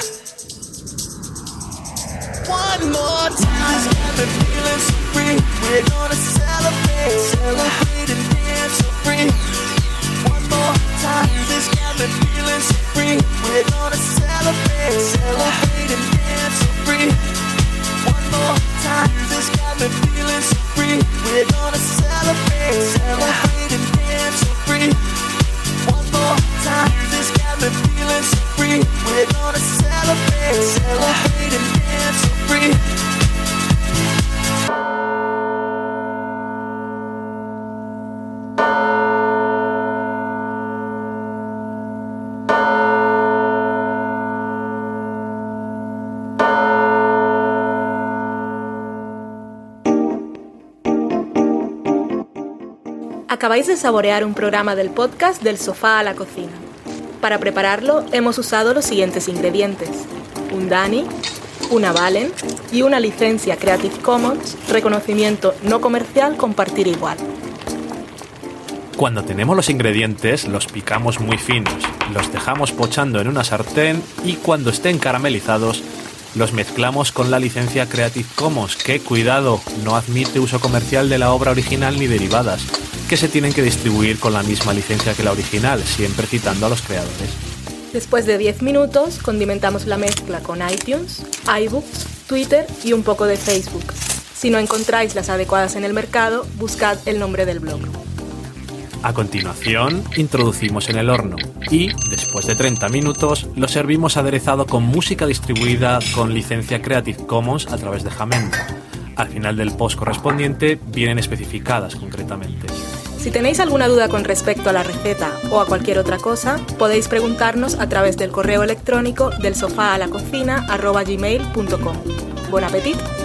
One more time. Music's got me feeling so free. We're gonna celebrate, celebrate and dance so free. One more time. Music's got me feeling so free. We're gonna celebrate, celebrate and dance so free. One more time. Music's got me feeling so free. We're gonna celebrate, celebrate and dance so free. One more time. Music's got me feeling so free. We're gonna celebrate, celebrate and dance so free. Acabáis de saborear un programa del podcast Del sofá a la cocina. Para prepararlo hemos usado los siguientes ingredientes: un Dani, una Valen y una licencia Creative Commons, reconocimiento no comercial, compartir igual. Cuando tenemos los ingredientes, los picamos muy finos, los dejamos pochando en una sartén y cuando estén caramelizados, los mezclamos con la licencia Creative Commons, que, cuidado, no admite uso comercial de la obra original ni derivadas, que se tienen que distribuir con la misma licencia que la original, siempre citando a los creadores. Después de diez minutos, condimentamos la mezcla con iTunes, iBooks, Twitter y un poco de Facebook. Si no encontráis las adecuadas en el mercado, buscad el nombre del blog. A continuación, introducimos en el horno y, después de treinta minutos, lo servimos aderezado con música distribuida con licencia Creative Commons a través de Jamendo. Al final del post correspondiente vienen especificadas concretamente. Si tenéis alguna duda con respecto a la receta o a cualquier otra cosa, podéis preguntarnos a través del correo electrónico del sofá a la cocina arroba gmail punto com. ¡Buen apetito!